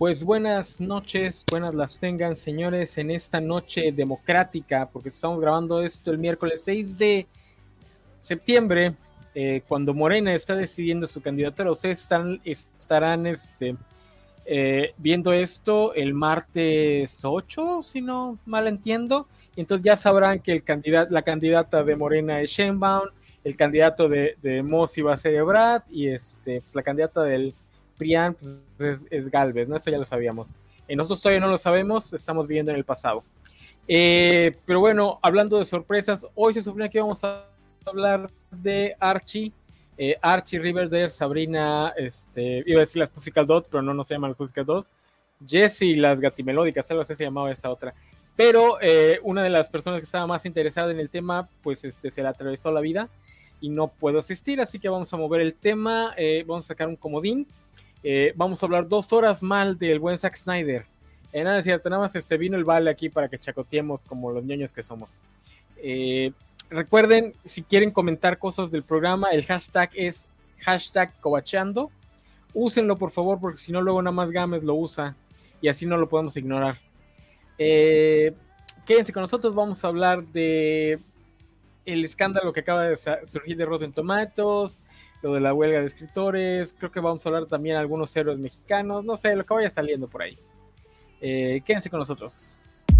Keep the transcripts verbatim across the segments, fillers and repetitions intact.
Pues buenas noches, buenas las tengan, señores, en esta noche democrática, porque estamos grabando esto el miércoles seis de septiembre, eh, cuando Morena está decidiendo su candidatura. Ustedes están, estarán este, eh, viendo esto el martes ocho, si no mal entiendo, y entonces ya sabrán que el candidato, la candidata de Morena es Sheinbaum, el candidato de, de Mossi va a ser Ebrard, y este, pues, la candidata del Prián pues, es, es Galvez, ¿no? Eso ya lo sabíamos. Eh, nosotros todavía no lo sabemos, estamos viviendo en el pasado. Eh, pero bueno, hablando de sorpresas, hoy se supone que vamos a hablar de Archie, eh, Archie, Riverdale, Sabrina, este, iba a decir las Pussycat Dolls, pero no, no se llaman las Pussycat Dolls, Jessie, las Gatimelódicas, algo así se llamaba esa otra. Pero eh, una de las personas que estaba más interesada en el tema, pues este, se le atravesó la vida y no puedo asistir, así que vamos a mover el tema, eh, vamos a sacar un comodín. Eh, vamos a hablar dos horas mal del buen Zack Snyder. Eh, nada, es cierto, nada más este, vino el vale aquí para que chacoteemos como los ñoños que somos. Eh, recuerden, si quieren comentar cosas del programa, el hashtag es hashtag covacheando. Úsenlo por favor, porque si no luego nada más Gámez lo usa y así no lo podemos ignorar. Eh, quédense con nosotros, vamos a hablar de el escándalo que acaba de surgir de Rotten Tomatoes, lo de la huelga de escritores, creo que vamos a hablar también de algunos héroes mexicanos, no sé, lo que vaya saliendo por ahí. Eh, quédense con nosotros.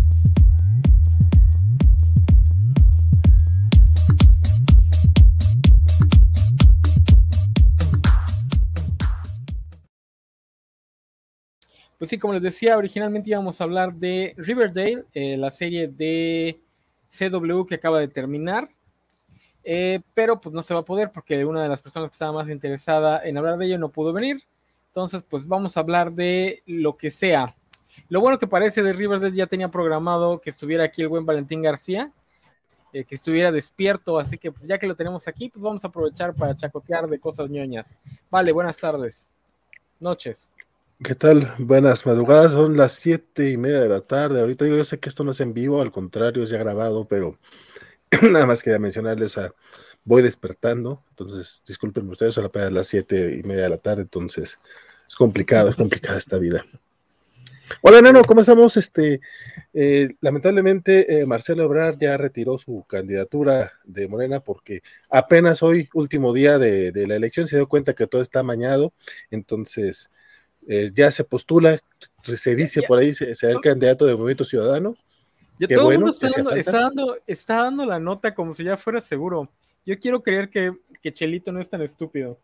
Pues sí, como les decía, originalmente íbamos a hablar de Riverdale, eh, la serie de C W que acaba de terminar. Eh, pero pues no se va a poder porque una de las personas que estaba más interesada en hablar de ello no pudo venir. Entonces pues vamos a hablar de lo que sea. Lo bueno que parece de Riverdale, ya tenía programado que estuviera aquí el buen Valentín García, eh, que estuviera despierto, así que pues ya que lo tenemos aquí, pues vamos a aprovechar para chacotear de cosas ñoñas. Vale, buenas tardes, noches. ¿Qué tal? Buenas madrugadas, son las siete y media de la tarde. Ahorita yo sé que esto no es en vivo, al contrario, es ya grabado, pero nada más quería mencionarles a voy despertando, entonces disculpen ustedes, son apenas las siete y media de la tarde, entonces es complicado, es complicada esta vida. Hola, Nano, ¿cómo estamos? Este, eh, lamentablemente, eh, Marcelo Ebrard ya retiró su candidatura de Morena porque apenas hoy, último día de, de la elección, se dio cuenta que todo está amañado, entonces eh, ya se postula, se dice por ahí, se, será el candidato de Movimiento Ciudadano. Ya Qué todo el bueno, mundo está hacía dando, falta. está, dando, está dando la nota como si ya fuera seguro. Yo quiero creer que, que Chelito no es tan estúpido.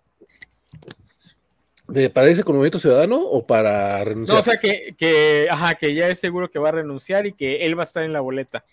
¿De, ¿Para irse con Movimiento Ciudadano o para renunciar? No, o sea que, que, ajá, que ya es seguro que va a renunciar y que él va a estar en la boleta.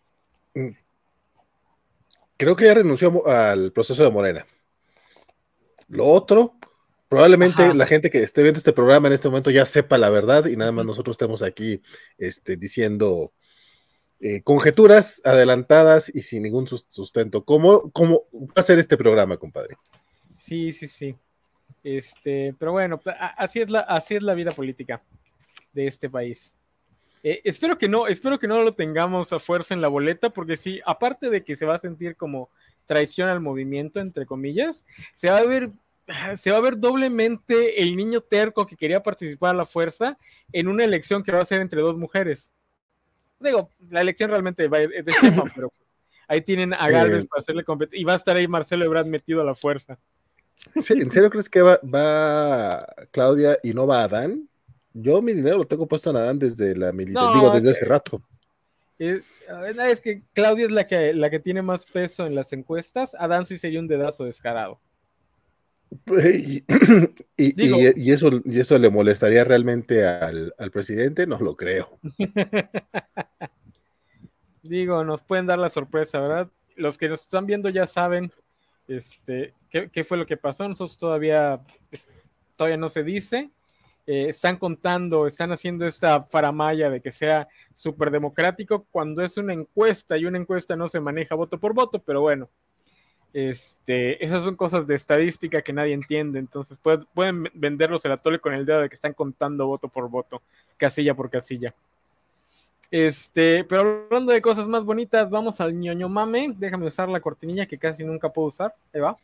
Creo que ya renunció al proceso de Morena. Lo otro, probablemente Ajá. la gente que esté viendo este programa en este momento ya sepa la verdad y nada más nosotros estemos aquí este, diciendo eh, conjeturas adelantadas y sin ningún sustento. ¿Cómo, ¿Cómo va a ser este programa, compadre? Sí, sí, sí. Este, pero bueno, pues, así es la, así es la vida política de este país. Eh, espero que no, espero que no lo tengamos a fuerza en la boleta, porque sí, aparte de que se va a sentir como traición al movimiento, entre comillas, se va a ver, se va a ver doblemente el niño terco que quería participar a la fuerza en una elección que va a ser entre dos mujeres. Digo, la elección realmente va, es de Sheinbaum, pero pues, ahí tienen a Galvez eh, para hacerle competencia, y va a estar ahí Marcelo Ebrard metido a la fuerza. ¿En serio crees que va, va Claudia y no va Adán? Yo mi dinero lo tengo puesto en Adán desde la militar, no, digo, desde hace rato. Es, es que Claudia es la que, la que tiene más peso en las encuestas. Adán sí sería un dedazo descarado. Y, y, Digo, y, y, eso, ¿Y eso le molestaría realmente al, al presidente? No lo creo. Digo, nos pueden dar la sorpresa, ¿verdad? Los que nos están viendo ya saben este, qué, qué fue lo que pasó. Nosotros todavía, todavía no se dice. Eh, están contando, están haciendo esta faramaya de que sea súper democrático cuando es una encuesta y una encuesta no se maneja voto por voto, pero bueno. Este, esas son cosas de estadística que nadie entiende, entonces pueden, pueden venderlos el atole con el dedo de que están contando voto por voto, casilla por casilla. Este, pero hablando de cosas más bonitas, vamos al ñoño mame. Déjame usar la cortinilla que casi nunca puedo usar. Ahí va.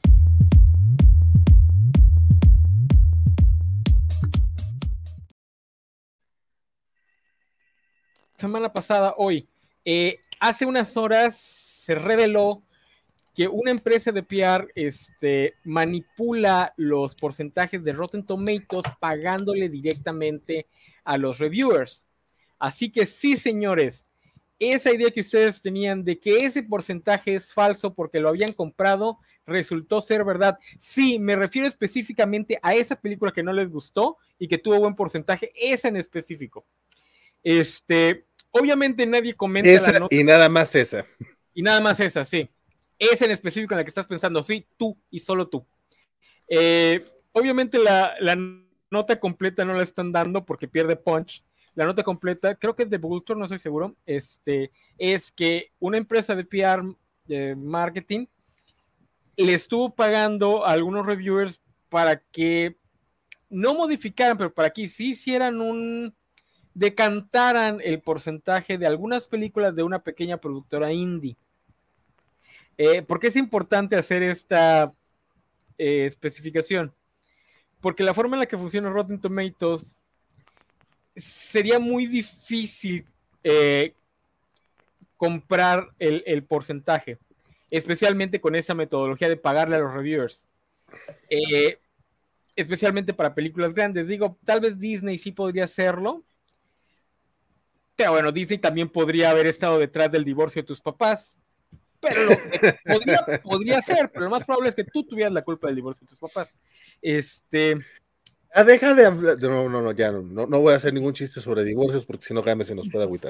semana pasada, hoy, eh, hace unas horas se reveló que una empresa de P R este, manipula los porcentajes de Rotten Tomatoes pagándole directamente a los reviewers. Así que sí, señores, esa idea que ustedes tenían de que ese porcentaje es falso porque lo habían comprado, resultó ser verdad. Sí, me refiero específicamente a esa película que no les gustó y que tuvo buen porcentaje, esa en específico. Este, obviamente nadie comenta esa la nota. Y nada más esa. Y nada más esa, sí. Esa en específico en la que estás pensando, sí, tú y solo tú. Eh, obviamente la, la nota completa no la están dando porque pierde punch. La nota completa, creo que es de Vulture, no estoy seguro, este, es que una empresa de P R de marketing le estuvo pagando a algunos reviewers para que no modificaran, pero para que sí hicieran un, decantaran el porcentaje de algunas películas de una pequeña productora indie. Eh, ¿Por qué es importante hacer esta eh, especificación? Porque la forma en la que funciona Rotten Tomatoes sería muy difícil eh, comprar el, el, porcentaje, especialmente con esa metodología de pagarle a los reviewers. Eh, especialmente para películas grandes. Digo, tal vez Disney sí podría hacerlo, pero bueno, Disney también podría haber estado detrás del divorcio de tus papás, pero lo, eh, podría, podría ser, pero lo más probable es que tú tuvieras la culpa del divorcio de tus papás. Este... Ah, deja de hablar. No, no, no, ya no, no, no voy a hacer ningún chiste sobre divorcios porque si no, Game se nos puede agüitar.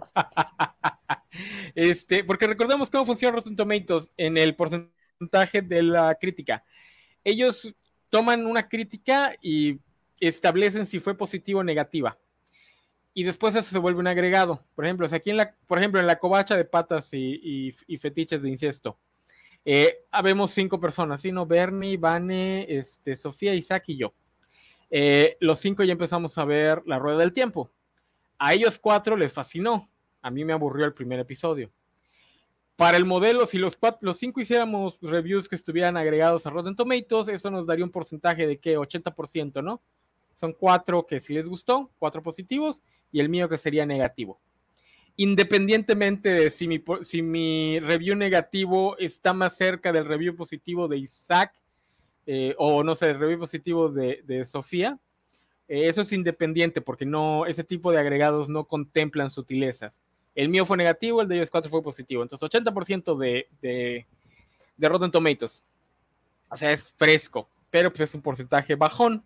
este, porque recordemos cómo funciona Rotten Tomatoes en el porcentaje de la crítica. Ellos toman una crítica y establecen si fue positiva o negativa. Y después eso se vuelve un agregado. Por ejemplo, o sea, aquí en la, por ejemplo, en la covacha de patas y, y, y fetiches de incesto, eh, habemos cinco personas, ¿sí? ¿No? Bernie, Vane, este, Sofía, Isaac y yo. Eh, los cinco ya empezamos a ver La Rueda del Tiempo. A ellos cuatro les fascinó. A mí me aburrió el primer episodio. Para el modelo, si los, cuatro, los cinco hiciéramos reviews que estuvieran agregados a Rotten Tomatoes, eso nos daría un porcentaje de ¿qué? ochenta por ciento, ¿no? Son cuatro que sí les gustó, cuatro positivos, y el mío que sería negativo. Independientemente de si mi, si mi review negativo está más cerca del review positivo de Isaac, eh, o no sé, el review positivo de, de Sofía, eh, eso es independiente porque no, ese tipo de agregados no contemplan sutilezas. El mío fue negativo, el de ellos cuatro fue positivo. Entonces, ochenta por ciento de, de, de Rotten Tomatoes. O sea, es fresco, pero pues es un porcentaje bajón.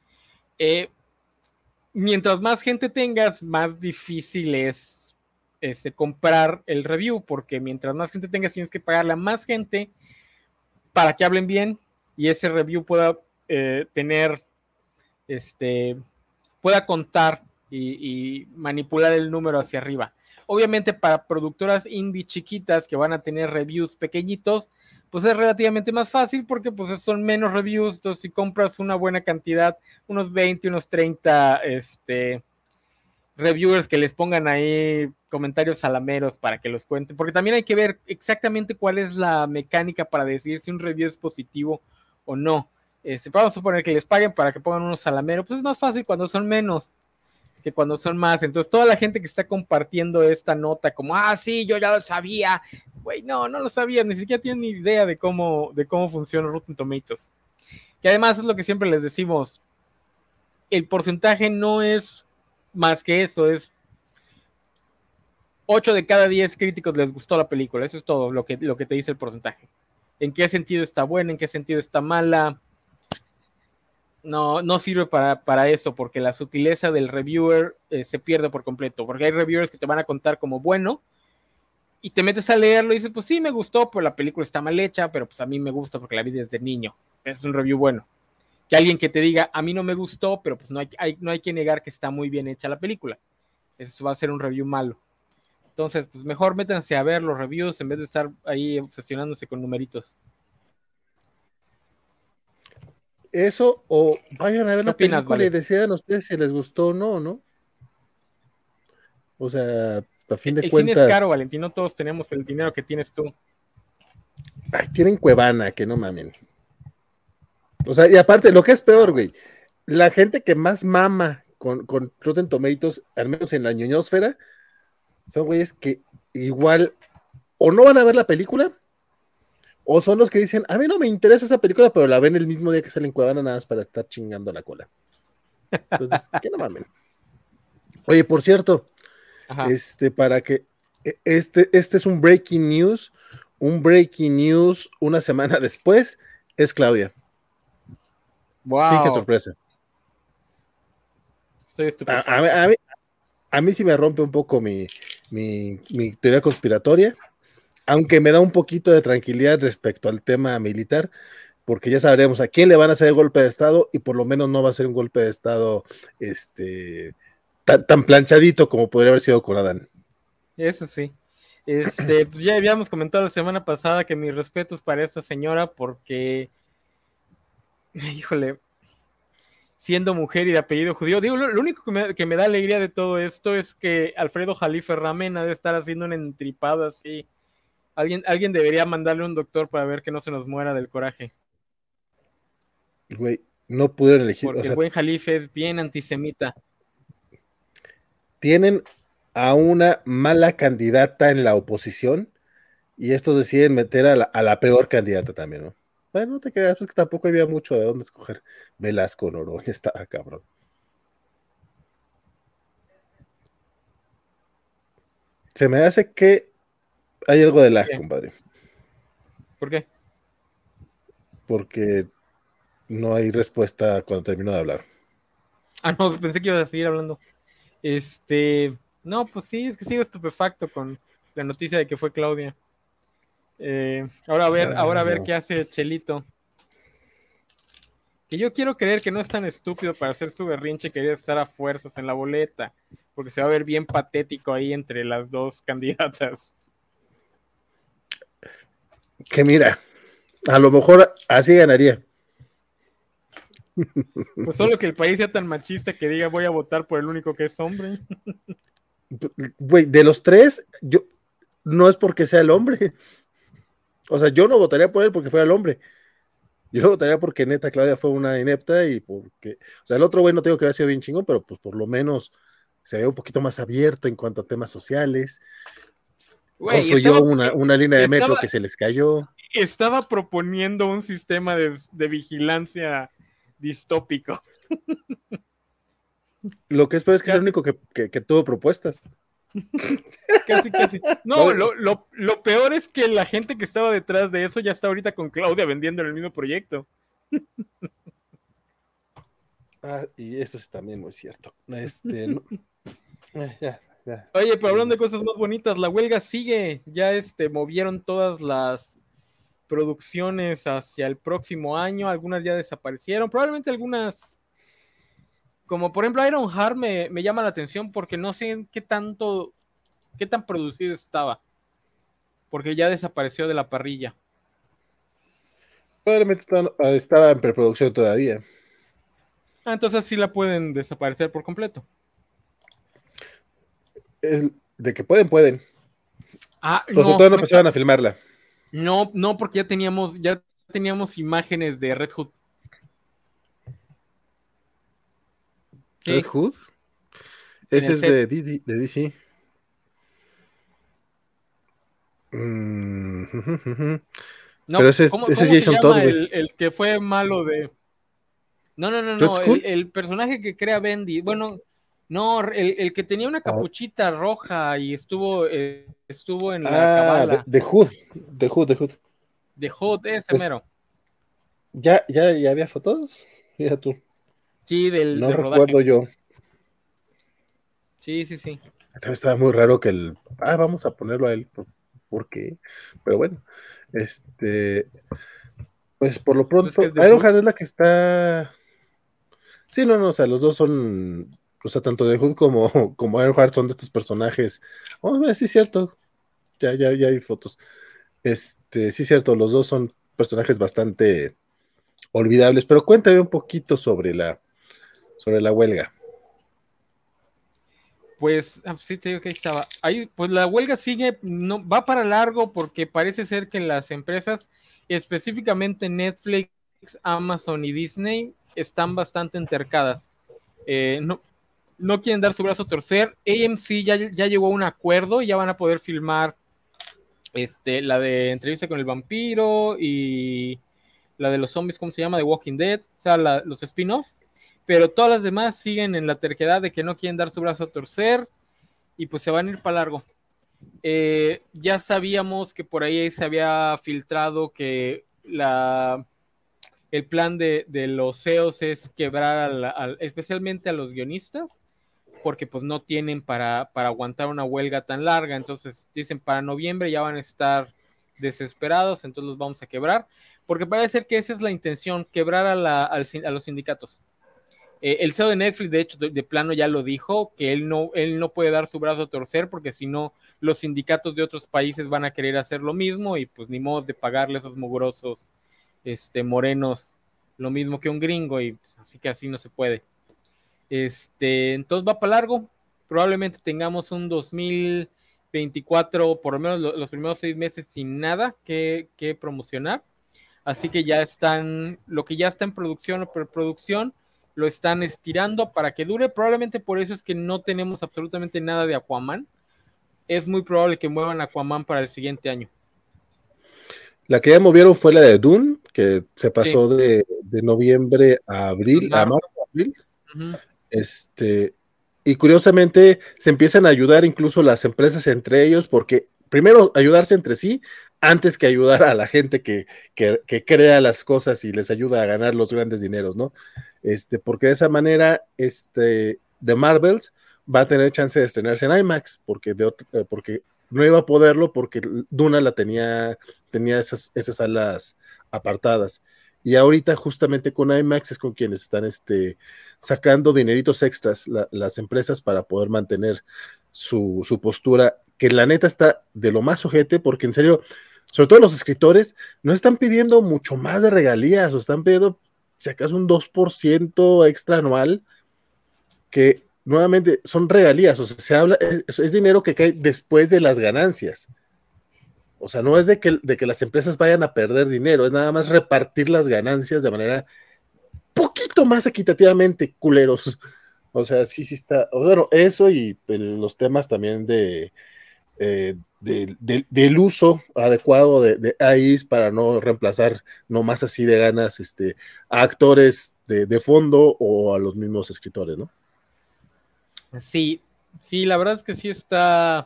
Eh, mientras más gente tengas, más difícil es este, comprar el review, porque mientras más gente tengas, tienes que pagarle a más gente para que hablen bien y ese review pueda eh, tener, este, pueda contar y, y manipular el número hacia arriba. Obviamente para productoras indie chiquitas que van a tener reviews pequeñitos, pues es relativamente más fácil porque pues son menos reviews. Entonces si compras una buena cantidad, unos veinte, unos treinta este, reviewers que les pongan ahí comentarios salameros para que los cuenten, porque también hay que ver exactamente cuál es la mecánica para decidir si un review es positivo o no. Este, vamos a suponer que les paguen para que pongan unos salameros, pues es más fácil cuando son menos que cuando son más. Entonces toda la gente que está compartiendo esta nota como, ah, sí, yo ya lo sabía, güey, no, no lo sabía, ni siquiera tienen ni idea de cómo, de cómo funciona Rotten Tomatoes. Que además es lo que siempre les decimos, el porcentaje no es más que eso, es ocho de cada diez críticos les gustó la película, eso es todo lo que, lo que te dice el porcentaje. ¿En qué sentido está buena? ¿En qué sentido está mala? No, no sirve para, para eso, porque la sutileza del reviewer eh, se pierde por completo, porque hay reviewers que te van a contar como bueno, y te metes a leerlo y dices, pues sí, me gustó, pero la película está mal hecha, pero pues a mí me gusta porque la vi desde niño. Es un review bueno. Que alguien que te diga, a mí no me gustó, pero pues no hay, hay, no hay que negar que está muy bien hecha la película. Eso va a ser un review malo. Entonces, pues mejor métanse a ver los reviews en vez de estar ahí obsesionándose con numeritos. Eso, o vayan a ver la opinas, película vale? y decidan ustedes si les gustó o no, ¿no? O sea, a fin de el cuentas. cine es caro, Valentín, no todos tenemos el dinero que tienes tú. Ay, tienen Cuevana, que no mamen. O sea, y aparte, lo que es peor, güey, la gente que más mama con, con Rotten Tomatoes, al menos en la ñoñosfera, son güeyes que igual o no van a ver la película, o son los que dicen, a mí no me interesa esa película, pero la ven el mismo día que sale en Cuevana nada más para estar chingando la cola. Entonces, que no mamen. Oye, por cierto, Ajá. este, para que, e, este, este es un breaking news, un breaking news una semana después, es Claudia. Finge Wow. sorpresa. Estoy A, a, estupefacto. a, mí, a mí sí me rompe un poco mi, mi, mi teoría conspiratoria, aunque me da un poquito de tranquilidad respecto al tema militar, porque ya sabremos a quién le van a hacer el golpe de Estado y por lo menos no va a ser un golpe de Estado este, tan, tan planchadito como podría haber sido con Adán. Eso sí. Este, pues ya habíamos comentado la semana pasada que mis respetos para esta señora porque, híjole, siendo mujer y de apellido judío, digo, lo, lo único que me, que me, da alegría de todo esto es que Alfredo Jalife Ramen ha de estar haciendo una entripada así. Alguien, alguien debería mandarle un doctor para ver que no se nos muera del coraje. Güey, no pudieron elegir, o Porque el sea, buen Jalife es bien antisemita. tienen a una mala candidata en la oposición y estos deciden meter a la, a la peor candidata también, ¿no? Bueno, no te creas, pues que tampoco había mucho de dónde escoger. Velasco Noroña estaba cabrón. Se me hace que hay algo de lag, ¿Qué? compadre, ¿Por qué? porque no hay respuesta cuando termino de hablar. Ah, no, pensé que ibas a seguir hablando. Este, no, pues sí, es que sigo estupefacto con la noticia de que fue Claudia. Eh, ahora a ver, ahora Ah, a ver no. qué hace Chelito. Que yo quiero creer que no es tan estúpido para hacer su berrinche y querer estar a fuerzas en la boleta, porque se va a ver bien patético ahí entre las dos candidatas. Que mira, a lo mejor así ganaría. Pues solo que el país sea tan machista que diga voy a votar por el único que es hombre. Güey, de los tres, yo no es porque sea el hombre. O sea, yo no votaría por él porque fuera el hombre. Yo lo votaría porque neta Claudia fue una inepta y porque, o sea, el otro güey no tengo que haber sido bien chingón, pero pues por lo menos se ve un poquito más abierto en cuanto a temas sociales. Güey, Construyó estaba, una, una línea de metro estaba, que se les cayó. estaba proponiendo un sistema de, de vigilancia distópico. Lo que es peor es que es el Casi, único que, que, que tuvo propuestas. casi, casi. No, No, lo, lo, lo peor es que la gente que estaba detrás de eso ya está ahorita con Claudia vendiendo el mismo proyecto. ah, y eso es también muy cierto. Este, no, eh, ya, ya. Oye, pero hablando de cosas más bonitas, la huelga sigue. Ya este, movieron todas las producciones hacia el próximo año. Algunas ya desaparecieron. Probablemente algunas, como por ejemplo Iron Heart, me, me llama la atención porque no sé en qué tanto, qué tan producido estaba. Porque ya desapareció de la parrilla. Probablemente estaba en preproducción todavía. Ah, entonces sí la pueden desaparecer por completo. Es, de que pueden, pueden. Ah, O sea, no, todavía no no está. empezaron a filmarla. No, no, porque ya teníamos, ya teníamos imágenes de Red Hood. Red Sí, Hood, en ese el es set. de D C. De D C. Mm, pero No, ese es, ¿cómo, ese es cómo se Jason Todd, llama güey. el, el que fue malo de. No, no, no, Red no, Skull. el, el personaje que crea Bendy. Bueno, no, el, el que tenía una Oh, capuchita roja y estuvo, eh, estuvo en la ah, de, cabala de Hood. De Hood, de Hood. de Hood, ese Pues, mero. ¿ya, ya, ya había fotos? Fíjate tú. Sí, del, No del rodaje. recuerdo yo. Sí, sí, sí. Estaba muy raro que el. Ah, vamos a ponerlo a él. ¿Por, por qué? Pero bueno. Este. Pues por lo Pues que pronto, es de Hood. Ironheart es la que está. Sí, no, no, o sea, los dos son. O sea, tanto de Hood como, como Ironheart son de estos personajes. Oh, mira, sí, es cierto. Ya, ya, ya hay fotos. Este, sí, es cierto, los dos son personajes bastante olvidables, pero cuéntame un poquito sobre la, sobre la huelga. Pues ah, sí te digo que ahí estaba. Ahí, pues la huelga sigue, no, va para largo porque parece ser que las empresas, específicamente Netflix, Amazon y Disney, están bastante entercadas. Eh, no, no quieren dar su brazo a torcer. A M C ya, ya llegó a un acuerdo y ya van a poder filmar este, la de Entrevista con el Vampiro y la de los zombies, ¿cómo se llama? The Walking Dead, o sea, la, los spin-off, pero todas las demás siguen en la terquedad de que no quieren dar su brazo a torcer y pues se van a ir para largo. Eh, ya sabíamos que por ahí se había filtrado que la, el plan de, de los C E Os es quebrar a la, a, especialmente a los guionistas, porque pues no tienen para, para aguantar una huelga tan larga. Entonces dicen para noviembre ya van a estar desesperados, entonces los vamos a quebrar, porque parece ser que esa es la intención, quebrar a, la, a los sindicatos. Eh, el C E O de Netflix, de hecho, de, de plano ya lo dijo, que él no, él no puede dar su brazo a torcer, porque si no, los sindicatos de otros países van a querer hacer lo mismo, y pues ni modo de pagarle a esos mugrosos este, morenos lo mismo que un gringo, y pues, así que así no se puede. Este, entonces va para largo, probablemente tengamos un dos mil veinticuatro, por lo menos los primeros seis meses sin nada que, que promocionar, así que ya están, lo que ya está en producción o preproducción, lo están estirando para que dure, probablemente por eso es que no tenemos absolutamente nada de Aquaman, es muy probable que muevan Aquaman para el siguiente año. La que ya movieron fue la de Dune, que se pasó sí. de, de noviembre a abril, a marzo, abril. Uh-huh. Este, y curiosamente se empiezan a ayudar incluso las empresas entre ellos, porque primero ayudarse entre sí, antes que ayudar a la gente que, que, que crea las cosas y les ayuda a ganar los grandes dineros, ¿no? Este, porque de esa manera, este, The Marvels va a tener chance de estrenarse en IMAX, porque, de otro, porque no iba a poderlo, porque Duna la tenía, tenía esas, esas salas apartadas. Y ahorita justamente con IMAX es con quienes están este, sacando dineritos extras la, las empresas para poder mantener su, su postura, que la neta está de lo más ojete, porque en serio, sobre todo los escritores, no están pidiendo mucho más de regalías, o están pidiendo si acaso un dos por ciento extra anual, que nuevamente son regalías, o sea, se habla, es, es dinero que cae después de las ganancias. O sea, no es de que, de que las empresas vayan a perder dinero, es nada más repartir las ganancias de manera poquito más equitativamente, culeros. O sea, sí, sí está. Bueno, eso y los temas también de, eh, de, de del uso adecuado de, de A Is para no reemplazar nomás así de ganas este, a actores de, de fondo o a los mismos escritores, ¿no? Sí, sí, la verdad es que sí está.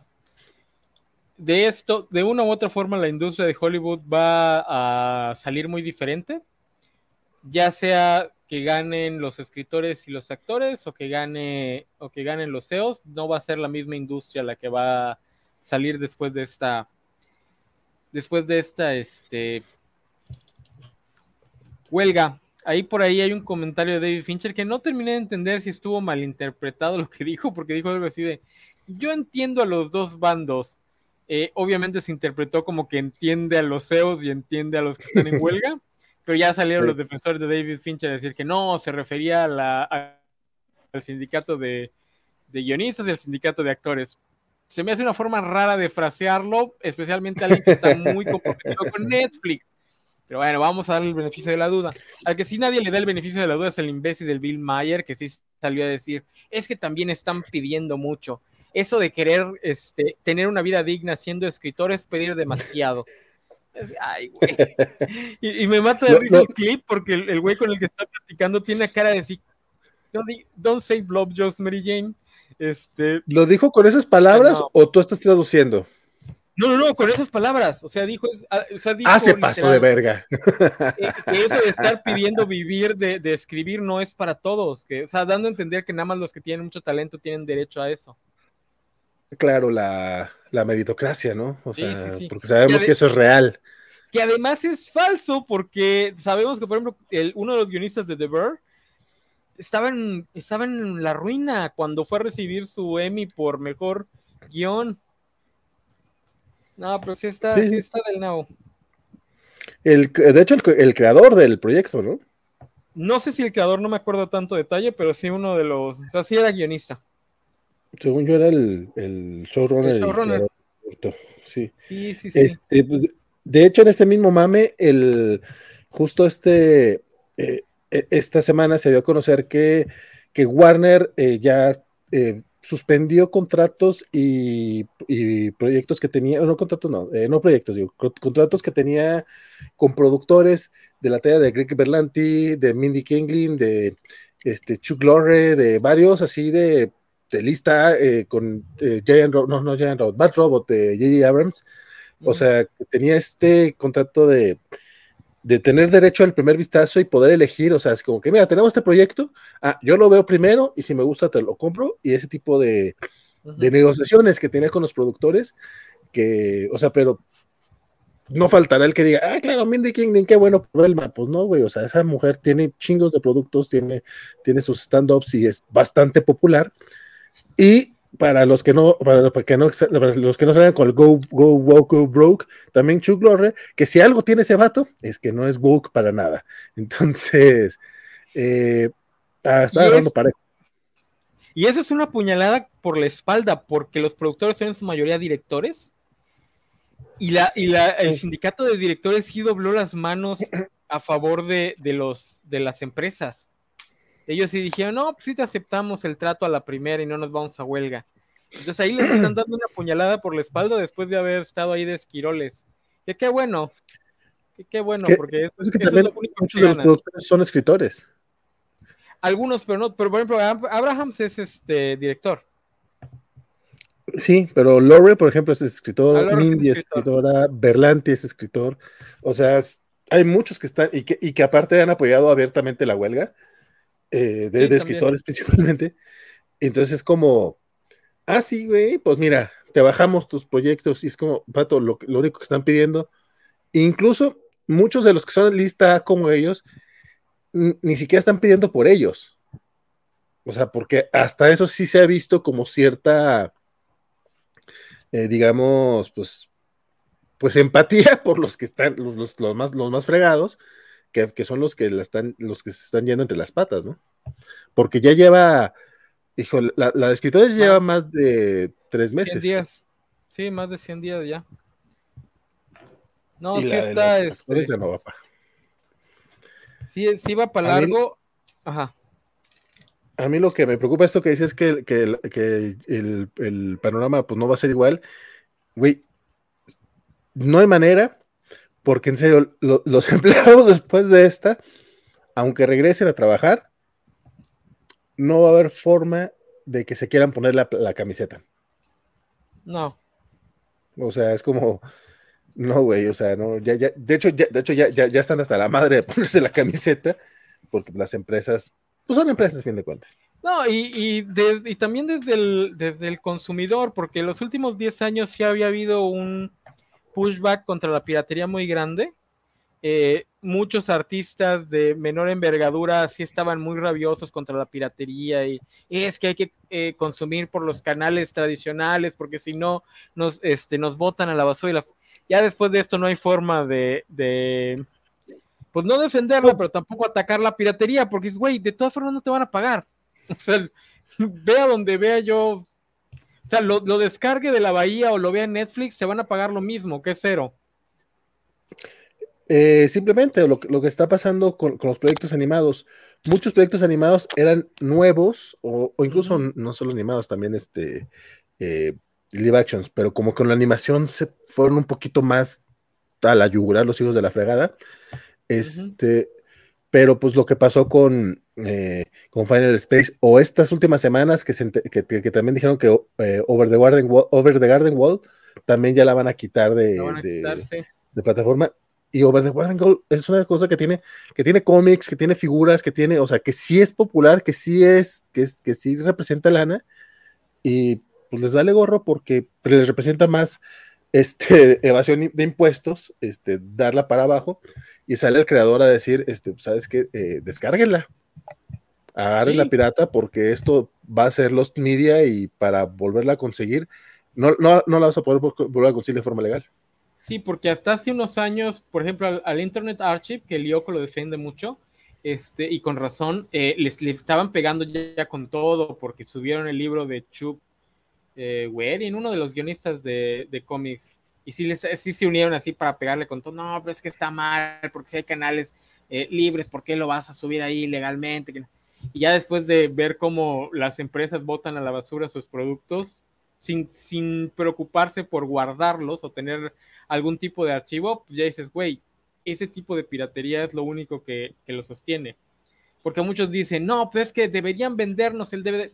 De esto, de una u otra forma, la industria de Hollywood va a salir muy diferente, ya sea que ganen los escritores y los actores o que gane o que ganen los C E Os, no va a ser la misma industria la que va a salir después de esta después de esta este huelga. Ahí por ahí hay un comentario de David Fincher que no terminé de entender si estuvo malinterpretado lo que dijo, porque dijo algo así de, yo entiendo a los dos bandos. Eh, obviamente se interpretó como que entiende a los C E Os y entiende a los que están en huelga, pero ya salieron sí. los defensores de David Fincher a decir que no, se refería a la, a, al sindicato de, de guionistas y al sindicato de actores. Se me hace una forma rara de frasearlo, especialmente a alguien que está muy comprometido con Netflix. Pero bueno, vamos a darle el beneficio de la duda. Al que sí nadie le da el beneficio de la duda es el imbécil del Bill Maher, que sí salió a decir, es que también están pidiendo mucho. Eso de querer este, tener una vida digna siendo escritor es pedir demasiado. Ay, güey. Y, y me mata de no, risa no. el clip porque el, el güey con el que está platicando tiene cara de decir, don't, don't say blob just Mary Jane. Este, ¿Lo dijo con esas palabras no. o tú estás traduciendo? No, no, no, con esas palabras. O sea, dijo. O sea, dijo ah, se pasó de verga. Eh, que eso de estar pidiendo vivir, de, de escribir, no es para todos. Que, o sea, dando a entender que nada más los que tienen mucho talento tienen derecho a eso. Claro, la, la meritocracia, ¿no? O sea, sí, sí, sí. Porque sabemos que, que eso es real. Que además es falso, porque sabemos que, por ejemplo, el, uno de los guionistas de The Bear estaba en, estaba en la ruina cuando fue a recibir su Emmy por mejor guión. No, pero sí está, sí. sí está del nabo. El, de hecho, el, el creador del proyecto, ¿no? No sé si el creador, no me acuerdo tanto detalle, pero sí uno de los, o sea, sí era guionista. Según yo era el, el showrunner. El showrunner. Sí. Sí, sí, sí. Este, pues, de hecho, en este mismo mame, el, justo este, eh, esta semana se dio a conocer que, que Warner eh, ya eh, suspendió contratos y, y proyectos que tenía, no contratos, no, eh, no proyectos, digo, contratos que tenía con productores de la talla de Greg Berlanti, de Mindy Kaling, de este, Chuck Lorre, de varios así de, de lista eh, con eh, Giant Robot, no, no Giant Robot, Bad Robot de J J Abrams, o Ujú. sea, tenía este contrato de de tener derecho al primer vistazo y poder elegir, o sea, es como que, mira, tenemos este proyecto, ah, yo lo veo primero y si me gusta te lo compro, y ese tipo de, de Ujú. negociaciones que tenía con los productores, que, o sea, pero no faltará el que diga, ah, claro, Mindy Kaling, qué bueno, Velma, pues no, güey, o sea, esa mujer tiene chingos de productos, tiene, tiene sus stand-ups y es bastante popular, y para los que no, para, los que no, para los que no saben con el Go, Go, Woke, Go Broke, también Chuck Lorre, que si algo tiene ese vato, es que no es woke para nada. Entonces, eh, ah, está Y agarrando es, parejo. y eso es una puñalada por la espalda, porque los productores son en su mayoría directores, y, la, y la, el sindicato de directores sí dobló las manos a favor de, de, los, de las empresas. Ellos sí dijeron, no, pues sí te aceptamos el trato a la primera y no nos vamos a huelga. Entonces ahí les están dando una puñalada por la espalda después de haber estado ahí de esquiroles. Que qué bueno, que qué bueno, Que, porque es que eso es también lo único muchos que de los ganan. productores son escritores. Algunos, pero no, pero por ejemplo, Abrahams es este director. Sí, pero Lorre, por ejemplo, es A escritor, lo es Mindy es escritor. escritora, Berlanti es escritor. O sea, es, hay muchos que están y que, y que aparte han apoyado abiertamente la huelga, eh, de, Sí, de también. escritores principalmente. Entonces es como, ah, sí, güey, pues mira, te bajamos tus proyectos y es como, pato, lo, lo único que están pidiendo, incluso muchos de los que son en lista como ellos, ni siquiera están pidiendo por ellos. O sea, porque hasta eso sí se ha visto como cierta, eh, digamos, pues, pues empatía por los que están, los, los, los más, los más fregados, que, que son los que, la están, los que se están yendo entre las patas, ¿no? Porque ya lleva, hijo, la, la de escritores Más lleva más de tres cien meses. días. Sí, más de cien días ya. No, Y sí la de está, los actores este, ya no va para. sí, sí va para A mí, largo. Ajá. a mí lo que me preocupa esto que dices es que, que, el, que el, el, panorama pues no va a ser igual. Güey, no hay manera, porque en serio, lo, los empleados después de esta, aunque regresen a trabajar, no va a haber forma de que se quieran poner la, la camiseta. No. O sea, es como, no, güey, o sea, no, ya, ya, de hecho, ya, de hecho ya, ya, ya están hasta la madre de ponerse la camiseta, porque las empresas, pues son empresas, a fin de cuentas. No, y, y, de, y también desde el, desde el consumidor, porque en los últimos diez años sí había habido un pushback contra la piratería muy grande. Eh, muchos artistas de menor envergadura sí estaban muy rabiosos contra la piratería y es que hay que eh, consumir por los canales tradicionales porque si no nos, este, nos botan a la basura. Y la... Ya después de esto no hay forma de, de, pues no defenderla, pero tampoco atacar la piratería porque es, güey, de todas formas no te van a pagar. O sea, vea donde vea yo, o sea, lo, lo descargue de la bahía o lo vea en Netflix, se van a pagar lo mismo, que es cero. Eh, simplemente lo, lo, que está pasando con, con, los proyectos animados, muchos proyectos animados eran nuevos o, o Uh incluso -huh. no solo animados, también este, eh, live actions, pero como con la animación se fueron un poquito más a la yugular los hijos de la fregada. Uh -huh. Este, pero pues lo que pasó con, eh, con Final Space o estas últimas semanas que, se, que, que, que también dijeron que eh, Over, the Garden Wall, Over the Garden Wall también ya la van a quitar La de, van a de, quitarse. de plataforma. Y Over the Garden Wall es una cosa que tiene, que tiene cómics, que tiene figuras, que tiene, o sea, que sí es popular, que sí es, que, es, que sí representa lana, y pues les vale gorro porque les representa más este, evasión de impuestos, este, darla para abajo, y sale el creador a decir, este, ¿sabes qué? Eh, descárguenla, agarren la Sí, pirata porque esto va a ser Lost Media y para volverla a conseguir, no, no, no la vas a poder volver a conseguir de forma legal. sí, porque hasta hace unos años, por ejemplo, al, al Internet Archive, que el Yoko lo defiende mucho, este, y con razón, eh, les, les, estaban pegando ya, ya, con todo, porque subieron el libro de Chuck eh, Wedding, uno de los guionistas de, de cómics, y sí, les, sí se unieron así para pegarle con todo, no, pero es que está mal, porque si hay canales eh, libres, ¿por qué lo vas a subir ahí legalmente? Y ya después de ver cómo las empresas botan a la basura sus productos sin, sin preocuparse por guardarlos o tener algún tipo de archivo, pues ya dices, güey, ese tipo de piratería es lo único que, que lo sostiene. Porque muchos dicen, no, pues es que deberían vendernos el D V D.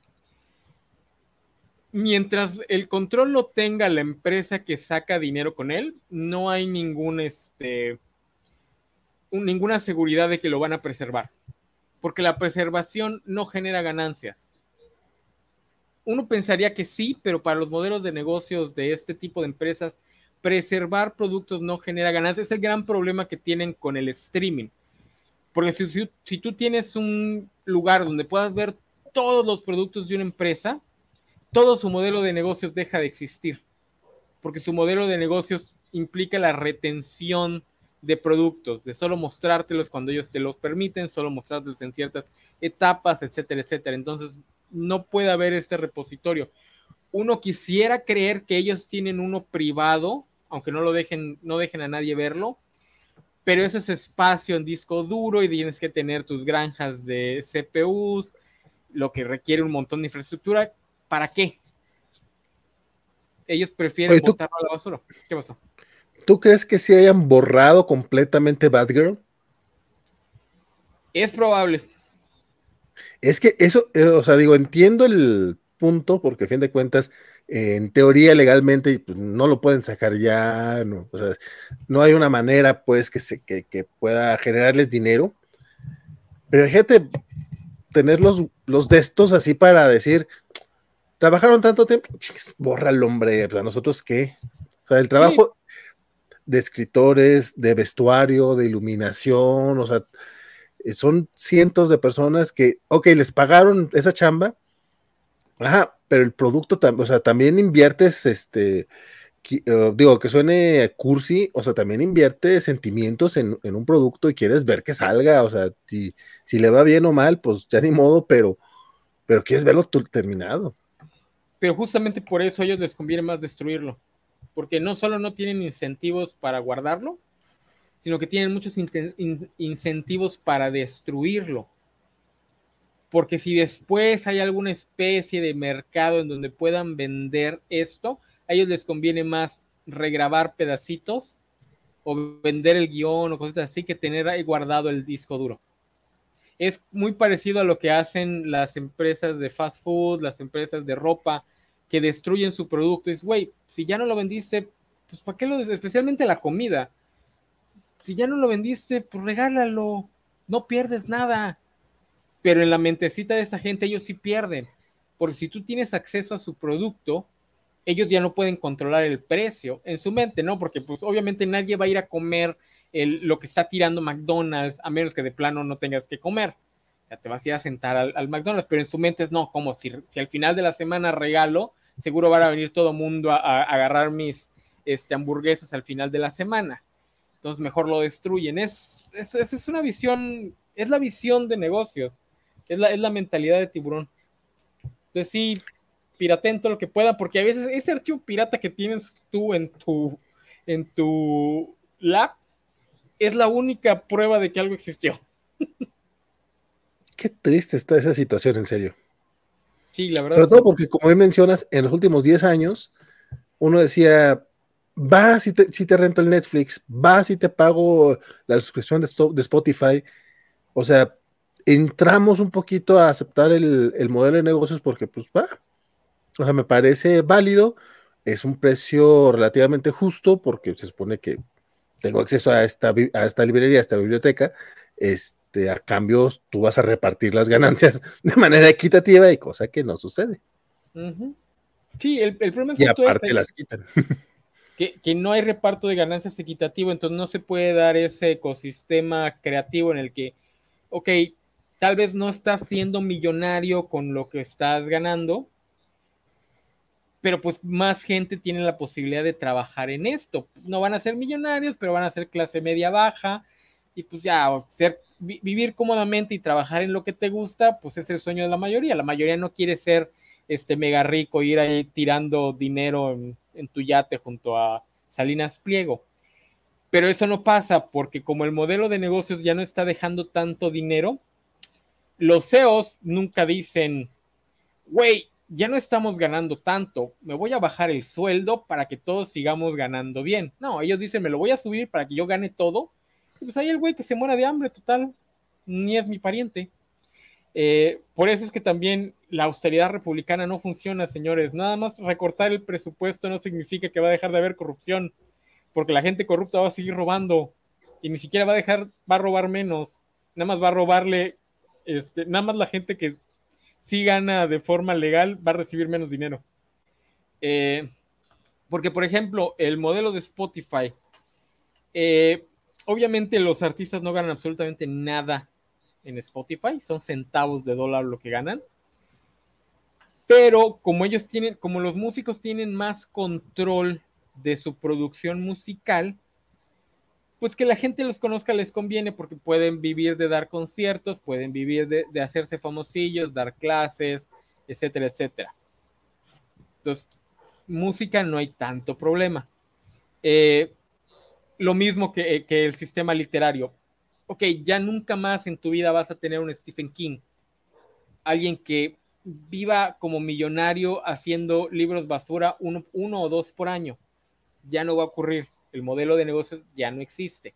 Mientras el control lo tenga la empresa que saca dinero con él, no hay ningún, este, ninguna seguridad de que lo van a preservar. Porque la preservación no genera ganancias. Uno pensaría que sí, pero para los modelos de negocios de este tipo de empresas, preservar productos no genera ganancias. Es el gran problema que tienen con el streaming. Porque si, si, si tú tienes un lugar donde puedas ver todos los productos de una empresa, todo su modelo de negocios deja de existir. Porque su modelo de negocios implica la retención de productos, de solo mostrártelos cuando ellos te los permiten, solo mostrártelos en ciertas etapas, etcétera, etcétera. Entonces, no puede haber este repositorio. Uno quisiera creer que ellos tienen uno privado, aunque no lo dejen, no dejen a nadie verlo, pero eso es espacio en disco duro y tienes que tener tus granjas de C P Us, lo que requiere un montón de infraestructura. ¿Para qué? Ellos prefieren Oye, ¿tú, botarlo a la basura. ¿Qué pasó? ¿tú crees que se hayan borrado completamente Batgirl? Es probable. Es que eso, eh, o sea, digo, entiendo el punto, porque a fin de cuentas, eh, en teoría, legalmente, pues, no lo pueden sacar ya, no, o sea, no hay una manera, pues, que, se, que, que pueda generarles dinero. Pero fíjate, tener los, los de estos así para decir, trabajaron tanto tiempo, chicos, borra el hombre, pues, ¿a nosotros qué? O sea, el Sí, trabajo de escritores, de vestuario, de iluminación, o sea, son cientos de personas que, ok, les pagaron esa chamba. Ajá, pero el producto, o sea, también inviertes, este, uh, digo, que suene cursi, o sea, también inviertes sentimientos en, en, un producto y quieres ver que salga, o sea, si, si le va bien o mal, pues ya ni modo, pero, pero quieres verlo terminado. pero justamente por eso a ellos les conviene más destruirlo, porque no solo no tienen incentivos para guardarlo, sino que tienen muchos in in incentivos para destruirlo. Porque si después hay alguna especie de mercado en donde puedan vender esto, a ellos les conviene más regrabar pedacitos o vender el guión o cosas así que tener ahí guardado el disco duro. Es muy parecido a lo que hacen las empresas de fast food, las empresas de ropa, que destruyen su producto. Es, güey, si ya no lo vendiste, pues ¿para qué lo? Especialmente la comida. Si ya no lo vendiste, pues regálalo. No pierdes nada. Pero en la mentecita de esa gente ellos sí pierden. Porque si tú tienes acceso a su producto, ellos ya no pueden controlar el precio en su mente, ¿no? Porque pues obviamente nadie va a ir a comer el, lo que está tirando McDonald's a menos que de plano no tengas que comer. O sea, te vas a ir a sentar al, al McDonald's, pero en su mente es no, como si, si al final de la semana regalo, seguro van a venir todo el mundo a, a, a agarrar mis este, hamburguesas al final de la semana. Entonces mejor lo destruyen. Es, es, es una visión, es la visión de negocios, es la, es la mentalidad de tiburón. Entonces sí, piraten todo lo que pueda, porque a veces ese archivo pirata que tienes tú en tu, en tu lab es la única prueba de que algo existió. Qué triste está esa situación, en serio. Sí, la verdad Sobre todo sí. porque, como bien mencionas, en los últimos diez años, uno decía, va si te, si te rento el Netflix, va si te pago la suscripción de, de Spotify. O sea, entramos un poquito a aceptar el, el modelo de negocios porque, pues, va. O sea, me parece válido. Es un precio relativamente justo porque se supone que tengo acceso a esta, a esta librería, a esta biblioteca. Este, a cambio, tú vas a repartir las ganancias de manera equitativa y cosa que no sucede. Uh-huh. Sí, el, el problema es Y justo aparte ese, las quitan. que, que no hay reparto de ganancias equitativo, entonces no se puede dar ese ecosistema creativo en el que, ok, tal vez no estás siendo millonario con lo que estás ganando, pero pues más gente tiene la posibilidad de trabajar en esto. No van a ser millonarios, pero van a ser clase media baja y pues ya ser, vi, vivir cómodamente y trabajar en lo que te gusta, pues es el sueño de la mayoría. La mayoría no quiere ser este mega rico, ir ahí tirando dinero en, en tu yate junto a Salinas Pliego. Pero eso no pasa porque como el modelo de negocios ya no está dejando tanto dinero, los C E Os nunca dicen, güey, ya no estamos ganando tanto, me voy a bajar el sueldo para que todos sigamos ganando bien. No, ellos dicen, me lo voy a subir para que yo gane todo. Y pues ahí el güey que se muera de hambre, total, ni es mi pariente. Eh, por eso es que también la austeridad republicana no funciona, señores. Nada más recortar el presupuesto no significa que va a dejar de haber corrupción, porque la gente corrupta va a seguir robando y ni siquiera va a dejar, va a robar menos. Nada más va a robarle, este, nada más la gente que sí gana de forma legal va a recibir menos dinero. Eh, porque, por ejemplo, el modelo de Spotify, eh, obviamente los artistas no ganan absolutamente nada en Spotify, son centavos de dólar lo que ganan, pero como ellos tienen, como los músicos tienen más control de su producción musical, pues que la gente los conozca les conviene porque pueden vivir de dar conciertos, pueden vivir de, de hacerse famosillos, dar clases, etcétera, etcétera. Entonces, música no hay tanto problema. Eh, lo mismo que, que el sistema literario. Ok, ya nunca más en tu vida vas a tener un Stephen King, alguien que viva como millonario haciendo libros basura uno, uno o dos por año. Ya no va a ocurrir. El modelo de negocios ya no existe.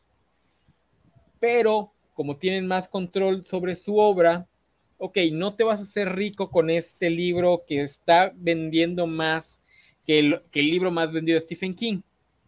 Pero como tienen más control sobre su obra, ok, no te vas a hacer rico con este libro que está vendiendo más que el, que el libro más vendido de Stephen King.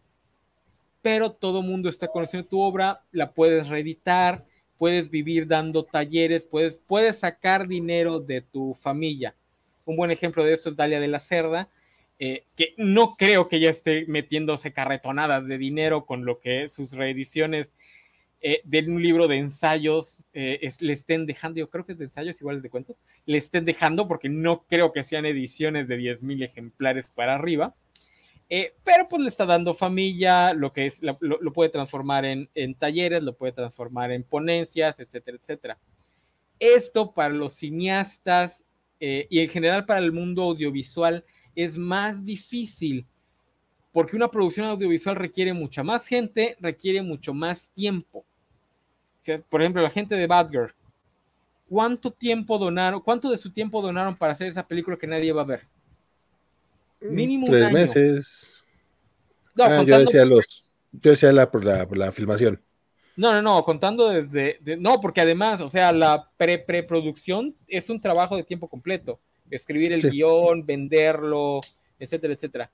Pero todo mundo está conociendo tu obra, la puedes reeditar, puedes vivir dando talleres, puedes, puedes sacar dinero de tu familia. Un buen ejemplo de esto es Dalia de la Cerda, eh, que no creo que ya esté metiéndose carretonadas de dinero con lo que sus reediciones eh, de un libro de ensayos eh, es, le estén dejando, yo creo que es de ensayos igual de cuentos, le estén dejando porque no creo que sean ediciones de diez mil ejemplares para arriba. Eh, pero pues le está dando familia, lo que es, lo, lo puede transformar en, en talleres, lo puede transformar en ponencias, etcétera, etcétera. Esto para los cineastas eh, y en general para el mundo audiovisual es más difícil porque una producción audiovisual requiere mucha más gente, requiere mucho más tiempo. O sea, por ejemplo, la gente de Badger, ¿cuánto tiempo donaron, cuánto de su tiempo donaron para hacer esa película que nadie va a ver? Mínimo un Tres año. meses. No, Ah, yo contando. decía los, yo decía la, por la, por la filmación. No, no, no, contando desde. De, no, porque además, o sea, la pre-preproducción es un trabajo de tiempo completo. Escribir el Sí. guión, venderlo, etcétera, etcétera.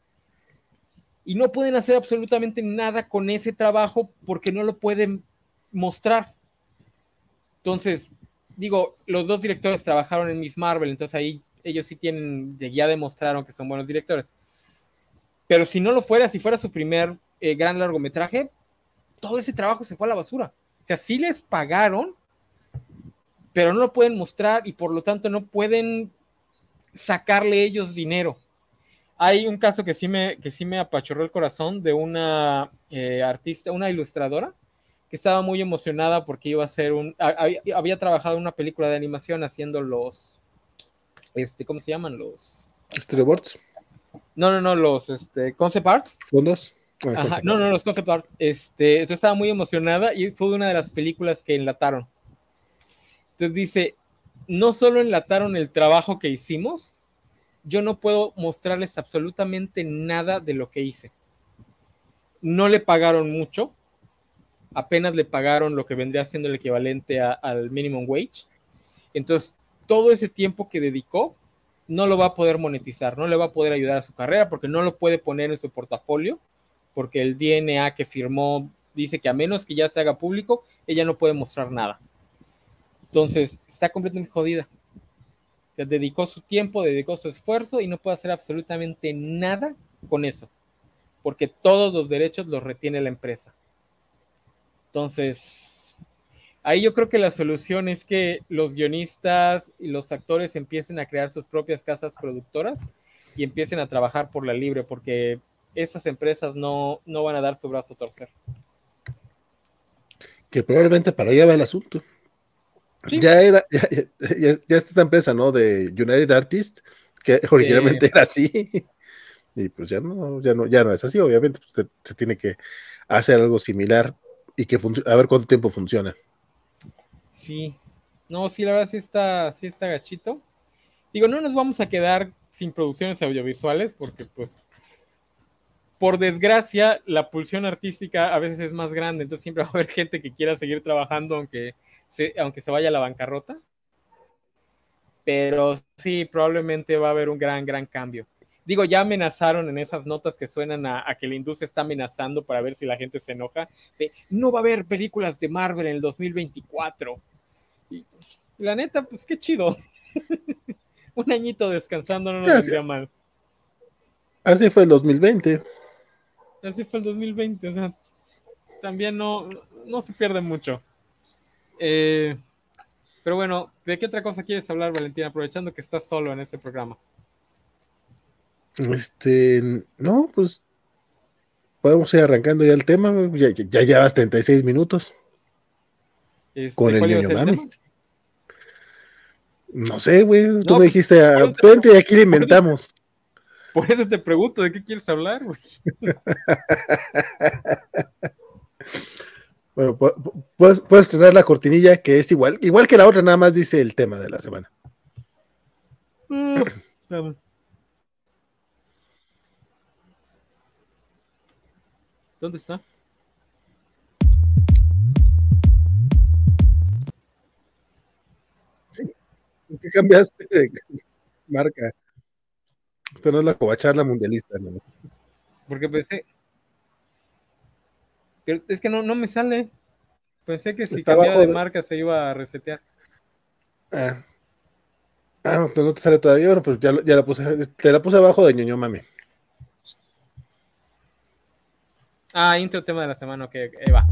Y no pueden hacer absolutamente nada con ese trabajo porque no lo pueden mostrar. Entonces, digo, los dos directores trabajaron en Miss Marvel, entonces ahí ellos sí tienen, ya demostraron que son buenos directores. Pero si no lo fuera, si fuera su primer eh, gran largometraje, todo ese trabajo se fue a la basura. O sea, sí les pagaron, pero no lo pueden mostrar y por lo tanto no pueden sacarle ellos dinero. Hay un caso que sí me, que sí me apachurró el corazón de una eh, artista, una ilustradora, que estaba muy emocionada porque iba a hacer un, había, había trabajado en una película de animación haciendo los, este, ¿cómo se llaman? Los... Storyboards. No, no, no, los este, concept arts. Fondos. Ah, Ajá, no, no, los concept art. Este, entonces estaba muy emocionada y fue una de las películas que enlataron. Entonces dice, no solo enlataron el trabajo que hicimos, yo no puedo mostrarles absolutamente nada de lo que hice. No le pagaron mucho, apenas le pagaron lo que vendría siendo el equivalente a, al minimum wage. Entonces, todo ese tiempo que dedicó no lo va a poder monetizar, no le va a poder ayudar a su carrera porque no lo puede poner en su portafolio, porque el D N A que firmó dice que a menos que ya se haga público, ella no puede mostrar nada. Entonces, está completamente jodida. O sea, dedicó su tiempo, dedicó su esfuerzo y no puede hacer absolutamente nada con eso, porque todos los derechos los retiene la empresa. Entonces, ahí yo creo que la solución es que los guionistas y los actores empiecen a crear sus propias casas productoras y empiecen a trabajar por la libre, porque esas empresas no, no van a dar su brazo a torcer. Que probablemente para allá va el asunto. Sí. Ya era, ya, ya, ya está esta empresa, ¿no? De United Artists, que originalmente eh, era así. Y pues ya no, ya no, ya no es así, obviamente. Pues se, se tiene que hacer algo similar y que a ver cuánto tiempo funciona. Sí. No, sí, la verdad sí está, sí está gachito. Digo, no nos vamos a quedar sin producciones audiovisuales porque, pues, por desgracia, la pulsión artística a veces es más grande, entonces siempre va a haber gente que quiera seguir trabajando aunque se, aunque se vaya a la bancarrota. Pero sí, probablemente va a haber un gran, gran cambio. Digo, ya amenazaron en esas notas que suenan a, a que la industria está amenazando para ver si la gente se enoja. De, no va a haber películas de Marvel en el dos mil veinticuatro. Y la neta, pues qué chido. Un añito descansando no nos Así, vendría mal. así fue el dos mil veinte. Así fue el dos mil veinte, o sea, también no, no se pierde mucho. Eh, pero bueno, ¿de qué otra cosa quieres hablar, Valentín? Aprovechando que estás solo en este programa. Este, no, pues podemos ir arrancando ya el tema. Ya, ya, ya llevas treinta y seis minutos con Este, el ¿Cuál iba a ñoño ser el mami. tema? No sé, güey. Tú No, me pues, dijiste, por ah, eso te, vente y aquí le por eso, inventamos. por eso te pregunto, ¿de qué quieres hablar, güey? Bueno, pu- puedes, puedes tener la cortinilla que es igual, igual que la otra, nada más dice el tema de la semana. Uh, ¿Dónde está? ¿Qué cambiaste de marca? Esta no es la covacharla mundialista, ¿no? Porque pensé, pero es que no, no me sale. Pensé que si Está cambiaba de abajo de... marca se iba a resetear. Ah, ah, no, no te sale todavía, bueno, pues ya, lo- ya la puse, te la puse abajo de ñoño mami. Ah, intro tema de la semana, ok, ok, ahí va.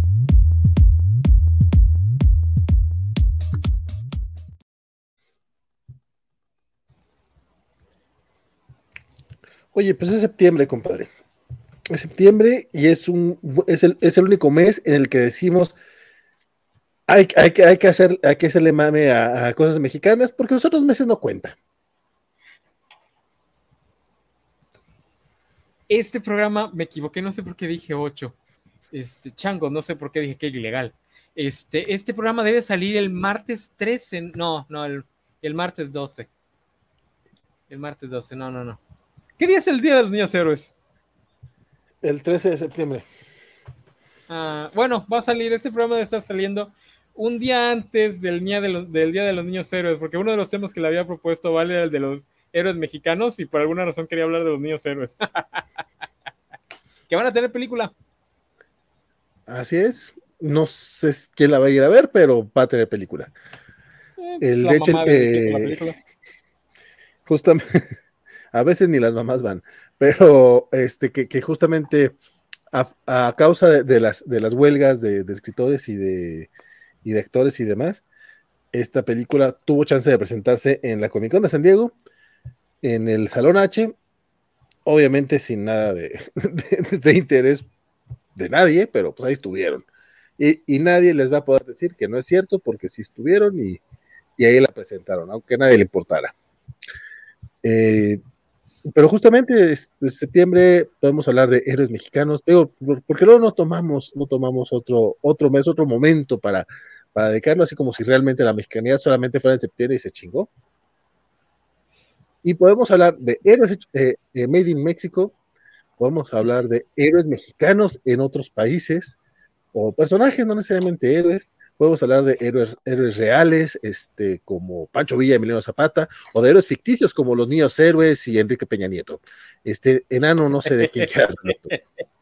Oye, pues es septiembre, compadre. Es septiembre y es un es el, es el único mes en el que decimos hay, hay, que- hay que hacer, hay que hacerle mame a, a cosas mexicanas porque los otros meses no cuentan. Este programa me equivoqué, no sé por qué dije ocho. Este, chango, no sé por qué dije que es ilegal. Este, este programa debe salir el martes trece, no, no, el, el martes doce. El martes doce, no, no, no. ¿Qué día es el Día de los Niños Héroes? El trece de septiembre. Ah, bueno, va a salir, este programa debe estar saliendo un día antes del día, de los, del día de los Niños Héroes, porque uno de los temas que le había propuesto Vale era el de los héroes mexicanos y por alguna razón quería hablar de los niños héroes. Que van a tener película. Así es. No sé quién la va a ir a ver, pero va a tener película. Eh, El, la de hecho, el, mamá de el que hizo la eh, película. justamente, a veces ni las mamás van, pero este, que, que justamente a, a causa de, de, las, de las huelgas de, de escritores y de, y de actores y demás, esta película tuvo chance de presentarse en la Comic Con de San Diego, en el Salón H, obviamente sin nada de, de, de interés de nadie, pero pues ahí estuvieron. Y, y, nadie les va a poder decir que no es cierto porque sí estuvieron y, y ahí la presentaron, aunque a nadie le importara. Eh, pero justamente en septiembre podemos hablar de héroes mexicanos, digo, porque luego no tomamos, no tomamos otro, otro mes, otro momento para, para dedicarlo, así como si realmente la mexicanidad solamente fuera en septiembre y se chingó. Y podemos hablar de héroes eh, eh, made in México, podemos hablar de héroes mexicanos en otros países, o personajes, no necesariamente héroes. Podemos hablar de héroes, héroes reales, este, como Pancho Villa y Emiliano Zapata, o de héroes ficticios como los niños héroes y Enrique Peña Nieto. Este, enano, no sé de quién quieras hablar tú.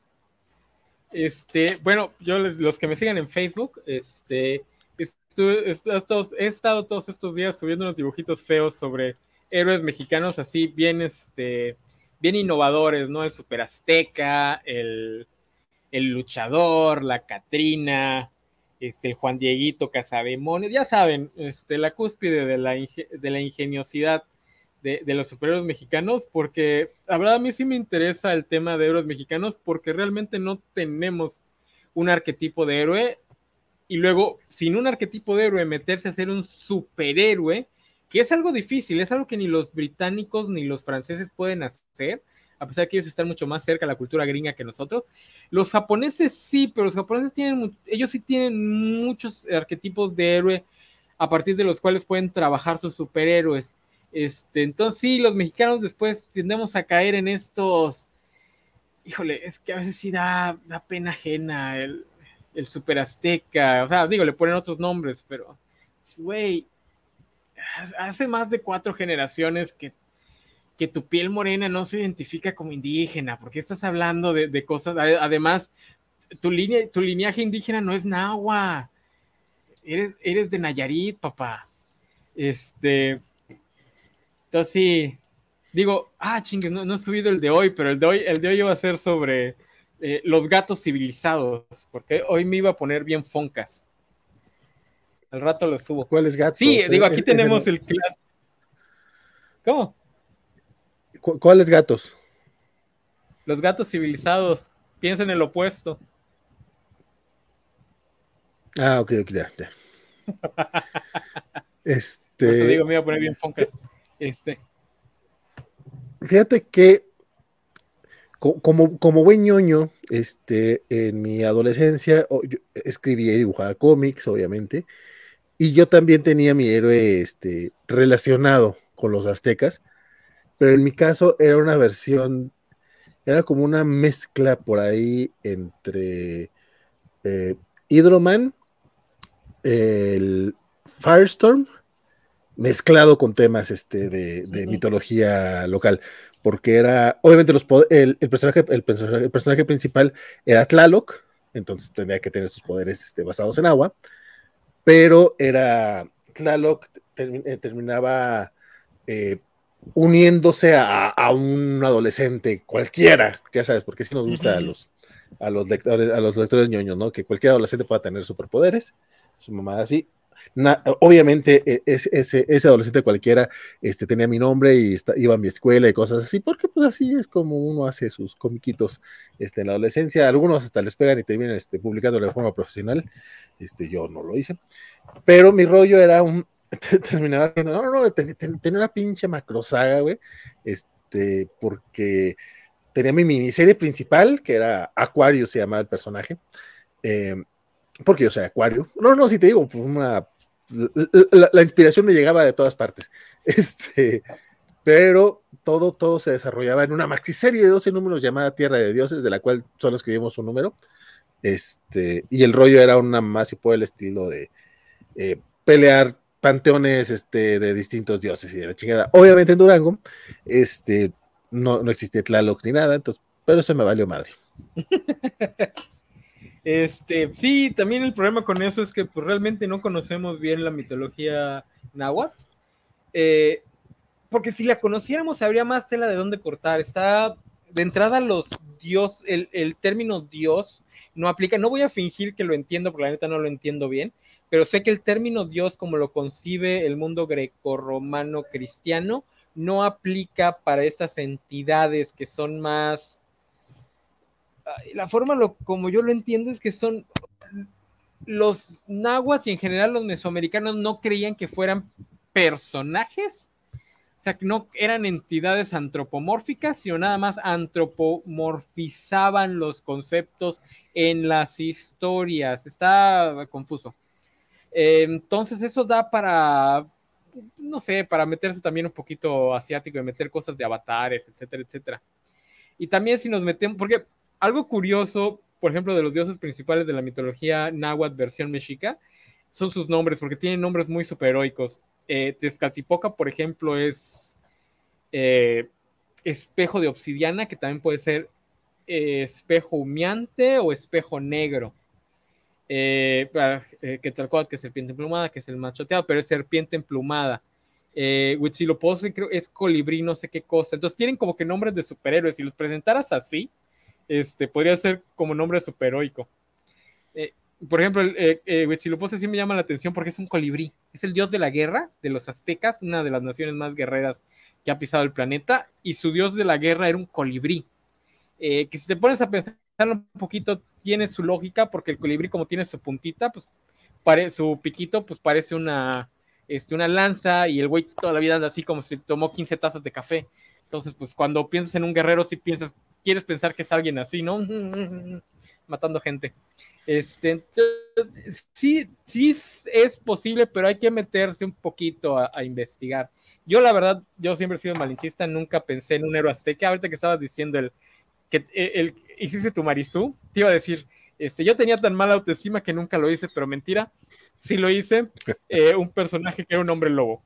Este, bueno, yo les, los que me sigan en Facebook, este, estuve, estos, he estado todos estos días subiendo unos dibujitos feos sobre héroes mexicanos así bien, este, bien innovadores, ¿no? El Super Azteca, el, el Luchador, la Catrina, este, el Juan Dieguito Casademonios, ya saben, este, la cúspide de la, de la ingeniosidad de, de, los superhéroes mexicanos, porque la verdad a mí sí me interesa el tema de héroes mexicanos, porque realmente no tenemos un arquetipo de héroe, y luego, sin un arquetipo de héroe, meterse a ser un superhéroe, que es algo difícil, es algo que ni los británicos ni los franceses pueden hacer, a pesar de que ellos están mucho más cerca de la cultura gringa que nosotros. Los japoneses sí, pero los japoneses tienen, ellos sí tienen muchos arquetipos de héroe a partir de los cuales pueden trabajar sus superhéroes. Este, entonces sí, los mexicanos después tendemos a caer en estos, híjole, es que a veces sí da, da pena ajena el, el super azteca, o sea, digo, le ponen otros nombres, pero, güey, hace más de cuatro generaciones que, que tu piel morena no se identifica como indígena, porque estás hablando de, de cosas, además, tu, línea, tu lineaje indígena no es náhuatl, eres, eres de Nayarit, papá. Este, entonces sí, digo, ah, chingue, no, no he subido el de hoy, pero el de hoy, el de hoy iba a ser sobre eh, los gatos civilizados, porque hoy me iba a poner bien foncas. Al rato lo subo. ¿Cuáles Sí, gatos? digo, Es, aquí es- es tenemos el- el clásico. ¿Cómo? ¿cu- ¿Cuáles gatos? Los gatos civilizados. Piensa en el opuesto. Ah, ok, ok, ya, ya. Por eso Este, digo, me iba a poner bien foncas. Este. fíjate que co- como, como buen ñoño, este, en mi adolescencia o- yo escribía y dibujaba cómics, obviamente, y yo también tenía mi héroe, este, relacionado con los aztecas, pero en mi caso era una versión, era como una mezcla por ahí entre eh, Hydro-Man, el Firestorm, mezclado con temas este, de, de Uh-huh. mitología local, porque era, obviamente los, el, el, personaje, el, personaje, el personaje principal era Tlaloc, entonces tendría que tener sus poderes este, basados en agua, pero era Tlaloc term, eh, terminaba eh, uniéndose a, a, un adolescente cualquiera, ya sabes, porque sí nos gusta a Uh-huh. los, a los lectores, a los lectores ñoños, ¿no? Que cualquier adolescente pueda tener superpoderes, su mamá así. Na, obviamente e, ese, ese, ese, adolescente cualquiera este, tenía mi nombre y está, iba a mi escuela y cosas así, porque pues así es como uno hace sus comiquitos este, en la adolescencia. Algunos hasta les pegan y terminan este, publicando de forma profesional. Este, yo no lo hice. Pero mi rollo era un, terminaba siendo, no, no, no, tenía, tenía una pinche macrosaga, güey, este, porque tenía mi miniserie principal, que era Aquarius, se llamaba el personaje, eh, porque yo soy Acuario, no, no, si te digo, pues una, la, la, inspiración me llegaba de todas partes, este, pero todo, todo se desarrollaba en una maxiserie de doce números llamada Tierra de Dioses, de la cual solo escribimos un número, este, y el rollo era una más y por el estilo de eh, pelear panteones este, de distintos dioses y de la chingada. Obviamente en Durango este, no, no existía Tlaloc ni nada, entonces, pero eso me valió madre. Este, sí, también el problema con eso es que pues, realmente no conocemos bien la mitología náhuatl. Eh, porque si la conociéramos habría más tela de dónde cortar. Está de entrada los dios, el, el término dios no aplica. No voy a fingir que lo entiendo porque la neta no lo entiendo bien, pero sé que el término dios como lo concibe el mundo grecorromano cristiano no aplica para estas entidades que son más... La forma lo, como yo lo entiendo es que son los nahuas y en general los mesoamericanos no creían que fueran personajes, o sea, que no eran entidades antropomórficas, sino nada más antropomorfizaban los conceptos en las historias. Está confuso. Eh, entonces eso da para, no sé, para meterse también un poquito asiático y meter cosas de avatares, etcétera, etcétera. Y también si nos metemos, porque algo curioso, por ejemplo, de los dioses principales de la mitología náhuatl versión mexica, son sus nombres, porque tienen nombres muy superheroicos. Eh, Tezcatlipoca, por ejemplo, es eh, espejo de obsidiana, que también puede ser eh, espejo humeante o espejo negro. Eh, eh, Quetzalcóatl, que es serpiente emplumada, que es el machoteado, pero es serpiente emplumada. Eh, Huitzilopochtli creo es colibrí, no sé qué cosa. Entonces tienen como que nombres de superhéroes. Si los presentaras así, este, podría ser como nombre superheroico. Eh, por ejemplo, el, eh, eh, Huitzilopochtli sí me llama la atención porque es un colibrí. Es el dios de la guerra de los aztecas, una de las naciones más guerreras que ha pisado el planeta, y su dios de la guerra era un colibrí. Eh, que si te pones a pensar un poquito, tiene su lógica, porque el colibrí, como tiene su puntita, pues pare, su piquito, pues parece una, este, una lanza, y el güey toda la vida anda así como si tomó quince tazas de café. Entonces, pues cuando piensas en un guerrero, sí piensas, quieres pensar que es alguien así, ¿no? matando gente. Este, sí, sí es posible, pero hay que meterse un poquito a, a investigar. Yo, la verdad, yo siempre he sido malinchista, nunca pensé en un héroe azteca. Ahorita que estabas diciendo el que el, el, hiciste tu Marizú, te iba a decir, este, yo tenía tan mala autoestima que nunca lo hice, pero mentira, sí lo hice, eh, un personaje que era un hombre lobo.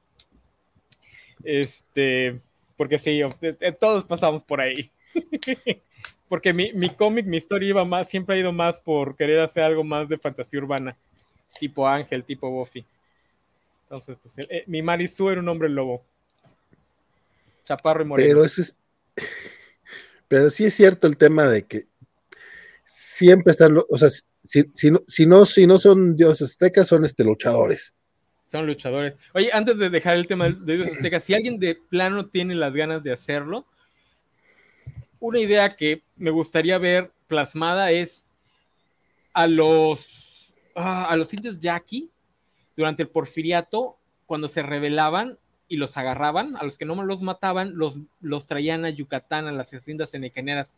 Este, porque sí, todos pasamos por ahí. Porque mi, mi cómic, mi historia iba más, siempre ha ido más por querer hacer algo más de fantasía urbana, tipo Ángel, tipo Buffy. Entonces, pues, eh, mi Marizú era un hombre lobo. Chaparro y moreno. Pero, ese es, pero sí es cierto el tema de que siempre están, o sea, si, si, no, si, no, si no son dioses aztecas, son este, luchadores. Son luchadores. Oye, antes de dejar el tema de dioses aztecas, si alguien de plano tiene las ganas de hacerlo, una idea que me gustaría ver plasmada es a los, ah, a los indios yaqui durante el porfiriato, cuando se rebelaban y los agarraban, a los que no los mataban, los, los traían a Yucatán, a las haciendas enecaneras.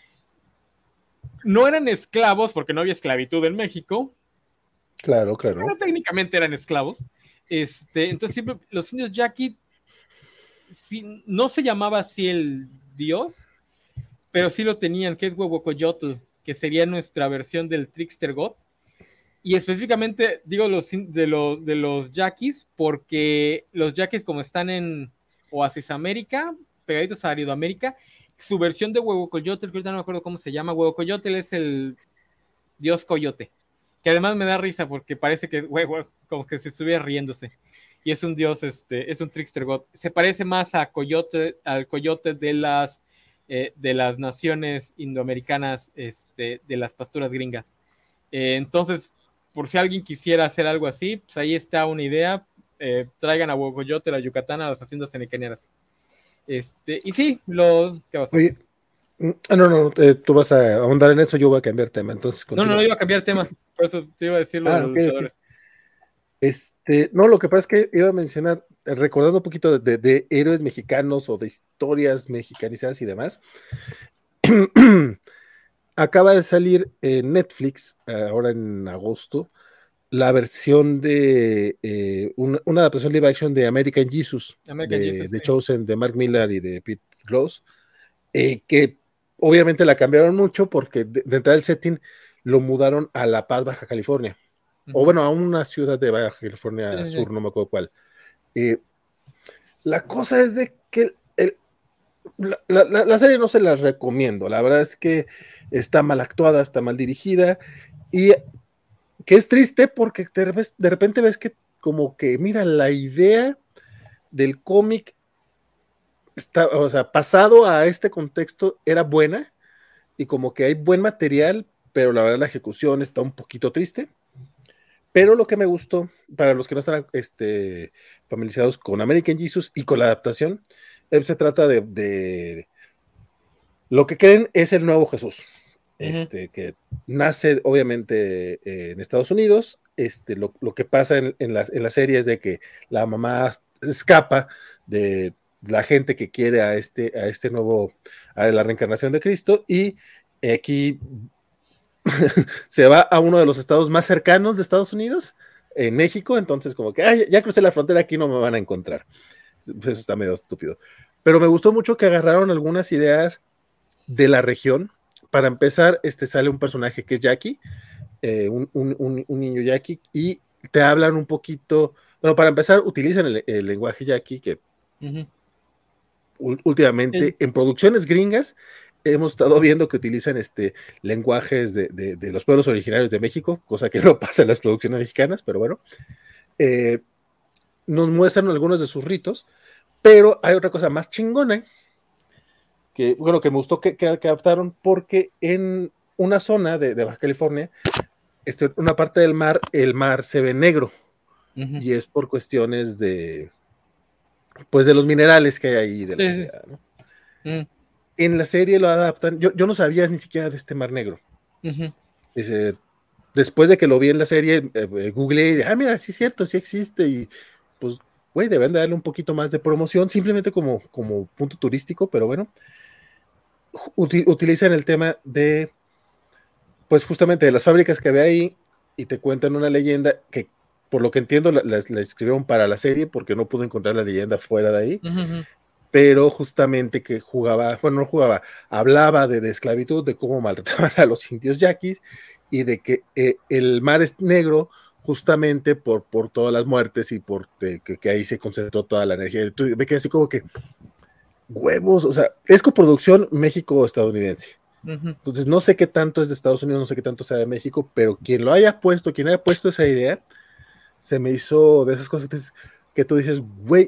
No eran esclavos, porque no había esclavitud en México. Claro, claro. Pero técnicamente eran esclavos. Este, entonces siempre los indios yaqui, si, no se llamaba así el dios, pero sí lo tenían, que es Huehuecoyotl, que sería nuestra versión del Trickster God. Y específicamente digo los, de los de los yaquis, porque los yaquis, como están en Oasis América, pegaditos a Aridoamérica, su versión de Huehuecoyotl, que ahorita no me acuerdo cómo se llama, Huehuecoyotl es el dios coyote, que además me da risa porque parece que huevo, como que se estuviera riéndose. Y es un dios, este, es un trickster god. Se parece más a coyote, al coyote de las, eh, de las naciones indoamericanas, este, de las pasturas gringas. Eh, entonces, por si alguien quisiera hacer algo así, pues ahí está una idea. Eh, traigan a Huehuecoyotl, a Yucatán, a las haciendas enecaneras. Este, y sí, lo, ¿qué pasó? Oye, no, no, eh, tú vas a ahondar en eso, yo voy a cambiar tema, entonces No, no, continúa. no iba a cambiar tema, por eso te iba a decir lo Ah, de los okay, luchadores. okay. Este, no, lo que pasa es que iba a mencionar, recordando un poquito de, de, de héroes mexicanos o de historias mexicanizadas y demás. Acaba de salir en Netflix, ahora en agosto, la versión de eh, una, una adaptación live action de American Jesus, American de, Jesus, de sí. Chosen, de Mark Millar y de Pete Gross, eh, que obviamente la cambiaron mucho porque de, de entrada el setting lo mudaron a La Paz, Baja California. Uh-huh. O bueno, a una ciudad de Baja California sí, Sur, sí. No me acuerdo cuál. Eh, la cosa es de que el, la, la, la serie no se la recomiendo, la verdad es que está mal actuada, está mal dirigida, y que es triste porque de, de repente ves que como que, mira, la idea del cómic está, o sea, pasado a este contexto era buena, y como que hay buen material, pero la verdad la ejecución está un poquito triste. Pero lo que me gustó, para los que no están este, familiarizados con American Jesus y con la adaptación, se trata de, de lo que creen es el nuevo Jesús, uh-huh. este, que nace obviamente eh, en Estados Unidos. Este, lo, lo que pasa en, en, la, en la serie es de que la mamá escapa de la gente que quiere a este, a este nuevo, a la reencarnación de Cristo, y aquí se va a uno de los estados más cercanos de Estados Unidos, en México, entonces como que, ay, ya crucé la frontera, aquí no me van a encontrar. Eso está medio estúpido. Pero me gustó mucho que agarraron algunas ideas de la región. Para empezar, este, sale un personaje que es Jackie, eh, un, un, un, un niño Jackie, y te hablan un poquito, bueno, para empezar, utilizan el, el lenguaje Jackie, que uh-huh. últimamente sí. En producciones gringas hemos estado viendo que utilizan este, lenguajes de, de, de los pueblos originarios de México, cosa que no pasa en las producciones mexicanas, pero bueno. Eh, nos muestran algunos de sus ritos, pero hay otra cosa más chingona, que, bueno, que me gustó que, que, que adaptaron, porque en una zona de, de Baja California, este, una parte del mar, el mar se ve negro, uh-huh. y es por cuestiones de, pues de los minerales que hay ahí de la sí. ciudad, ¿no? Uh-huh. En la serie lo adaptan, yo, yo no sabía ni siquiera de este mar negro. Uh-huh. Dice, después de que lo vi en la serie, eh, googleé y dije, ah, mira, sí es cierto, sí existe, y pues, güey, deben de darle un poquito más de promoción, simplemente como, como punto turístico, pero bueno, util, utilizan el tema de pues justamente de las fábricas que había ahí, y te cuentan una leyenda que, por lo que entiendo, la, la, la escribieron para la serie porque no pudo encontrar la leyenda fuera de ahí, Uh-huh. pero justamente que jugaba, bueno, no jugaba, hablaba de, de esclavitud, de cómo maltrataban a los indios yaquis y de que eh, el mar es negro justamente por, por todas las muertes y por de, que, que, ahí se concentró toda la energía. Tú, me quedé así como que, huevos, o sea, es coproducción México-estadounidense. Uh-huh. Entonces, no sé qué tanto es de Estados Unidos, no sé qué tanto sea de México, pero quien lo haya puesto, quien haya puesto esa idea, se me hizo de esas cosas que, que tú dices, güey,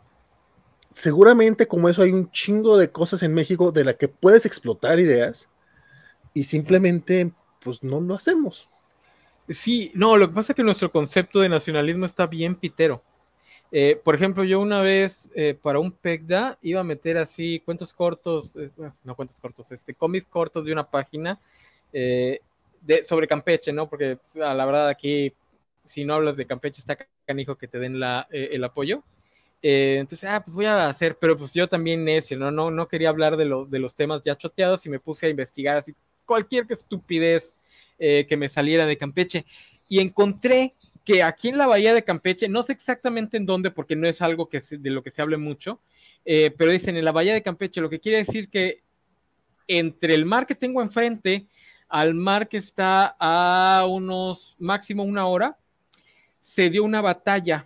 seguramente como eso hay un chingo de cosas en México de la que puedes explotar ideas y simplemente pues no lo hacemos. Sí, no, lo que pasa es que nuestro concepto de nacionalismo está bien pitero. Eh, por ejemplo, yo una vez eh, para un P E C D A iba a meter así cuentos cortos, eh, no cuentos cortos, este, cómics cortos de una página eh, de, sobre Campeche, ¿no? Porque a la verdad aquí, si no hablas de Campeche, está canijo que te den la, eh, el apoyo. Eh, entonces, ah, pues voy a hacer, pero pues yo también necio, ¿no? No, no quería hablar de, lo, de los temas ya choteados y me puse a investigar así cualquier estupidez eh, que me saliera de Campeche. Y encontré que aquí en la bahía de Campeche, no sé exactamente en dónde, porque no es algo que se, de lo que se hable mucho, eh, pero dicen en la bahía de Campeche, lo que quiere decir que entre el mar que tengo enfrente al mar que está a unos máximo una hora, se dio una batalla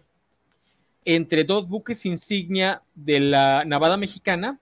entre dos buques insignia de la Navada Mexicana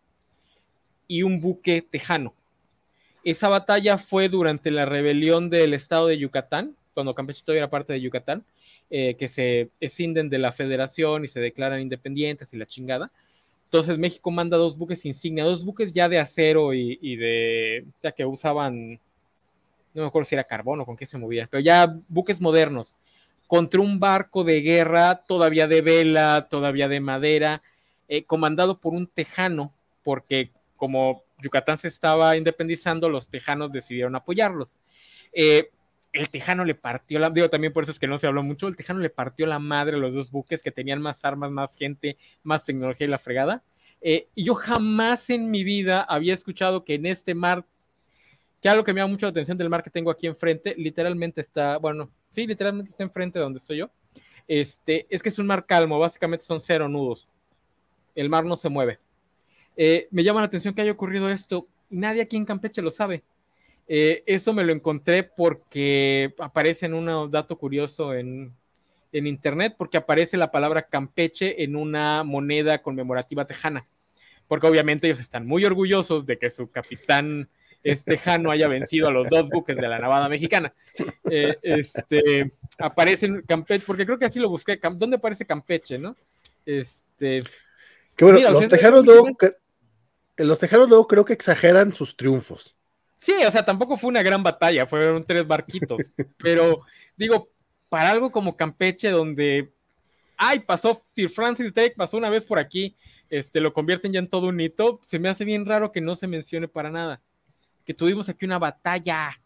y un buque tejano. Esa batalla fue durante la rebelión del estado de Yucatán, cuando Campeche todavía era parte de Yucatán, eh, que se escinden de la federación y se declaran independientes y la chingada. Entonces México manda dos buques insignia, dos buques ya de acero y, y de, ya que usaban, no me acuerdo si era carbón o con qué se movía, pero ya buques modernos, contra un barco de guerra todavía de vela, todavía de madera, eh, comandado por un tejano, porque como Yucatán se estaba independizando, los tejanos decidieron apoyarlos. Eh, el tejano le partió la, digo también por eso es que no se habló mucho, el tejano le partió la madre a los dos buques que tenían más armas, más gente, más tecnología y la fregada. Eh, y yo jamás en mi vida había escuchado que en este mar, que algo que me llama mucho la atención del mar que tengo aquí enfrente, literalmente está, bueno, sí, literalmente está enfrente de donde estoy yo, este, es que es un mar calmo, básicamente son cero nudos, el mar no se mueve. Eh, me llama la atención que haya ocurrido esto, nadie aquí en Campeche lo sabe. Eh, eso me lo encontré porque aparece en un dato curioso en, en internet, porque aparece la palabra Campeche en una moneda conmemorativa tejana, porque obviamente ellos están muy orgullosos de que su capitán tejano haya vencido a los dos buques de la Navada Mexicana. Eh, este, aparece en Campeche, porque creo que así lo busqué, ¿dónde aparece Campeche, no? Este, que bueno, mira, los o sea, tejanos luego, que, los tejanos luego creo que exageran sus triunfos. Sí, o sea, tampoco fue una gran batalla, fueron tres barquitos, pero digo, para algo como Campeche, donde, ay, pasó Sir Francis Drake, pasó una vez por aquí, este, lo convierten ya en todo un hito, se me hace bien raro que no se mencione para nada, que tuvimos aquí una batalla,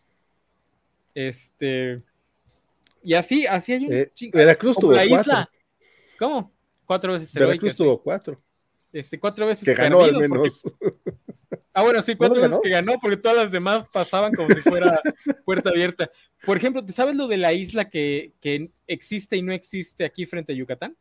este, y así, así hay un eh, chingo, Veracruz como tuvo la cuatro. isla, ¿cómo? Cuatro veces Veracruz heroicas, sí. tuvo cuatro. Este, cuatro veces Que ganó al perdidos, porque menos. ah, bueno, sí, ¿No los cuatro veces ganó? que ganó, porque todas las demás pasaban como si fuera puerta abierta. Por ejemplo, ¿sabes lo de la isla que, que existe y no existe aquí frente a Yucatán?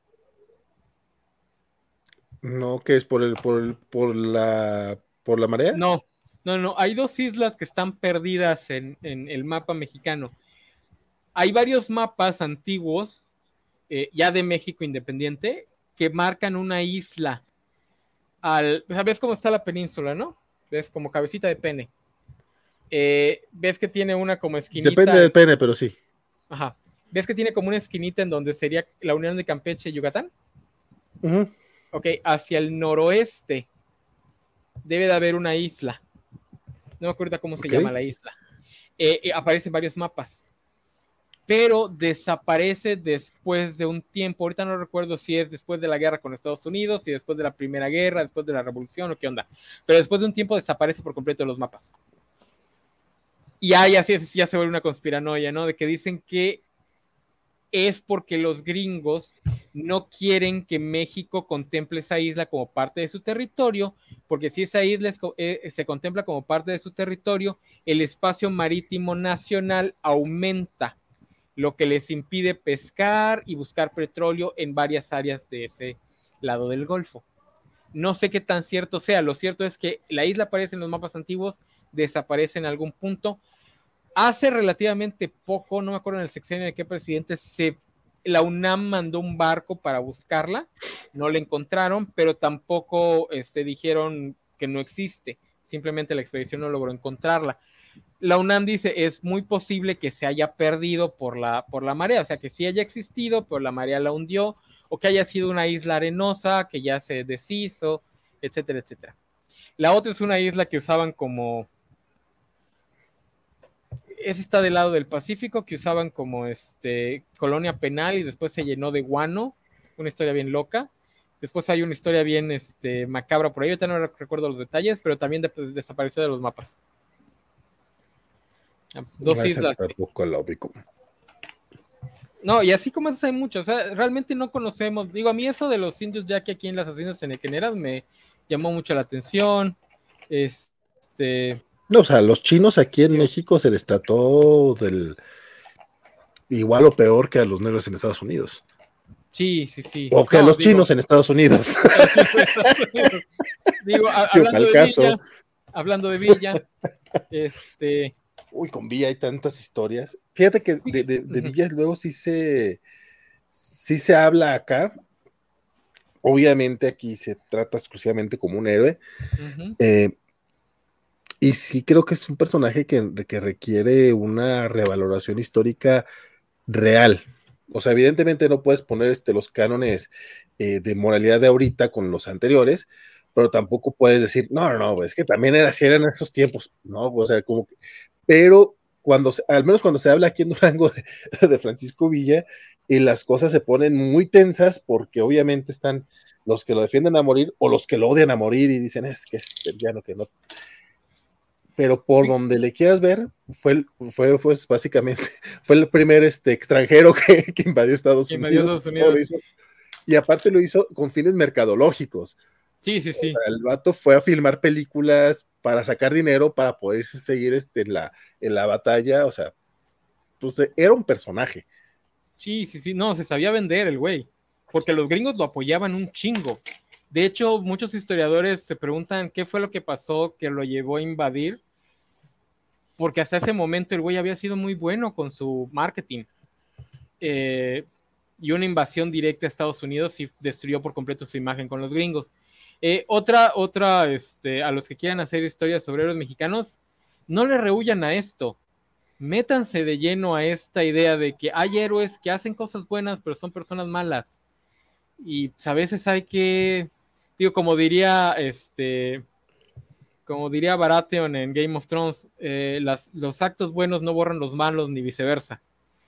No, que es por el, por el, por la, por la marea. No, no, no. Hay dos islas que están perdidas en, en el mapa mexicano. Hay varios mapas antiguos, eh, ya de México independiente, que marcan una isla. Al, ¿sabes cómo está la península, no? Ves como cabecita de pene. Eh, ves que tiene una como Depende esquinita. del En, pene, pero sí. ajá. ¿Ves que tiene como una esquinita en donde sería la unión de Campeche y Yucatán? Uh-huh. Ok, hacia el noroeste debe de haber una isla. No me acuerdo cómo se Ok. llama la isla. Eh, eh, aparecen varios mapas, pero desaparece después de un tiempo. Ahorita no recuerdo si es después de la guerra con Estados Unidos, si después de la Primera Guerra, después de la Revolución o qué onda. Pero después de un tiempo desaparece por completo de los mapas. Y ahí así es, ya se vuelve una conspiranoia, ¿no? De que dicen que es porque los gringos no quieren que México contemple esa isla como parte de su territorio, porque si esa isla es, eh, se contempla como parte de su territorio, el espacio marítimo nacional aumenta, lo que les impide pescar y buscar petróleo en varias áreas de ese lado del Golfo. No sé qué tan cierto sea, lo cierto es que la isla aparece en los mapas antiguos, desaparece en algún punto. Hace relativamente poco, no me acuerdo en el sexenio de qué presidente, se, la UNAM mandó un barco para buscarla, no la encontraron, pero tampoco este, dijeron que no existe, simplemente la expedición no logró encontrarla. La UNAM dice, es muy posible que se haya perdido por la, por la marea, o sea, que sí haya existido, pero la marea la hundió, o que haya sido una isla arenosa que ya se deshizo, etcétera, etcétera. La otra es una isla que usaban como, esa está del lado del Pacífico, que usaban como este, colonia penal y después se llenó de guano, una historia bien loca. Después hay una historia bien este, macabra por ahí, ahorita no recuerdo los detalles, pero también de, pues, desapareció de los mapas. Dos islas. Tampoco la ubico. No, y así como eso hay muchos, o sea, realmente no conocemos, digo, a mí eso de los indios ya que aquí en las haciendas cenequeneras me llamó mucho la atención, este... No, o sea, los chinos aquí en digo, México se les trató del igual o peor que a los negros en Estados Unidos. Sí, sí, sí. O que no, a los digo, chinos en Estados Unidos. A los chinos en Estados Unidos. Digo, a, hablando de caso. Villa, hablando de Villa, este... Uy, con Villa hay tantas historias. Fíjate que de, de, de Villa luego sí se, sí se habla acá. Obviamente aquí se trata exclusivamente como un héroe. Uh-huh. Eh, y sí creo que es un personaje que, que requiere una revaloración histórica real. O sea, evidentemente no puedes poner este, los cánones eh, de moralidad de ahorita con los anteriores, pero tampoco puedes decir, no, no, no, es que también era así, eran esos tiempos, ¿no? O sea, como que, pero cuando, al menos cuando se habla aquí en Durango de, de Francisco Villa, y las cosas se ponen muy tensas porque obviamente están los que lo defienden a morir o los que lo odian a morir y dicen, es que es ya no, que no. Pero por donde le quieras ver, fue, fue pues, básicamente, fue el primer este, extranjero que, que invadió Estados invadió Unidos. Estados Unidos. Hizo, y aparte lo hizo con fines mercadológicos. Sí, sí, sí. O sea, el vato fue a filmar películas para sacar dinero, para poder seguir este, en, la, en la batalla. O sea, pues era un personaje. Sí, sí, sí. No, se sabía vender el güey. Porque los gringos lo apoyaban un chingo. De hecho, muchos historiadores se preguntan qué fue lo que pasó que lo llevó a invadir. Porque hasta ese momento el güey había sido muy bueno con su marketing. Eh, y una invasión directa a Estados Unidos y destruyó por completo su imagen con los gringos. Eh, otra, otra, este, a los que quieran hacer historias sobre héroes mexicanos, no le rehuyan a esto. Métanse de lleno a esta idea de que hay héroes que hacen cosas buenas, pero son personas malas. Y pues, a veces hay que, digo, como diría este, como diría Baratheon en Game of Thrones, eh, las, los actos buenos no borran los malos ni viceversa.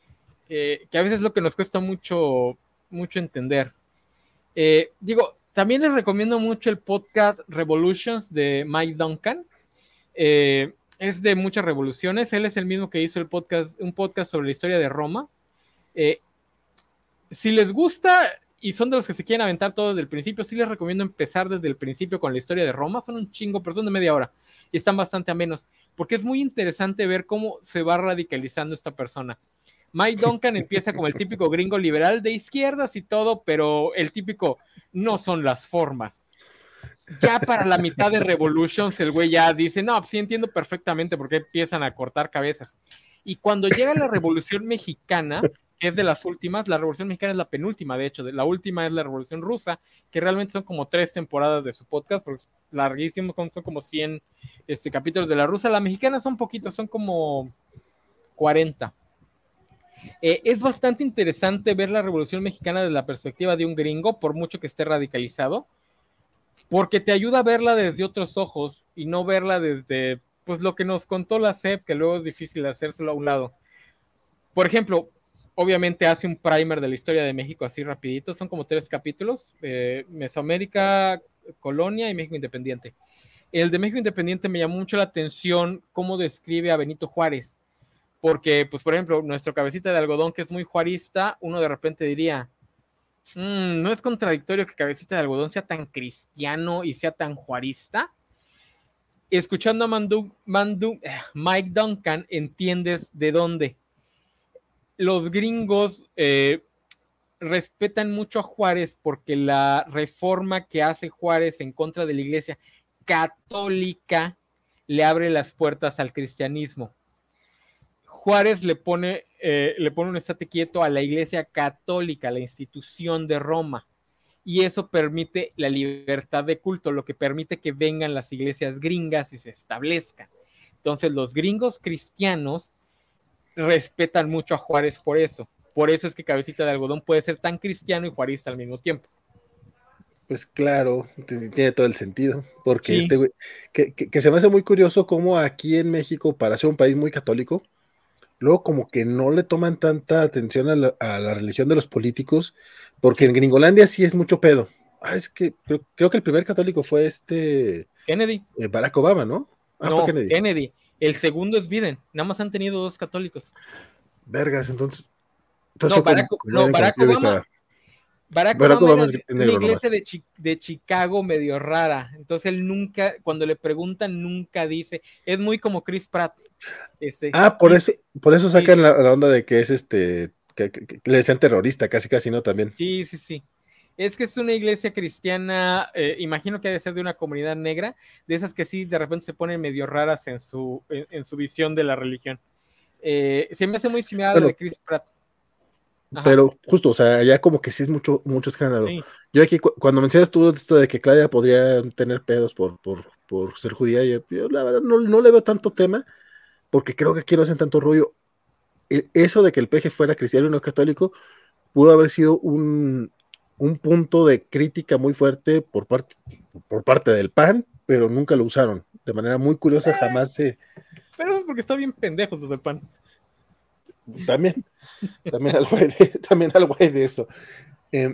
Eh, que a veces es lo que nos cuesta mucho, mucho entender. Eh, digo, también les recomiendo mucho el podcast Revolutions de Mike Duncan. Eh, es de muchas revoluciones. Él es el mismo que hizo el podcast, un podcast sobre la historia de Roma. Eh, si les gusta y son de los que se quieren aventar todo desde el principio, sí les recomiendo empezar desde el principio con la historia de Roma. Son un chingo, pero son de media hora y están bastante amenos, porque es muy interesante ver cómo se va radicalizando esta persona. Mike Duncan empieza como el típico gringo liberal de izquierdas y todo, pero el típico no son las formas. Ya para la mitad de Revolutions el güey ya dice, no, pues sí entiendo perfectamente por qué empiezan a cortar cabezas. Y cuando llega la Revolución Mexicana, que es de las últimas, la Revolución Mexicana es la penúltima, de hecho, la última es la Revolución Rusa, que realmente son como tres temporadas de su podcast, porque es larguísimo, son como cien este, capítulos de la rusa. La mexicana son poquitos, son como cuarenta. Eh, es bastante interesante ver la Revolución Mexicana desde la perspectiva de un gringo, por mucho que esté radicalizado, porque te ayuda a verla desde otros ojos y no verla desde pues lo que nos contó la S E P, que luego es difícil hacérselo a un lado. Por ejemplo, obviamente hace un primer de la historia de México así rapidito, son como tres capítulos, eh, Mesoamérica, Colonia y México Independiente. El de México Independiente me llamó mucho la atención cómo describe a Benito Juárez, porque, pues, por ejemplo, nuestro cabecita de algodón, que es muy juarista, uno de repente diría, Mm, ¿no es contradictorio que Cabecita de Algodón sea tan cristiano y sea tan juarista? Escuchando a Mandu, Mandu, eh, Mike Duncan, entiendes de dónde. Los gringos eh, respetan mucho a Juárez porque la reforma que hace Juárez en contra de la iglesia católica le abre las puertas al cristianismo. Juárez le pone, eh, le pone un estate quieto a la iglesia católica, a la institución de Roma, y eso permite la libertad de culto, lo que permite que vengan las iglesias gringas y se establezcan. Entonces los gringos cristianos respetan mucho a Juárez por eso. Por eso es que Cabecita de Algodón puede ser tan cristiano y juarista al mismo tiempo. Pues claro, tiene todo el sentido, porque Sí. este güey, que, que, que se me hace muy curioso cómo aquí en México, para ser un país muy católico, luego como que no le toman tanta atención a la, a la religión de los políticos, porque Sí. en Gringolandia sí es mucho pedo. Ah, es que creo, creo que el primer católico fue este Kennedy. eh, Barack Obama, ¿no? Ah, fue No, Kennedy. Kennedy. El segundo es Biden. Nada más han tenido dos católicos. Vergas, entonces, entonces No, fue Barack, como, como no, Biden con Barack aquí Obama. ahorita. Barack Barack Obama Obama era es de una negro iglesia nomás. de, Chi de Chicago medio rara. Entonces él nunca, cuando le preguntan, nunca dice. Es muy como Chris Pratt. Este, Ah, por eso, dice, por eso sí, sacan la, la onda de que es este, que, que- que le decían terrorista, casi casi, ¿no? También. sí, sí, sí. Es que es una iglesia cristiana, eh, imagino que ha de ser de una comunidad negra, de esas que sí de repente se ponen medio raras en su, en, en su visión de la religión. Eh, se me hace muy similar a la de Bueno, Chris Pratt. Ajá, pero justo, o sea, ya como que sí es mucho, mucho escándalo. sí. Yo aquí, cu- cuando mencionas tú esto de que Claudia podría tener pedos por, por, por ser judía, yo, yo la verdad no, no le veo tanto tema, porque creo que aquí no hacen tanto rollo. E- Eso de que el peje fuera cristiano y no católico pudo haber sido un, un punto de crítica muy fuerte por parte, por parte del P A N, pero nunca lo usaron. De manera muy curiosa, jamás se... Pero eso es porque está bien pendejos los del pan. También, también algo hay de, también algo hay de eso. Eh,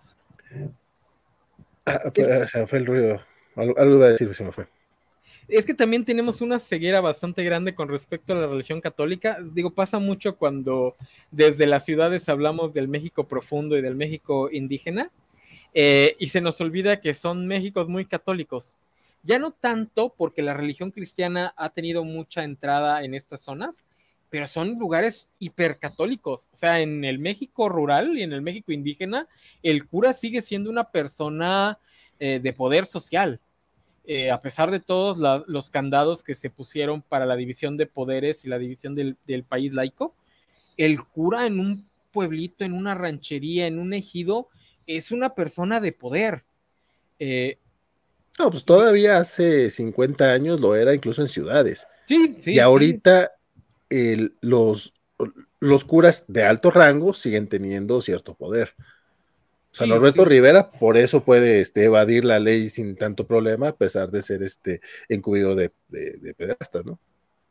ah, Es, pues, se me fue el ruido. Algo, algo iba a decir, se me fue. es que también tenemos una ceguera bastante grande con respecto a la religión católica. Digo, pasa mucho cuando desde las ciudades hablamos del México profundo y del México indígena, eh, y se nos olvida que son Méxicos muy católicos. Ya no tanto porque la religión cristiana ha tenido mucha entrada en estas zonas, pero son lugares hipercatólicos. O sea, en el México rural y en el México indígena, el cura sigue siendo una persona eh, de poder social. Eh, a pesar de todos la, los candados que se pusieron para la división de poderes y la división del, del país laico, el cura en un pueblito, en una ranchería, en un ejido, es una persona de poder. Eh, No, pues y, todavía hace cincuenta años lo era incluso en ciudades. sí, Y sí, sí, ahorita el, los, los curas de alto rango siguen teniendo cierto poder. O sea, sí, Norberto sí, Rivera por eso puede este, evadir la ley sin tanto problema, a pesar de ser este encubierto de, de, de pederastas, ¿no?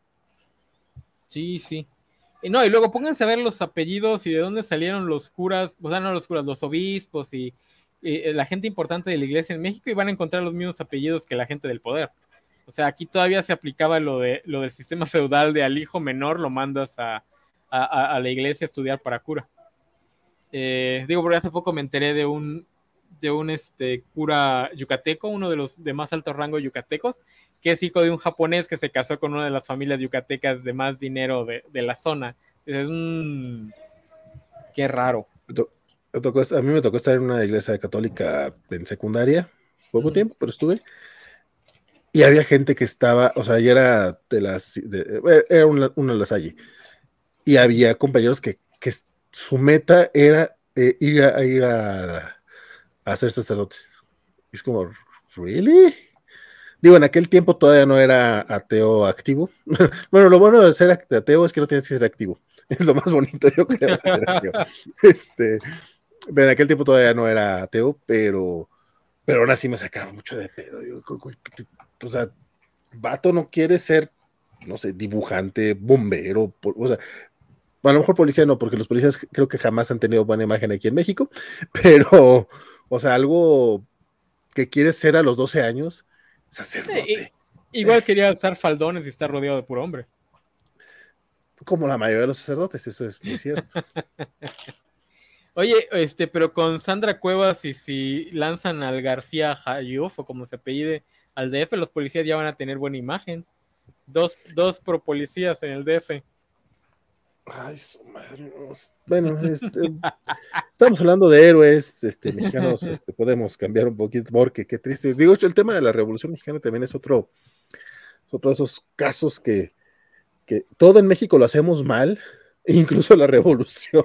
sí, sí. Y no, y luego pónganse a ver los apellidos y de dónde salieron los curas, o sea, no los curas, los obispos y, y la gente importante de la iglesia en México y van a encontrar los mismos apellidos que la gente del poder. O sea, aquí todavía se aplicaba lo, de, lo del sistema feudal de al hijo menor lo mandas a, a, a la iglesia a estudiar para cura. Eh, digo, porque hace poco me enteré de un, de un este, cura yucateco, uno de los de más alto rango yucatecos, que es hijo de un japonés que se casó con una de las familias yucatecas de más dinero de, de la zona. Es un... Qué raro. Me to- me tocó, a mí me tocó estar en una iglesia católica en secundaria, Uh poco -huh. tiempo, pero estuve. Y había gente que estaba, o sea, ya era de las, de, era una, una lasalle. Y había compañeros que, que su meta era eh, ir, a, ir a, a ser sacerdotes. Y es como, ¿really? Digo, en aquel tiempo todavía no era ateo activo. Bueno, lo bueno de ser ateo es que no tienes que ser activo. Es lo más bonito, yo creo, de ser ateo. Este, pero en aquel tiempo todavía no era ateo, pero, pero aún así me sacaba mucho de pedo. Yo, o sea, vato no quiere ser, no sé, dibujante, bombero, o sea, a lo mejor policía no, porque los policías creo que jamás han tenido buena imagen aquí en México, pero, o sea, algo que quieres ser a los doce años, Eh, sacerdote. Eh, igual quería usar faldones y estar rodeado de puro hombre. como la mayoría de los sacerdotes, eso es muy cierto. Oye, este, pero con Sandra Cuevas y si lanzan al García Hayuf o como se apellide al D F, los policías ya van a tener buena imagen. Dos, dos pro policías en el D F. Ay, su madre. No. Bueno, este, estamos hablando de héroes este, mexicanos, este, podemos cambiar un poquito, porque qué triste. Digo, el tema de la Revolución Mexicana también es otro, es otro de esos casos que, que todo en México lo hacemos mal, incluso la revolución.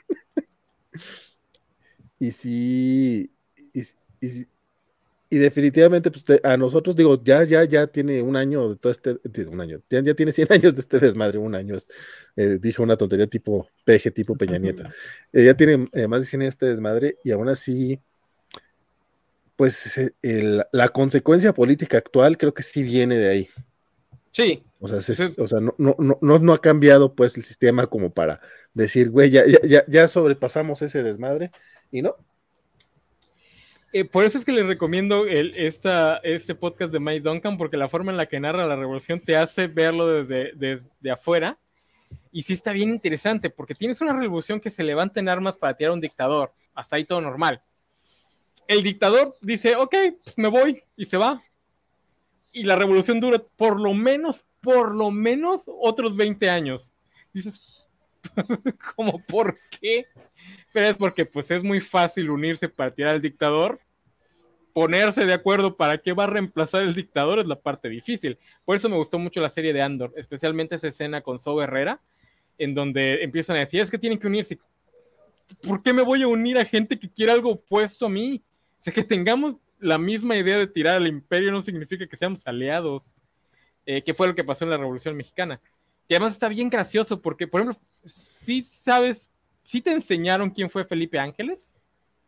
Y sí, y, y, y definitivamente, pues te, a nosotros, digo, ya, ya, ya tiene un año de todo este, un año, ya, ya tiene cien años de este desmadre, un año, eh, dije una tontería tipo peje, tipo Peña Nieto. Eh, ya tiene eh, más de cien años de este desmadre, y aún así, pues el, la consecuencia política actual creo que sí viene de ahí. Sí. O sea, es, o sea no, no, no, no ha cambiado pues el sistema como para decir, güey, ya, ya, ya sobrepasamos ese desmadre, y no. Eh, por eso es que les recomiendo el, esta, este podcast de Mike Duncan, porque la forma en la que narra la revolución te hace verlo desde, desde afuera. Y sí está bien interesante, porque tienes una revolución que se levanta en armas para tirar a un dictador. Hasta ahí todo normal. El dictador dice, ok, me voy, y se va. Y la revolución dura por lo menos, por lo menos otros veinte años. Dices, ¿cómo por qué? Pero es porque pues es muy fácil unirse para tirar al dictador. Ponerse de acuerdo para qué va a reemplazar el dictador es la parte difícil. Por eso me gustó mucho la serie de Andor, especialmente esa escena con Saw Gerrera, en donde empiezan a decir, es que tienen que unirse. ¿Por qué me voy a unir a gente que quiere algo opuesto a mí? O sea, que tengamos la misma idea de tirar al imperio no significa que seamos aliados, eh, que fue lo que pasó en la Revolución Mexicana. Y además está bien gracioso porque, por ejemplo, ¿sí sabes, sí te enseñaron quién fue Felipe Ángeles?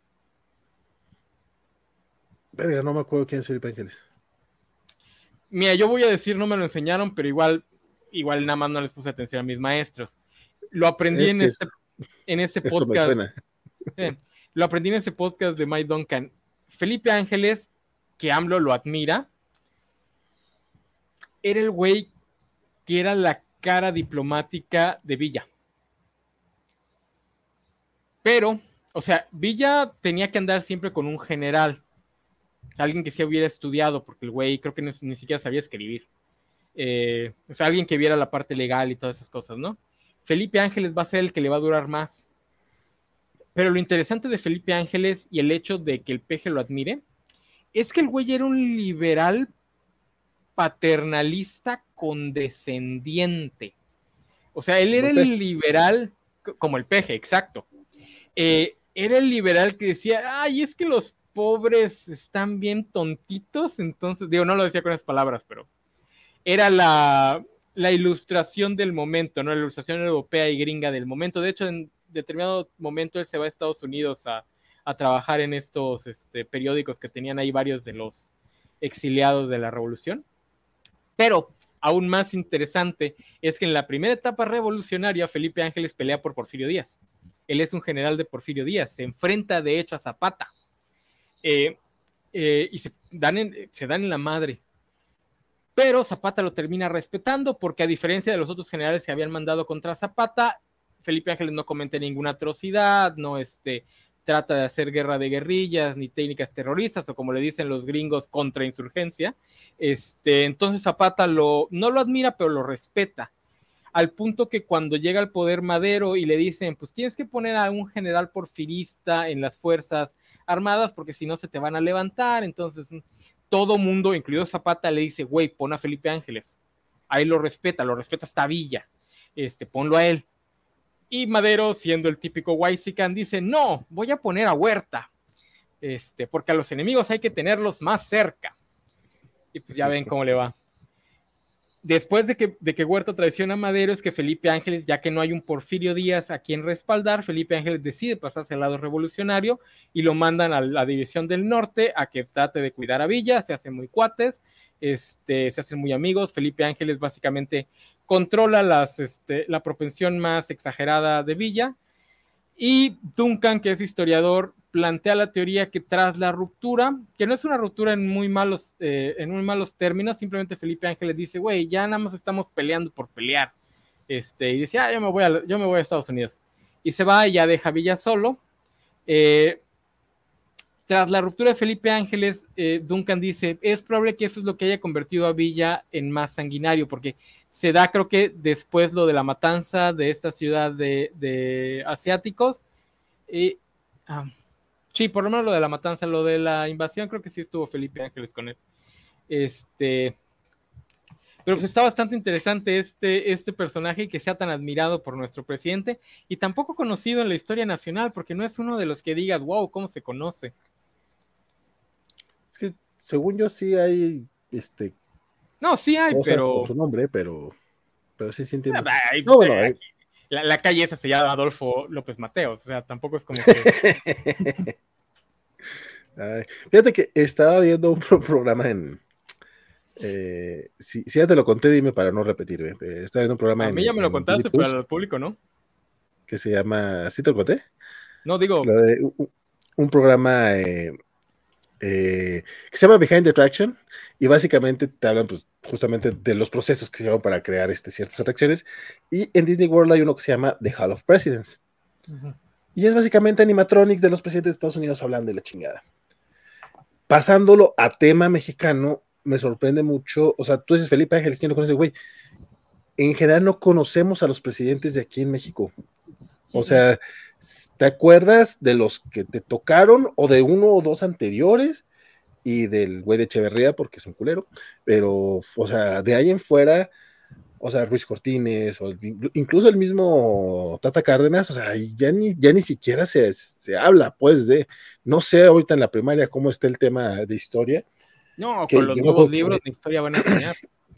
Verga, no me acuerdo quién es Felipe Ángeles. Mira, yo voy a decir, no me lo enseñaron, pero igual, igual nada más no les puse atención a mis maestros. Lo aprendí Es en que este, es, en ese eso me podcast. suena. Eh, lo aprendí en ese podcast de Mike Duncan. Felipe Ángeles, que AMLO lo admira, era el güey que era la cara diplomática de Villa. Pero, o sea, Villa tenía que andar siempre con un general, alguien que sí hubiera estudiado, porque el güey creo que no, ni siquiera sabía escribir. Eh, o sea, alguien que viera la parte legal y todas esas cosas, ¿no? Felipe Ángeles va a ser el que le va a durar más. Pero lo interesante de Felipe Ángeles y el hecho de que el peje lo admire es que el güey era un liberal paternalista condescendiente. O sea, él Como era el el P. liberal, como el peje, exacto. Eh, era el liberal que decía, ay, es que los pobres están bien tontitos, entonces, digo, no lo decía con esas palabras, pero era la, la ilustración del momento, ¿no? La ilustración europea y gringa del momento. De hecho, en determinado momento él se va a Estados Unidos a, a trabajar en estos este, periódicos que tenían ahí varios de los exiliados de la revolución. Pero aún más interesante es que en la primera etapa revolucionaria Felipe Ángeles pelea por Porfirio Díaz. Él es un general de Porfirio Díaz, se enfrenta de hecho a Zapata eh, eh, y se dan, en, se dan en la madre. Pero Zapata lo termina respetando porque a diferencia de los otros generales que habían mandado contra Zapata, Felipe Ángeles no comete ninguna atrocidad, no este, trata de hacer guerra de guerrillas ni técnicas terroristas o como le dicen los gringos, contrainsurgencia. Este, entonces Zapata lo, no lo admira, pero lo respeta. Al punto que cuando llega al poder Madero y le dicen, pues tienes que poner a un general porfirista en las fuerzas armadas porque si no se te van a levantar, entonces todo mundo, incluido Zapata, le dice, güey, pon a Felipe Ángeles. Ahí lo respeta, lo respeta hasta Villa. Este, ponlo a él. Y Madero, siendo el típico Huaysican, dice, no, voy a poner a Huerta. Este, porque a los enemigos hay que tenerlos más cerca. Y pues ya ven cómo le va. Después de que, de que Huerta traiciona a Madero, es que Felipe Ángeles, ya que no hay un Porfirio Díaz a quien respaldar, Felipe Ángeles decide pasarse al lado revolucionario y lo mandan a la División del Norte a que trate de cuidar a Villa, se hacen muy cuates, este, se hacen muy amigos. Felipe Ángeles básicamente controla las, este, la propensión más exagerada de Villa. Y Duncan, que es historiador, plantea la teoría que tras la ruptura, que no es una ruptura en muy malos, eh, en muy malos términos, simplemente Felipe Ángeles dice, güey, ya nada más estamos peleando por pelear. Este, y dice, ah, yo me, voy a, yo me voy a Estados Unidos. Y se va y ya deja Villa solo. Eh, tras la ruptura de Felipe Ángeles, eh, Duncan dice, es probable que eso es lo que haya convertido a Villa en más sanguinario, porque se da, creo que después lo de la matanza de esta ciudad de, de asiáticos, y, ah, sí, por lo menos lo de la matanza, lo de la invasión, creo que sí estuvo Felipe Ángeles con él. Este, pero pues está bastante interesante este, este personaje y que sea tan admirado por nuestro presidente y tampoco conocido en la historia nacional, porque no es uno de los que digas, wow, ¿cómo se conoce? Es que según yo sí hay este, No, sí hay, cosas con pero su nombre, pero, pero sí, sí entiendo. ay, No, pues, bueno, eh. la, la calle esa se llama Adolfo López Mateos, o sea, tampoco es como que... Ay, fíjate que estaba viendo un pro- programa en... eh, si, si ya te lo conté, dime para no repetirme. Eh, estaba viendo un programa A en, mí ya me lo en Disney contaste, pero Plus al público, ¿no? que se llama... ¿Sí te lo conté? No, digo, Lo de un, un programa eh, eh, que se llama Behind the Attraction y básicamente te hablan pues, justamente de los procesos que se llevan para crear este, ciertas atracciones. Y en Disney World hay uno que se llama The Hall of Presidents. Uh-huh. Y es básicamente animatronics de los presidentes de Estados Unidos hablando de la chingada. Pasándolo a tema mexicano, me sorprende mucho. O sea, tú dices Felipe Ángeles, ¿quién lo conoce, güey? En general no conocemos a los presidentes de aquí en México. O sea, ¿te acuerdas de los que te tocaron o de uno o dos anteriores? Y del güey de Echeverría, porque es un culero, pero, o sea, de ahí en fuera, o sea, Ruiz Cortines, o el, incluso el mismo Tata Cárdenas, o sea, ya ni, ya ni siquiera se, se habla, pues, de, no sé ahorita en la primaria cómo está el tema de historia. No, Que con los nuevos libros de historia van a enseñar.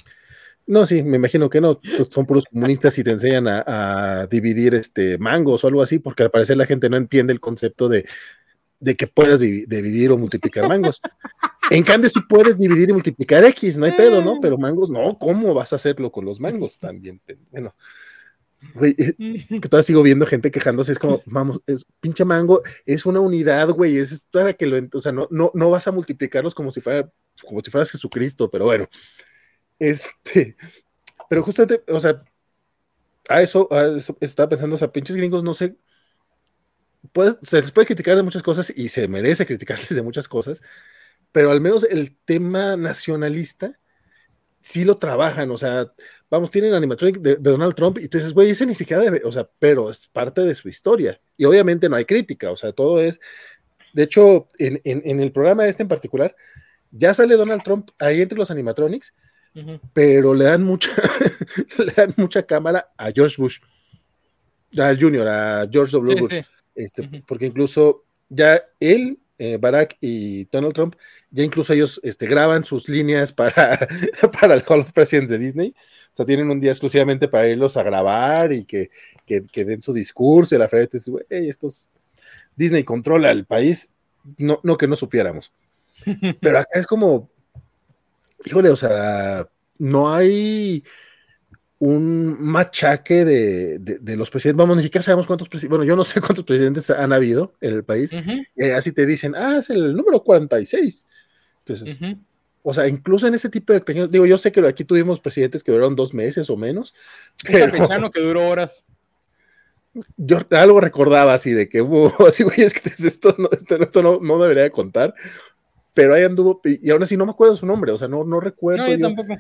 No, sí, me imagino que no, son puros comunistas y te enseñan a, a dividir este, mangos o algo así, porque al parecer la gente no entiende el concepto de, de que puedas dividir o multiplicar mangos. En cambio, sí puedes dividir y multiplicar X, no hay pedo, ¿no? Pero mangos, no, ¿cómo vas a hacerlo con los mangos también? Bueno, güey, es que todavía sigo viendo gente quejándose, es como, vamos, es, pinche mango, es una unidad, güey, es para que lo, o sea, no, no, no vas a multiplicarlos como si fuera, como si fueras Jesucristo, pero bueno, este, pero justamente, o sea, a eso, a eso estaba pensando, o sea, pinches gringos, no sé, puede, se les puede criticar de muchas cosas y se merece criticarles de muchas cosas, pero al menos el tema nacionalista sí lo trabajan, o sea, vamos, tienen animatronic de, de Donald Trump y tú dices, güey, ese ni siquiera debe, o sea, pero es parte de su historia y obviamente no hay crítica, o sea, todo es, de hecho, en, en, en el programa este en particular, ya sale Donald Trump ahí entre los animatronics, uh-huh. pero le dan mucha, le dan mucha cámara a George Bush, al Junior, a George W. Sí, Bush, sí. Este, uh-huh. porque incluso ya él, eh, Barack y Donald Trump, ya incluso ellos este, graban sus líneas para, para el Hall of Presidents de Disney, o sea, tienen un día exclusivamente para irlos a grabar y que, que, que den su discurso y la frente, güey, estos, Disney controla el país, no, no que no supiéramos, pero acá es como, híjole, o sea, no hay un machaque de, de, de, los presidentes, vamos, ni siquiera sabemos cuántos presidentes, bueno, yo no sé cuántos presidentes han habido en el país, uh-huh. y así te dicen, ah, es el número cuarenta y seis, entonces, uh-huh. o sea, incluso en ese tipo de pequeños, digo, yo sé que aquí tuvimos presidentes que duraron dos meses o menos, un pero, campechano que duró horas. Yo algo recordaba así de que hubo, uh, así, güey, es que esto, no, esto, esto no, no debería de contar, pero ahí anduvo, y, y aún así no me acuerdo su nombre, o sea, no, no recuerdo. No, yo, yo tampoco.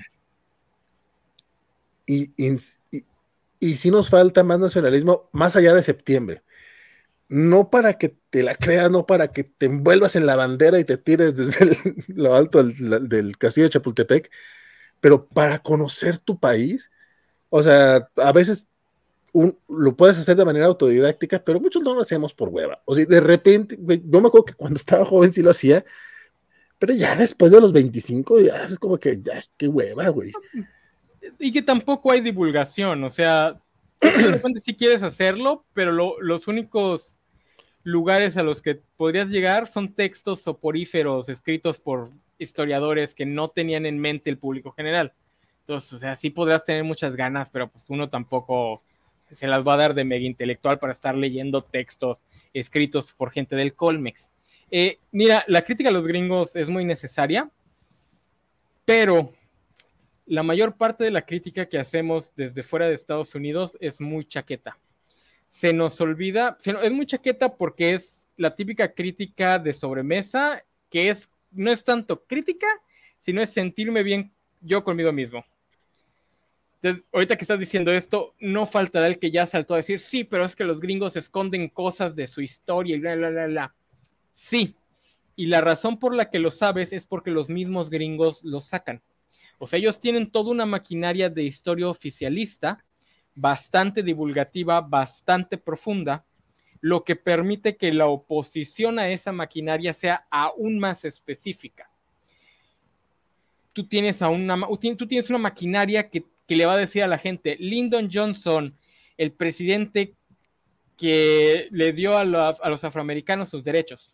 Y, y, y, y sí nos falta más nacionalismo más allá de septiembre. No para que te la creas, no para que te envuelvas en la bandera y te tires desde el, lo alto del, del castillo de Chapultepec, pero para conocer tu país. O sea, a veces un, lo puedes hacer de manera autodidáctica, pero muchos no lo hacemos por hueva. O sea, de repente, güey, yo me acuerdo que cuando estaba joven sí lo hacía, pero ya después de los veinticinco, ya es como que, ya, qué hueva, güey. Y que tampoco hay divulgación, o sea, de repente sí quieres hacerlo, pero lo, los únicos lugares a los que podrías llegar son textos soporíferos escritos por historiadores que no tenían en mente el público general. Entonces, o sea, sí podrás tener muchas ganas, pero pues uno tampoco se las va a dar de mega intelectual para estar leyendo textos escritos por gente del Colmex. Eh, mira, la crítica a los gringos es muy necesaria, pero la mayor parte de la crítica que hacemos desde fuera de Estados Unidos es muy chaqueta. se nos olvida, es muy chaqueta porque es la típica crítica de sobremesa, que es, no es tanto crítica, sino es sentirme bien yo conmigo mismo. Entonces, ahorita que estás diciendo esto, no faltará el que ya saltó a decir, sí, pero es que los gringos esconden cosas de su historia y bla, bla, bla, bla. Sí, y la razón por la que lo sabes es porque los mismos gringos lo sacan. O sea, ellos tienen toda una maquinaria de historia oficialista, bastante divulgativa, bastante profunda, lo que permite que la oposición a esa maquinaria sea aún más específica. Tú tienes, a una, tú tienes una maquinaria que, que le va a decir a la gente, Lyndon Johnson, el presidente que le dio a, la, a los afroamericanos sus derechos.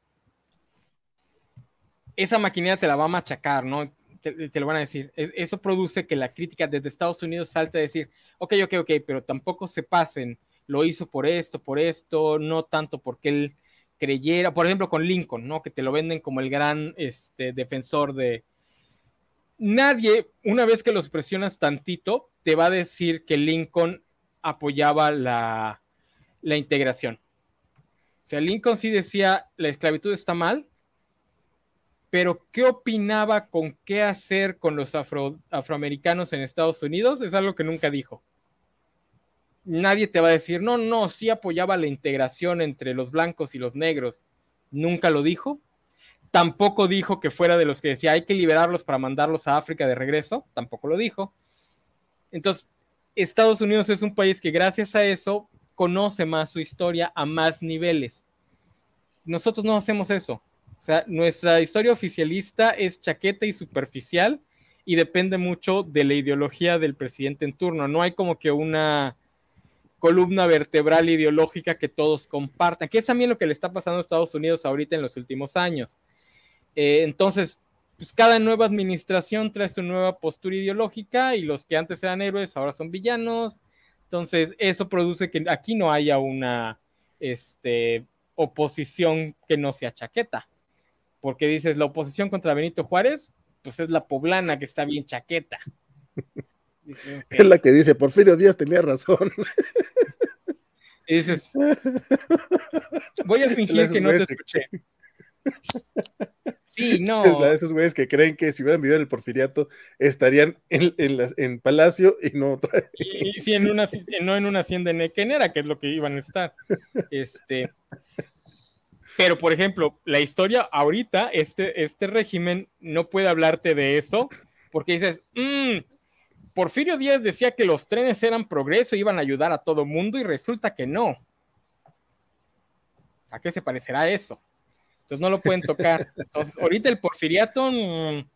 Esa maquinaria te la va a machacar, ¿no? Te, te lo van a decir. Eso produce que la crítica desde Estados Unidos salte a decir, ok, ok, ok, pero tampoco se pasen, lo hizo por esto, por esto, no tanto porque él creyera, por ejemplo, con Lincoln, ¿no? Que te lo venden como el gran este, defensor de... Nadie, una vez que los presionas tantito, te va a decir que Lincoln apoyaba la, la integración. O sea, Lincoln sí decía, la esclavitud está mal, pero ¿qué opinaba con qué hacer con los afro, afroamericanos en Estados Unidos? Es algo que nunca dijo. Nadie te va a decir, no, no, sí apoyaba la integración entre los blancos y los negros. Nunca lo dijo. Tampoco dijo que fuera de los que decía, hay que liberarlos para mandarlos a África de regreso. Tampoco lo dijo. Entonces, Estados Unidos es un país que gracias a eso conoce más su historia a más niveles. Nosotros no hacemos eso. O sea, nuestra historia oficialista es chaqueta y superficial y depende mucho de la ideología del presidente en turno. No hay como que una columna vertebral ideológica que todos compartan, que es también lo que le está pasando a Estados Unidos ahorita en los últimos años. Eh, entonces, pues cada nueva administración trae su nueva postura ideológica y los que antes eran héroes ahora son villanos. Entonces, eso produce que aquí no haya una este, oposición que no sea chaqueta. Porque dices, la oposición contra Benito Juárez, pues es la poblana que está bien chaqueta. Dice, okay. Es la que dice, Porfirio Díaz tenía razón. Y dices, voy a fingir que no te escuché. Sí, no. Esos güeyes que creen que si hubieran vivido en el porfiriato estarían en, en, las, en Palacio y no. Y, y sí, en una, no en una hacienda nequenera, que es lo que iban a estar. Este. Pero, por ejemplo, la historia ahorita, este, este régimen no puede hablarte de eso, porque dices, mmm, Porfirio Díaz decía que los trenes eran progreso, iban a ayudar a todo mundo, y resulta que no. ¿A qué se parecerá eso? Entonces no lo pueden tocar. Entonces, ahorita el porfiriato... Mmm...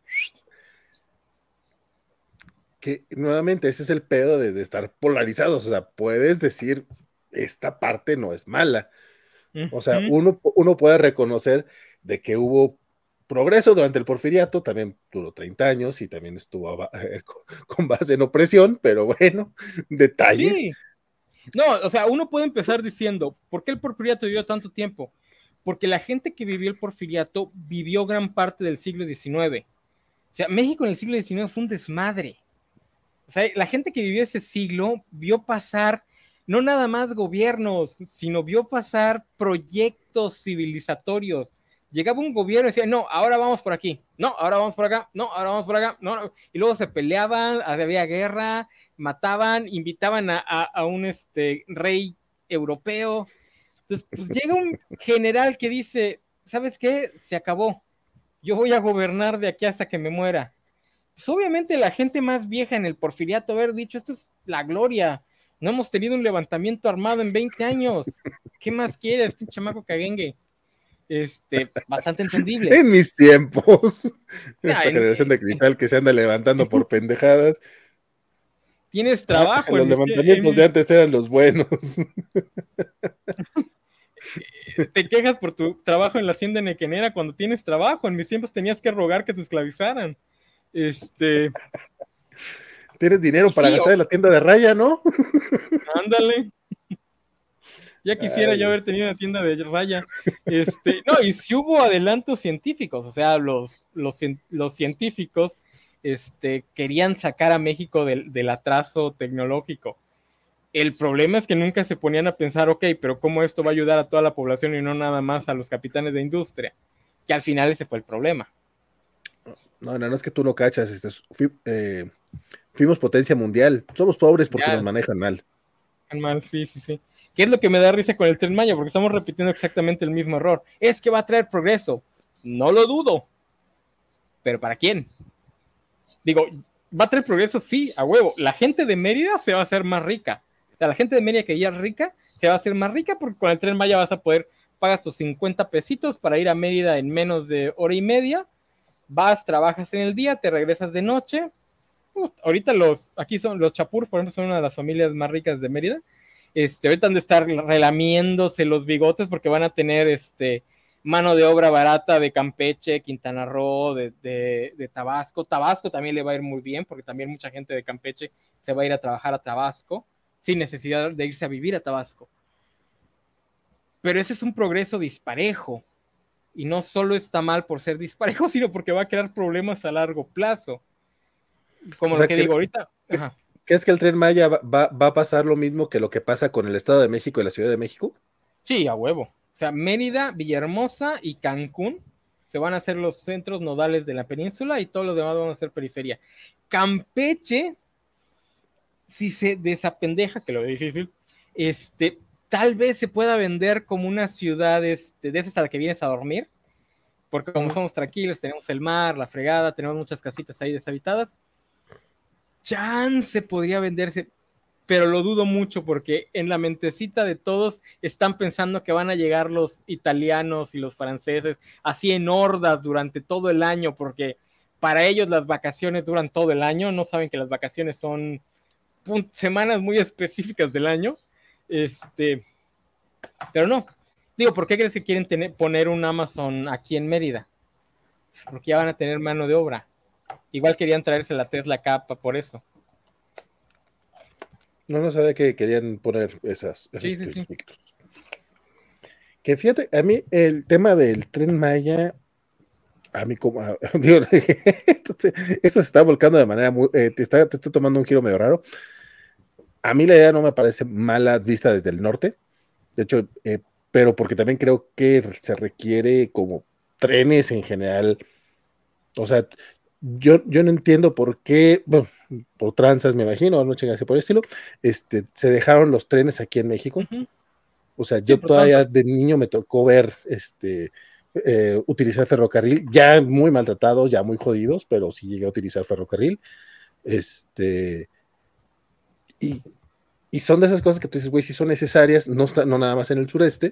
Que nuevamente ese es el pedo de, de estar polarizados. O sea, puedes decir, esta parte no es mala. O sea, uh-huh. uno, uno puede reconocer de que hubo progreso durante el porfiriato, también duró treinta años y también estuvo eh, con base en opresión, pero bueno, detalles. Sí. No, o sea, uno puede empezar diciendo, ¿por qué el porfiriato vivió tanto tiempo? Porque la gente que vivió el porfiriato vivió gran parte del siglo diecinueve. O sea, México en el siglo diecinueve fue un desmadre. O sea, la gente que vivió ese siglo vio pasar no nada más gobiernos, sino vio pasar proyectos civilizatorios. Llegaba un gobierno y decía, no, ahora vamos por aquí, no, ahora vamos por acá, no, ahora vamos por acá, no, y luego se peleaban, había guerra, mataban, invitaban a, a, a un este, rey europeo. Entonces, pues llega un general que dice, ¿sabes qué? Se acabó, yo voy a gobernar de aquí hasta que me muera. Pues obviamente la gente más vieja en el porfiriato haber dicho, esto es la gloria, no hemos tenido un levantamiento armado en veinte años, ¿qué más quieres, este chamaco caguengue? Este, bastante entendible. En mis tiempos, esta en, generación de cristal que se anda levantando por pendejadas. Tienes trabajo. Ah, los levantamientos en... de antes eran los buenos. Te quejas por tu trabajo en la hacienda nequenera cuando tienes trabajo. En mis tiempos tenías que rogar que te esclavizaran. Este. Tienes dinero para sí, gastar o... en la tienda de raya, ¿no? Ándale. Ya quisiera Ay, yo haber tenido una tienda de raya. Este, no, y si hubo adelantos científicos, o sea, los, los, los científicos este, querían sacar a México del, del atraso tecnológico. El problema es que nunca se ponían a pensar, ok, pero ¿cómo esto va a ayudar a toda la población y no nada más a los capitanes de industria? Que al final ese fue el problema. No, no, no es que tú no cachas, este, fui, eh, fuimos potencia mundial. Somos pobres porque nos Ya, manejan mal. mal, sí, sí, sí. ¿Qué es lo que me da risa con el Tren Maya? Porque estamos repitiendo exactamente el mismo error. Es que va a traer progreso. No lo dudo. ¿Pero para quién? Digo, va a traer progreso, sí, a huevo. La gente de Mérida se va a hacer más rica. O sea, la gente de Mérida que ya es rica se va a hacer más rica porque con el Tren Maya vas a poder pagar tus cincuenta pesitos para ir a Mérida en menos de hora y media. Vas, trabajas en el día, te regresas de noche. Uh, ahorita los, aquí son los Chapur, por ejemplo, son una de las familias más ricas de Mérida. Este, ahorita han de estar relamiéndose los bigotes porque van a tener este, mano de obra barata de Campeche, Quintana Roo, de, de, de Tabasco. Tabasco también le va a ir muy bien porque también mucha gente de Campeche se va a ir a trabajar a Tabasco sin necesidad de irse a vivir a Tabasco. Pero ese es un progreso disparejo y no solo está mal por ser disparejo, sino porque va a crear problemas a largo plazo. Como O lo sea, que que, digo ahorita. Ajá. ¿crees que el Tren Maya va, va, va a pasar lo mismo que lo que pasa con el Estado de México y la Ciudad de México? Sí, a huevo. O sea, Mérida, Villahermosa y Cancún se van a hacer los centros nodales de la península y todos los demás van a ser periferia. Campeche, si se desapendeja, que lo es difícil, este, tal vez se pueda vender como una ciudad este, de esas a la que vienes a dormir, porque como somos tranquilos, tenemos el mar, la fregada, tenemos muchas casitas ahí deshabitadas, chance podría venderse, pero lo dudo mucho porque en la mentecita de todos están pensando que van a llegar los italianos y los franceses así en hordas durante todo el año, porque para ellos las vacaciones duran todo el año, no saben que las vacaciones son semanas muy específicas del año, este, pero no. Digo, ¿por qué crees que quieren tener, poner un Amazon aquí en Mérida? Porque ya van a tener mano de obra. Igual querían traerse la Tesla capa por eso. No, no sabía que querían poner esas, esos Sí, sí, sí. proyectos. Que fíjate, a mí el tema del Tren Maya, a mí como, a, digo, esto, se, esto se está volcando de manera muy, eh, te, está, te estoy tomando un giro medio raro. A mí la idea no me parece mala vista desde el norte, de hecho, eh, pero porque también creo que se requiere como trenes en general. O sea, yo, yo no entiendo por qué, bueno, por tranzas me imagino, no chingas por el estilo, este, se dejaron los trenes aquí en México. Uh-huh. O sea, Sí, yo por todavía tranzas. de niño me tocó ver, este, eh, utilizar ferrocarril, ya muy maltratados, ya muy jodidos, pero sí llegué a utilizar ferrocarril. Este, y, y son de esas cosas que tú dices, güey, sí son necesarias, no, está, no nada más en el sureste,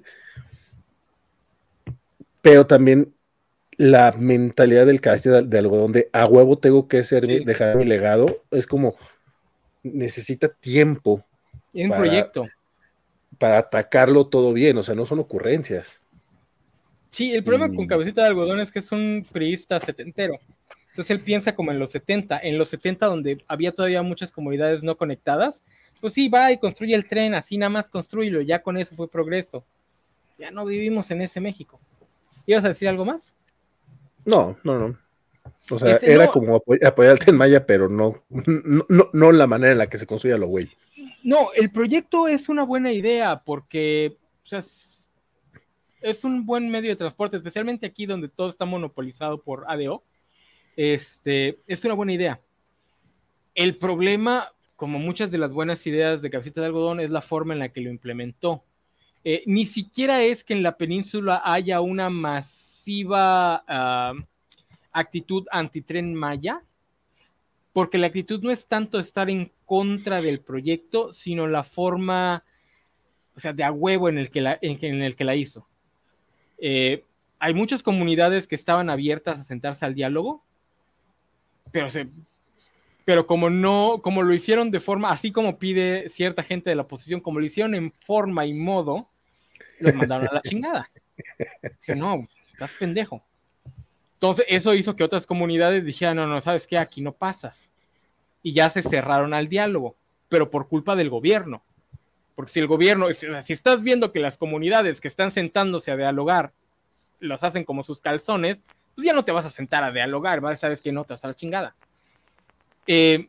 pero también la mentalidad del castillo de, de algodón de a huevo tengo que ser, Sí. dejar mi legado, es como necesita tiempo Es un para, proyecto. para atacarlo todo bien, o sea, no son ocurrencias. Sí, el problema con Y Cabecita de Algodón es que es un priista setentero. Entonces él piensa como en los setenta. En los setenta, donde había todavía muchas comunidades no conectadas, pues sí, va y construye el tren, así nada más construylo, ya con eso fue progreso. Ya no vivimos en ese México. ¿Ibas a decir algo más? no, no, no. O sea, Este, era no, como apoy apoyar al Tren Maya, pero no, no, no, no la manera en la que se construía lo güey. no, el proyecto es una buena idea porque, o sea, es, es un buen medio de transporte, especialmente aquí donde todo está monopolizado por A D O. Este, es una buena idea. El problema, como muchas de las buenas ideas de Cabecita de Algodón, es la forma en la que lo implementó. Eh, ni siquiera es que en la península haya una masiva uh, actitud anti-tren Maya, porque la actitud no es tanto estar en contra del proyecto, sino la forma, o sea, de a huevo en el que la, en, en el que la hizo. Eh, hay muchas comunidades que estaban abiertas a sentarse al diálogo, pero se, pero como no, como lo hicieron de forma, así como pide cierta gente de la oposición, como lo hicieron en forma y modo, los mandaron a la chingada. Dije, no, estás pendejo. Entonces, eso hizo que otras comunidades dijeran, no, no, ¿sabes qué? Aquí no pasas. Y ya se cerraron al diálogo, pero por culpa del gobierno. Porque si el gobierno, si estás viendo que las comunidades que están sentándose a dialogar los hacen como sus calzones, pues ya no te vas a sentar a dialogar, ¿vale? Sabes que no te vas a la chingada. Eh,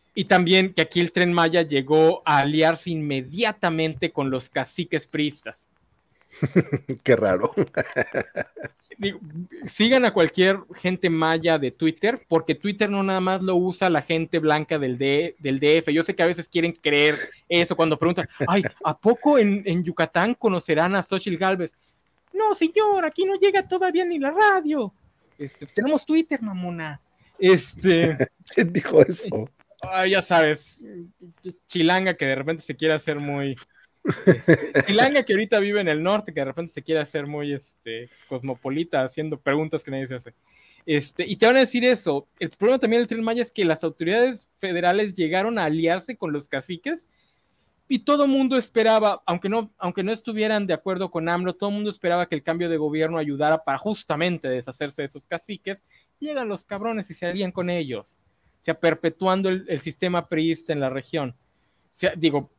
Y también que aquí el Tren Maya llegó a aliarse inmediatamente con los caciques priistas. Qué raro. Digo, sigan a cualquier gente maya de Twitter, porque Twitter no nada más lo usa la gente blanca del, D, del D F. Yo sé que a veces quieren creer eso cuando preguntan, ay, ¿a poco en, en Yucatán conocerán a Xochitl Gálvez? No, señor, aquí no llega todavía ni la radio. Este, tenemos Twitter, mamona. Este, ¿Quién dijo eso? Ay, ya sabes, chilanga que de repente se quiere hacer muy... Este, chilanga que ahorita vive en el norte, que de repente se quiere hacer muy este, cosmopolita, haciendo preguntas que nadie se hace. Este, y te van a decir eso. El problema también del Tren Maya es que las autoridades federales llegaron a aliarse con los caciques y todo el mundo esperaba, aunque no, aunque no estuvieran de acuerdo con AMLO, todo el mundo esperaba que el cambio de gobierno ayudara para justamente deshacerse de esos caciques. Llegan los cabrones y se alían con ellos, o sea, perpetuando el, el sistema priista en la región. O sea, digo,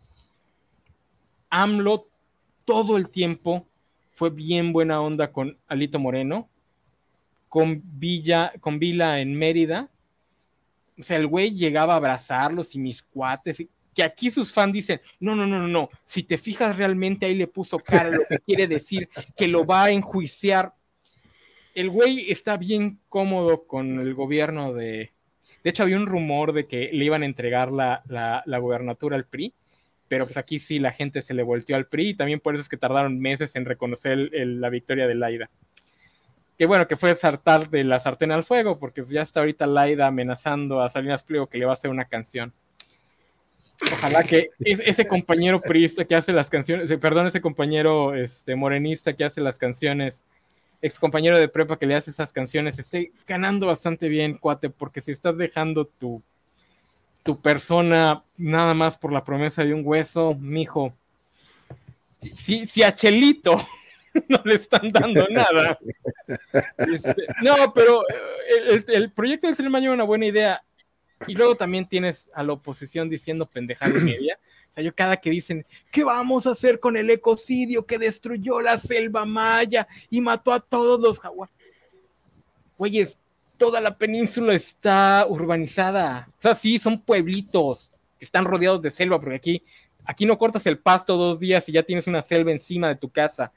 AMLO todo el tiempo fue bien buena onda con Alito Moreno, con Villa, con Vila en Mérida. O sea, el güey llegaba a abrazarlos y mis cuates, que aquí sus fans dicen, no, no, no, no, no, si te fijas realmente ahí le puso cara, lo que quiere decir que lo va a enjuiciar. El güey está bien cómodo con el gobierno de... De hecho, había un rumor de que le iban a entregar la, la, la gobernatura al P R I, pero pues aquí sí la gente se le volteó al P R I y también por eso es que tardaron meses en reconocer el, el, la victoria de Laida. Que bueno, que fue saltar de la sartén al fuego, porque ya está ahorita Laida amenazando a Salinas Pliego que le va a hacer una canción. Ojalá que ese compañero priista que hace las canciones, perdón, ese compañero este, morenista que hace las canciones, ex compañero de prepa que le hace esas canciones, esté ganando bastante bien, cuate, porque si estás dejando tu, tu persona nada más por la promesa de un hueso, mijo, si, si a Chelito no le están dando nada. Este, no, pero el, el proyecto del Tren Maya es una buena idea. Y luego también tienes a la oposición diciendo pendejada y media. O sea, yo cada que dicen, ¿qué vamos a hacer con el ecocidio que destruyó la selva maya y mató a todos los jaguares? Güeyes, toda la península está urbanizada. O sea, sí, son pueblitos que están rodeados de selva, porque aquí, aquí no cortas el pasto dos días y ya tienes una selva encima de tu casa.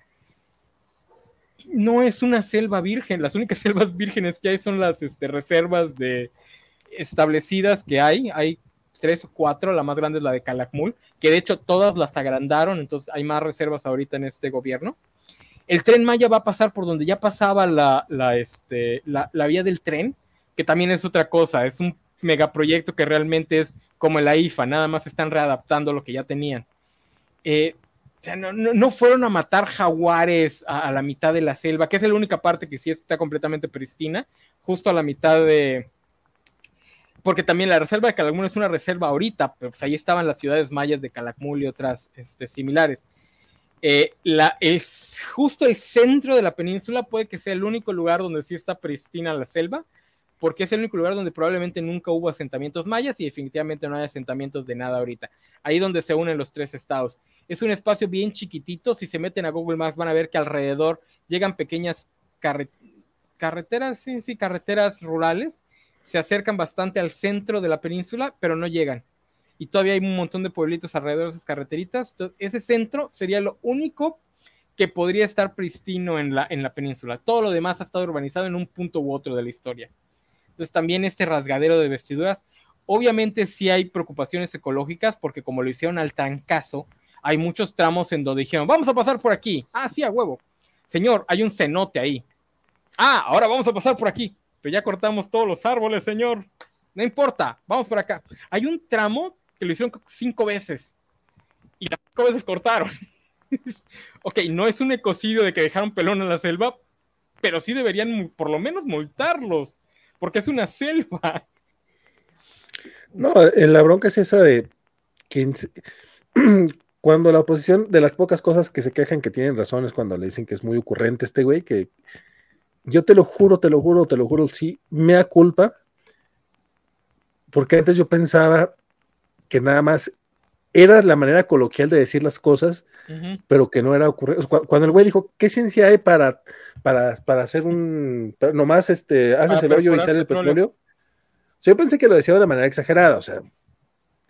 No es una selva virgen. Las únicas selvas vírgenes que hay son las este, reservas de... establecidas que hay, hay tres o cuatro, la más grande es la de Calakmul, que de hecho todas las agrandaron, entonces hay más reservas ahorita en este gobierno. El Tren Maya va a pasar por donde ya pasaba la, la, este, la, la vía del tren, que también es otra cosa, es un megaproyecto que realmente es como la I F A, nada más están readaptando lo que ya tenían. Eh, o sea, no, no, no fueron a matar jaguares a, a la mitad de la selva, que es la única parte que sí está completamente pristina, justo a la mitad de... Porque también la reserva de Calakmul es una reserva ahorita, pero pues ahí estaban las ciudades mayas de Calakmul y otras este, similares. Eh, la, es justo el centro de la península puede que sea el único lugar donde sí está pristina la selva, porque es el único lugar donde probablemente nunca hubo asentamientos mayas y definitivamente no hay asentamientos de nada ahorita. Ahí donde se unen los tres estados. Es un espacio bien chiquitito, si se meten a Google Maps van a ver que alrededor llegan pequeñas carre carreteras, sí, sí, carreteras rurales, se acercan bastante al centro de la península, pero no llegan. Y todavía hay un montón de pueblitos alrededor de esas carreteritas. Entonces, ese centro sería lo único que podría estar pristino en la, en la península. Todo lo demás ha estado urbanizado en un punto u otro de la historia. Entonces, también este rasgadero de vestiduras. Obviamente sí hay preocupaciones ecológicas, porque como lo hicieron al trancazo, hay muchos tramos en donde dijeron, vamos a pasar por aquí. Ah, sí, a huevo. Señor, hay un cenote ahí. Ah, ahora vamos a pasar por aquí. Pero ya cortamos todos los árboles, señor. No importa, vamos por acá. Hay un tramo que lo hicieron cinco veces. Y las cinco veces cortaron. Ok, no es un ecocidio de que dejaron pelón en la selva, pero sí deberían por lo menos multarlos, porque es una selva. No, la bronca es esa de que cuando la oposición, de las pocas cosas que se quejan que tienen razón es cuando le dicen que es muy ocurrente este güey, que yo te lo juro, te lo juro, te lo juro, sí, mea culpa, porque antes yo pensaba que nada más era la manera coloquial de decir las cosas, uh-huh. pero que no era ocurrente. Cuando el güey dijo, ¿qué ciencia hay para, para, para hacer un, para, nomás este, haces para el hoyo y sale el petróleo? petróleo? O sea, yo pensé que lo decía de una manera exagerada, o sea,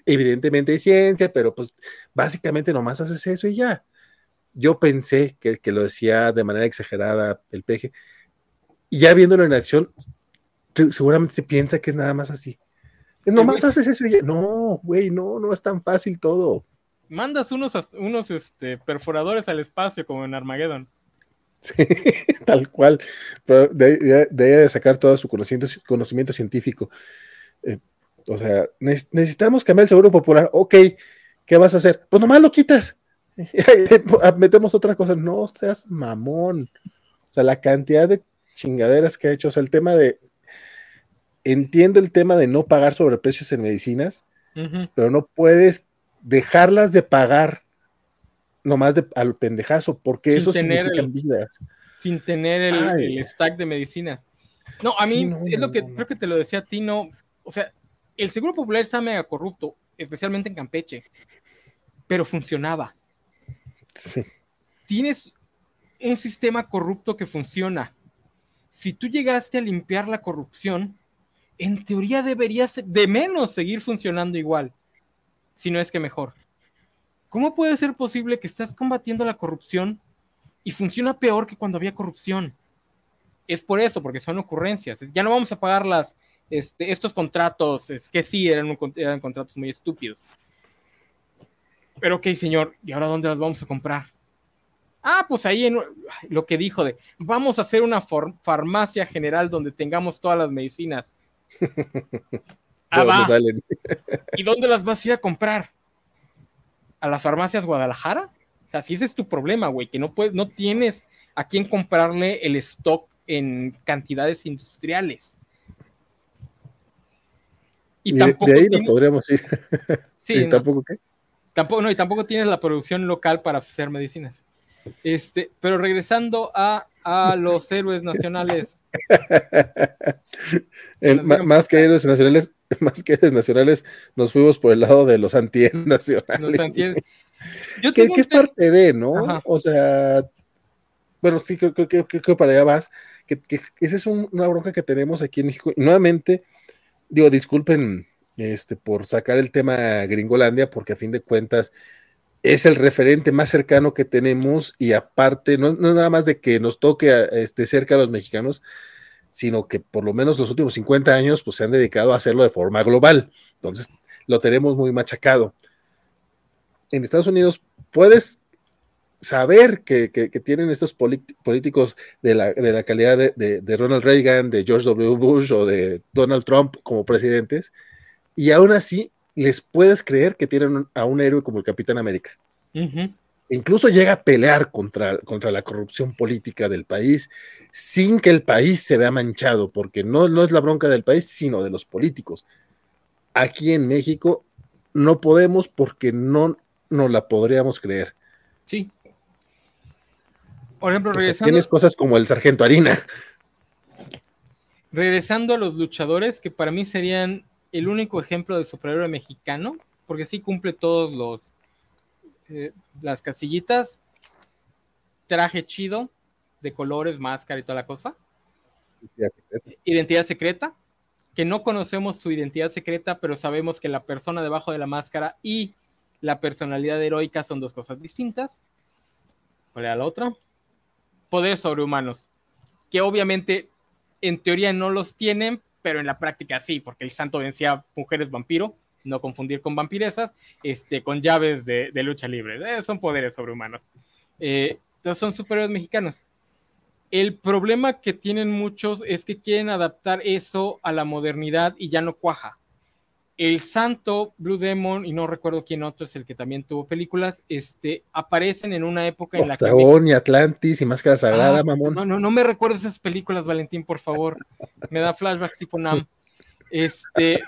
evidentemente hay ciencia, pero pues básicamente nomás haces eso y ya. Yo pensé que, que lo decía de manera exagerada el peje, y ya viéndolo en acción, seguramente se piensa que es nada más así. Nomás haces eso y ya. No, güey, no, no es tan fácil todo. Mandas unos, unos este, perforadores al espacio como en Armageddon. Sí, tal cual. Pero de, de, de, de sacar todo su conocimiento, conocimiento científico. Eh, o sea, necesitamos cambiar el seguro popular. Ok, ¿qué vas a hacer? Pues nomás lo quitas. Metemos otra cosa. No seas mamón. O sea, la cantidad de chingaderas que ha hecho. O sea, el tema de. Entiendo el tema de no pagar sobreprecios en medicinas, uh-huh. pero no puedes dejarlas de pagar nomás de, al pendejazo, porque sin eso significan el, vidas. Sin tener el, el stack de medicinas. No, a mí sí, no, es lo que no, no. creo que te lo decía a ti, no. O sea, el Seguro Popular está mega corrupto, especialmente en Campeche, pero funcionaba. Sí. Tienes un sistema corrupto que funciona. Si tú llegaste a limpiar la corrupción, en teoría deberías de menos seguir funcionando igual, si no es que mejor. ¿Cómo puede ser posible que estás combatiendo la corrupción y funciona peor que cuando había corrupción? Es por eso, porque son ocurrencias. Ya no vamos a pagar las, este, estos contratos, es que sí, eran, un, eran contratos muy estúpidos. Pero ok, señor, ¿y ahora dónde las vamos a comprar? Ah, pues ahí en lo que dijo de, vamos a hacer una for- farmacia general donde tengamos todas las medicinas. Ah, va. Salen? ¿Y dónde las vas a ir a comprar? ¿A las farmacias Guadalajara? O sea, si ese es tu problema, güey, que no, puedes, no tienes a quién comprarle el stock en cantidades industriales. Y, y tampoco de ahí tiene... nos podríamos ir. Sí, ¿Y no. tampoco qué? Tampoco, no, y tampoco tienes la producción local para hacer medicinas. Este, pero regresando a, a los héroes nacionales. El, más que héroes nacionales, más que héroes nacionales, nos fuimos por el lado de los anti-nacionales. Los anti Yo que, que es parte de, ¿no? Ajá. O sea, bueno, sí, creo que creo, creo, creo para allá vas, que, que esa es un, una bronca que tenemos aquí en México. Y nuevamente, digo, disculpen este, por sacar el tema Gringolandia, porque a fin de cuentas es el referente más cercano que tenemos y aparte, no, no es nada más de que nos toque a, este, cerca a los mexicanos, sino que por lo menos los últimos cincuenta años pues se han dedicado a hacerlo de forma global. Entonces, lo tenemos muy machacado. En Estados Unidos puedes saber que, que, que tienen estos políticos de la, de la calidad de, de, de Ronald Reagan, de George W. Bush o de Donald Trump como presidentes, y aún así les puedes creer que tienen a un héroe como el Capitán América. Uh-huh. Incluso llega a pelear contra, contra la corrupción política del país sin que el país se vea manchado, porque no, no es la bronca del país, sino de los políticos. Aquí en México no podemos porque no nos la podríamos creer. Sí. Por ejemplo, regresando... O sea, tienes cosas como el Sargento Harina. Regresando a los luchadores, que para mí serían el único ejemplo de superhéroe mexicano, porque sí cumple todos los eh, las casillitas, traje chido, de colores, máscara y toda la cosa. Identidad secreta. Identidad secreta, que no conocemos su identidad secreta, pero sabemos que la persona debajo de la máscara y la personalidad heroica son dos cosas distintas. ¿Cuál era la otra? Poderes sobrehumanos, que obviamente en teoría no los tienen, pero en la práctica sí, porque el santo vencía mujeres vampiro, no confundir con vampiresas, este, con llaves de, de lucha libre. Eh, son poderes sobrehumanos. Eh, entonces son superhéroes mexicanos. El problema que tienen muchos es que quieren adaptar eso a la modernidad y ya no cuaja. El santo, Blue Demon, y no recuerdo quién otro es el que también tuvo películas, este, aparecen en una época en Octagón, la que... Octagón y Atlantis y Máscara Sagrada, ah, mamón. No, no, no me recuerdes esas películas, Valentín, por favor. Me da flashbacks tipo Nam. Este...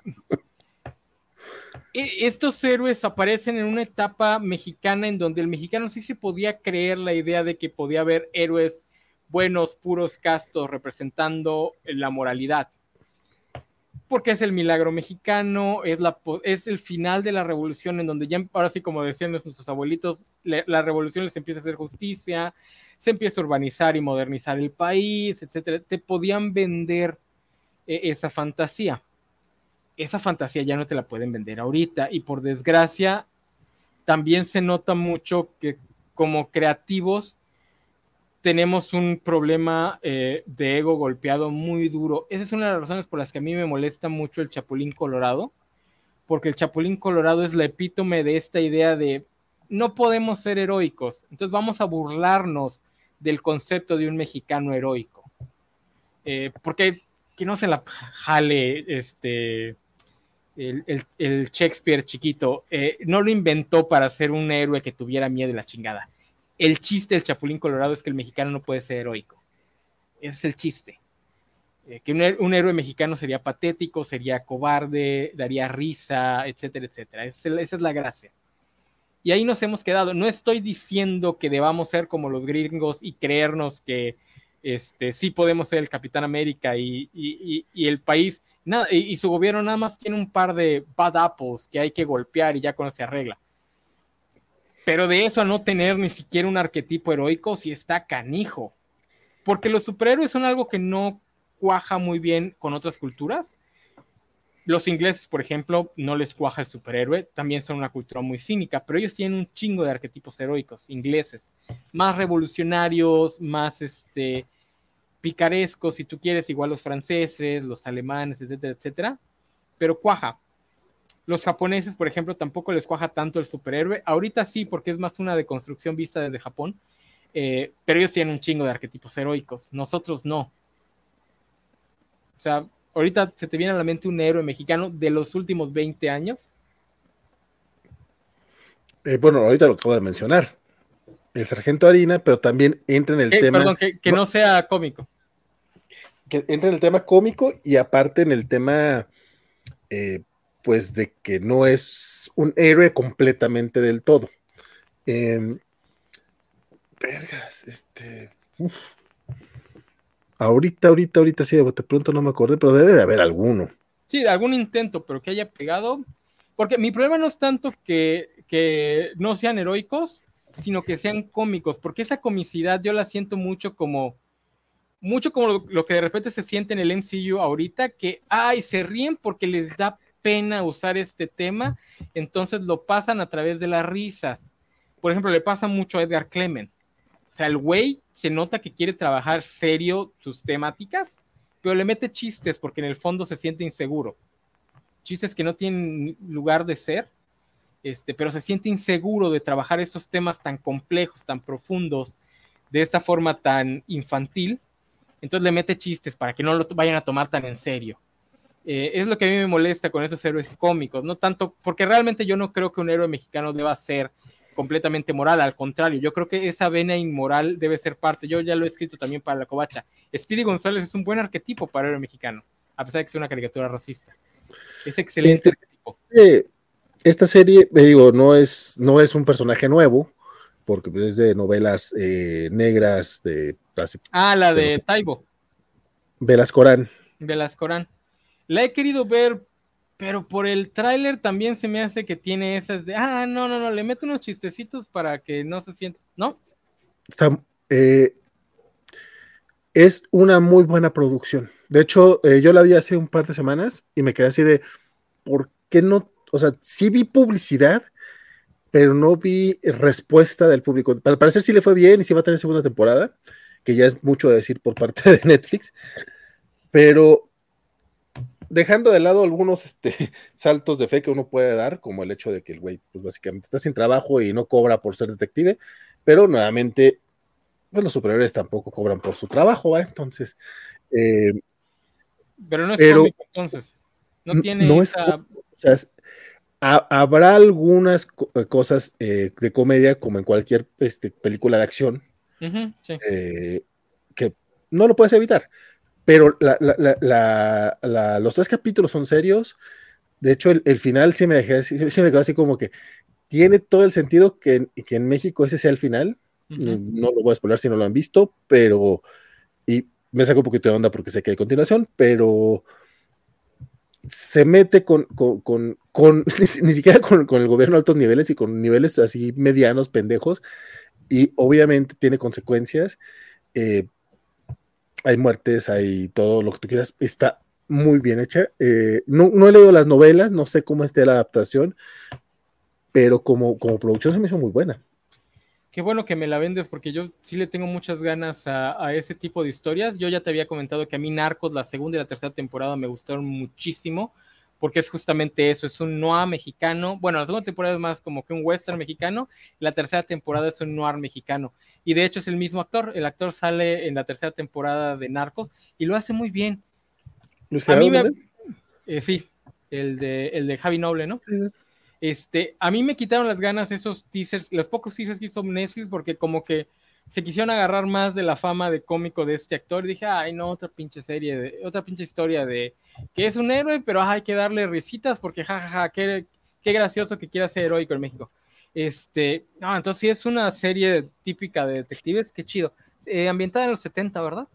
Estos héroes aparecen en una etapa mexicana en donde el mexicano sí se podía creer la idea de que podía haber héroes buenos, puros, castos, representando la moralidad. Porque es el milagro mexicano, es, la, es el final de la revolución en donde ya, ahora sí como decían nuestros abuelitos, le, la revolución les empieza a hacer justicia, se empieza a urbanizar y modernizar el país, etcétera. Te podían vender eh, esa fantasía. esa fantasía ya no te la pueden vender ahorita, y por desgracia también se nota mucho que como creativos tenemos un problema eh, de ego golpeado muy duro. Esa es una de las razones por las que a mí me molesta mucho el Chapulín Colorado, porque el Chapulín Colorado es la epítome de esta idea de no podemos ser heroicos, entonces vamos a burlarnos del concepto de un mexicano heroico. Eh, porque que no se la jale este el, el, el Shakespeare chiquito, eh, no lo inventó para ser un héroe que tuviera miedo de la chingada. El chiste del Chapulín Colorado es que el mexicano no puede ser heroico. Ese es el chiste. Eh, que un, un, héroe mexicano sería patético, sería cobarde, daría risa, etcétera, etcétera. Esa es, esa es la gracia. Y ahí nos hemos quedado. No estoy diciendo que debamos ser como los gringos y creernos que este, sí podemos ser el Capitán América y, y, y, y el país, nada, y, y su gobierno nada más tiene un par de bad apples que hay que golpear y ya con eso se arregla. Pero de eso a no tener ni siquiera un arquetipo heroico, sí está canijo. Porque los superhéroes son algo que no cuaja muy bien con otras culturas. Los ingleses, por ejemplo, no les cuaja el superhéroe, también son una cultura muy cínica, pero ellos tienen un chingo de arquetipos heroicos, ingleses, más revolucionarios, más este, picarescos, si tú quieres, igual los franceses, los alemanes, etcétera, etcétera, pero cuaja. Los japoneses, por ejemplo, tampoco les cuaja tanto el superhéroe, ahorita sí, porque es más una deconstrucción vista desde Japón, eh, pero ellos tienen un chingo de arquetipos heroicos, nosotros no. O sea, ahorita se te viene a la mente un héroe mexicano de los últimos veinte años. Eh, bueno, ahorita lo acabo de mencionar. El Sargento Harina, pero también entra en el eh, tema... Perdón, que, que no, no sea cómico. Que entra en el tema cómico y aparte en el tema, eh, pues, de que no es un héroe completamente del todo. Eh, vergas, este... Uf. Ahorita, ahorita, ahorita sí, de pronto no me acordé, pero debe de haber alguno. Sí, algún intento, pero que haya pegado. Porque mi problema no es tanto que, que no sean heroicos, sino que sean cómicos, porque esa comicidad yo la siento mucho como, mucho como lo, lo que de repente se siente en el M C U ahorita, que, ay, se ríen porque les da pena usar este tema, entonces lo pasan a través de las risas. Por ejemplo, le pasa mucho a Edgar Clement. O sea, el güey se nota que quiere trabajar serio sus temáticas, pero le mete chistes porque en el fondo se siente inseguro. Chistes que no tienen lugar de ser, este, pero se siente inseguro de trabajar esos temas tan complejos, tan profundos, de esta forma tan infantil. Entonces le mete chistes para que no lo vayan a tomar tan en serio. Eh, es lo que a mí me molesta con esos héroes cómicos, no tanto, porque realmente yo no creo que un héroe mexicano deba ser completamente moral, al contrario, yo creo que esa vena inmoral debe ser parte, yo ya lo he escrito también para La Covacha. Speedy González es un buen arquetipo para héroe mexicano, a pesar de que sea una caricatura racista. Es excelente este, arquetipo. Eh, esta serie, eh, digo, no es, no es un personaje nuevo, porque es de novelas eh, negras de... Hace, ah, la de, de Taibo. Velascorán. Velascorán. La he querido ver, pero por el tráiler también se me hace que tiene esas de, ah, no, no, no, le meto unos chistecitos para que no se sienta, ¿no? Está, eh, es una muy buena producción. De hecho, eh, yo la vi hace un par de semanas y me quedé así de, ¿por qué no? O sea, sí vi publicidad, pero no vi respuesta del público. Al parecer sí le fue bien y sí va a tener segunda temporada, que ya es mucho decir por parte de Netflix, pero dejando de lado algunos este, saltos de fe que uno puede dar, como el hecho de que el güey, pues básicamente está sin trabajo y no cobra por ser detective, pero nuevamente, pues los superhéroes tampoco cobran por su trabajo, ¿va? Entonces, eh, pero no es pero cómico, entonces. No tiene no es, esa. o sea, es, ha, habrá algunas co cosas eh, de comedia, como en cualquier este, película de acción, uh-huh, sí. eh, que no lo puedes evitar. Pero la, la, la, la, los tres capítulos son serios. De hecho, el, el final sí me, dejé, sí, sí me quedó así como que tiene todo el sentido que, que en México ese sea el final. Uh -huh. No lo voy a spoiler si no lo han visto, pero y me saco un poquito de onda porque sé que hay continuación, pero se mete con, con, con, con ni, ni, siquiera con, con el gobierno a altos niveles y con niveles así medianos, pendejos, y obviamente tiene consecuencias. Eh, hay muertes, hay todo lo que tú quieras. Está muy bien hecha. Eh, no, no he leído las novelas, no sé cómo esté la adaptación, pero como, como producción se me hizo muy buena. Qué bueno que me la vendes porque yo sí le tengo muchas ganas a, a ese tipo de historias. Yo ya te había comentado que a mí Narcos, la segunda y la tercera temporada me gustaron muchísimo porque es justamente eso, es un noir mexicano. Bueno, la segunda temporada es más como que un western mexicano, la tercera temporada es un noir mexicano. Y de hecho es el mismo actor, el actor sale en la tercera temporada de Narcos y lo hace muy bien. Luis A mí Gerardo me, Méndez. eh, sí, el de, el de Javi Noble, ¿no? Sí, sí. Este, a mí me quitaron las ganas esos teasers, los pocos teasers que hizo Netflix, porque como que se quisieron agarrar más de la fama de cómico de este actor. Y dije, ay, no, otra pinche serie, de, otra pinche historia de que es un héroe, pero ay, hay que darle risitas porque jajaja, ja, ja, qué, qué gracioso que quiera ser heroico en México. Este, no, entonces sí es una serie típica de detectives, qué chido. Eh, ambientada en los setenta, ¿verdad?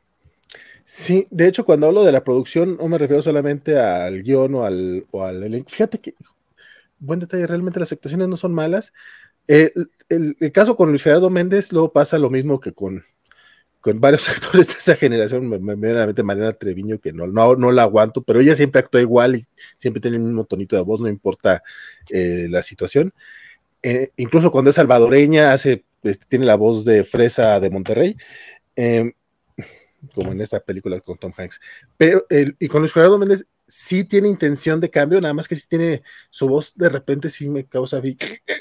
Sí, de hecho, cuando hablo de la producción, no me refiero solamente al guión o al, o al elenco. Fíjate que, buen detalle, realmente las actuaciones no son malas. Eh, el, el, el, caso con Luis Gerardo Méndez, luego pasa lo mismo que con, con varios actores de esa generación, me, me, me da Mariana Treviño, que no, no, no la aguanto, pero ella siempre actúa igual y siempre tiene el mismo tonito de voz, no importa eh, la situación. Eh, incluso cuando es salvadoreña, hace, este, tiene la voz de Fresa de Monterrey. Eh, como en esta película con Tom Hanks. Pero, el, y con Luis Gerardo Méndez sí tiene intención de cambio, nada más que sí tiene su voz, de repente sí me causa. Y,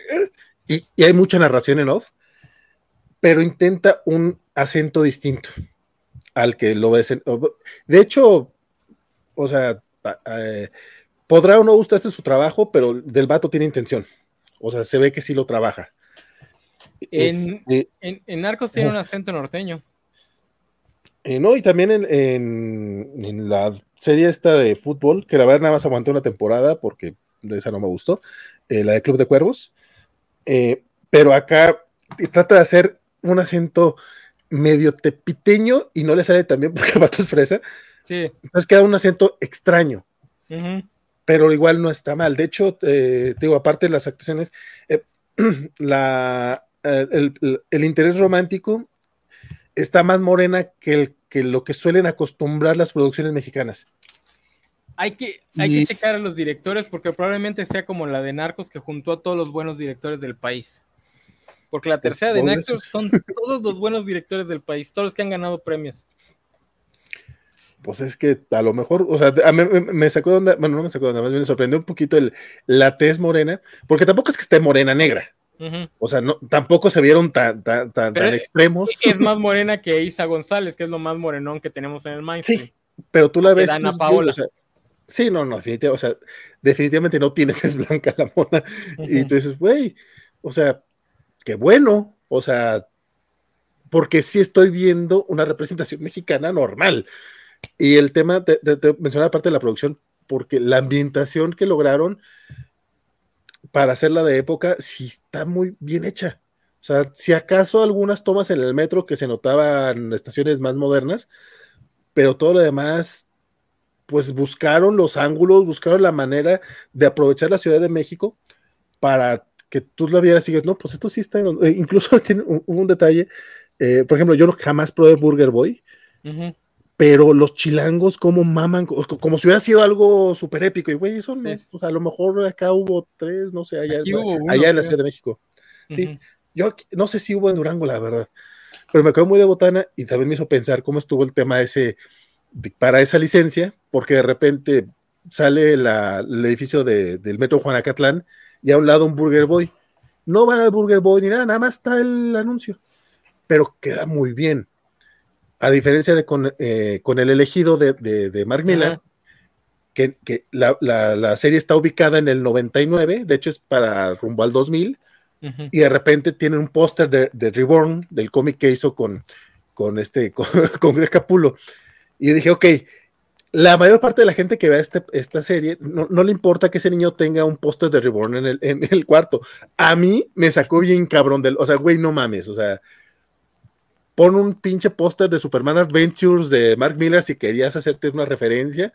y hay mucha narración en off, pero intenta un acento distinto al que lo ves. En, de hecho, o sea, eh, podrá o no gustarse su trabajo, pero del vato tiene intención. O sea, se ve que sí lo trabaja. Es, En, eh, en, en Narcos tiene un acento norteño. Eh, no, y también en, en, en, la serie esta de fútbol, que la verdad nada más aguanté una temporada porque esa no me gustó, eh, la de Club de Cuervos, eh, pero acá trata de hacer un acento medio tepiteño y no le sale tan bien porque el vato es fresa, Sí. entonces queda un acento extraño, Uh -huh. pero igual no está mal. De hecho, eh, digo, aparte de las actuaciones, eh, la, el, el, el interés romántico está más morena que, el, que lo que suelen acostumbrar las producciones mexicanas. Hay que, hay que Y checar a los directores porque probablemente sea como la de Narcos que juntó a todos los buenos directores del país. Porque la pues, tercera de Narcos son todos los buenos directores del país, todos los que han ganado premios. Pues es que a lo mejor, o sea, a mí me, me sacó de onda, bueno, no me sacó de onda, más bien me sorprendió un poquito el, la tez morena, porque tampoco es que esté morena negra. Uh -huh. O sea, no, tampoco se vieron tan, tan, tan, tan extremos. Es más morena que Isa González, que es lo más morenón que tenemos en el mainstream. Sí, pero tú la que ves. Dana Pues, Paola. O sea, sí, no, no, definitivamente, o sea, definitivamente no tiene tez blanca la mona. Uh -huh. Y tú dices, güey, o sea, qué bueno, o sea, porque sí estoy viendo una representación mexicana normal. Y el tema, te, te, te mencionaba parte de la producción, porque la ambientación que lograron para hacerla de época, sí está muy bien hecha. O sea, si acaso algunas tomas en el metro que se notaban en estaciones más modernas, pero todo lo demás, pues buscaron los ángulos, buscaron la manera de aprovechar la Ciudad de México para que tú la vieras y digas, no, pues esto sí está, eh, incluso tiene un, un detalle, eh, por ejemplo, yo jamás probé Burger Boy, uh -huh. Pero los chilangos como maman, como si hubiera sido algo súper épico, y güey, eso no, sí. Pues a lo mejor acá hubo tres, no sé, allá, hubo uno, allá en la Ciudad de México, uh -huh. Sí, yo no sé si hubo en Durango, la verdad, pero me quedó muy de botana y también me hizo pensar cómo estuvo el tema ese, para esa licencia, porque de repente sale la, el edificio de, del Metro Juanacatlán y a un lado un Burger Boy, no van al Burger Boy ni nada, nada más está el anuncio, pero queda muy bien. A diferencia de con, eh, con el elegido de, de, de Mark Millar, uh-huh. que, que la, la, la, serie está ubicada en el noventa y nueve, de hecho es para rumbo al dos mil, uh-huh. Y de repente tienen un póster de, de Reborn, del cómic que hizo con, con, este, con, con Greg Capullo. Y yo dije, ok, la mayor parte de la gente que vea este, esta serie, no, no le importa que ese niño tenga un póster de Reborn en el, en el cuarto. A mí me sacó bien cabrón del, o sea, güey, no mames, o sea, pon un pinche póster de Superman Adventures de Mark Millar si querías hacerte una referencia.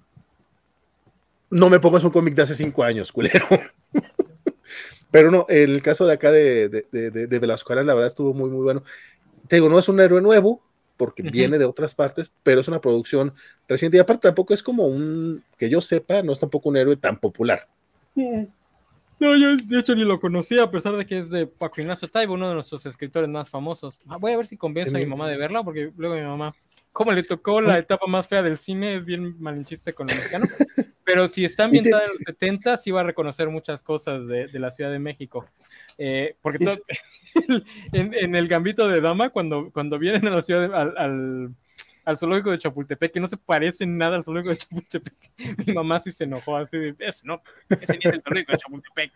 No me pongas un cómic de hace cinco años, culero. Pero no, el caso de acá de, de, de, de Velasco Ara, la verdad estuvo muy, muy bueno. Te digo, no es un héroe nuevo, porque uh-huh. viene de otras partes, pero es una producción reciente, y aparte tampoco es como un, que yo sepa, no es tampoco un héroe tan popular. Uh-huh. No, yo de hecho ni lo conocía, a pesar de que es de Paco Ignacio Taibo, uno de nuestros escritores más famosos. Voy a ver si convenzo sí, a mi mamá de verla, porque luego mi mamá, como le tocó la etapa más fea del cine, es bien malinchiste con lo mexicano. Pero si está ambientada en los setenta, sí va a reconocer muchas cosas de, de la Ciudad de México. Eh, porque todo, en, en el Gambito de Dama, cuando, cuando vienen a la ciudad, de, al, al, al zoológico de Chapultepec, que no se parece en nada al zoológico de Chapultepec, mi mamá sí se enojó, así de, eso no, ese ni es el zoológico de Chapultepec.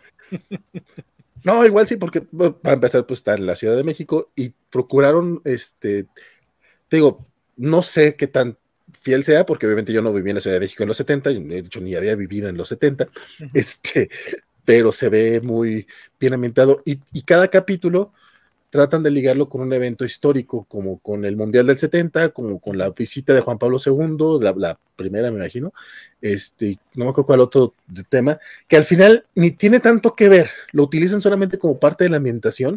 No, igual sí, porque para empezar, pues está en la Ciudad de México y procuraron, este, te digo, no sé qué tan fiel sea, porque obviamente yo no viví en la Ciudad de México en los setenta, de hecho ni había vivido en los setenta, uh-huh. este, pero se ve muy bien ambientado y, y cada capítulo tratan de ligarlo con un evento histórico, como con el Mundial del setenta, como con la visita de Juan Pablo segundo, la, la primera me imagino, este, no me acuerdo cuál otro tema, que al final ni tiene tanto que ver, lo utilizan solamente como parte de la ambientación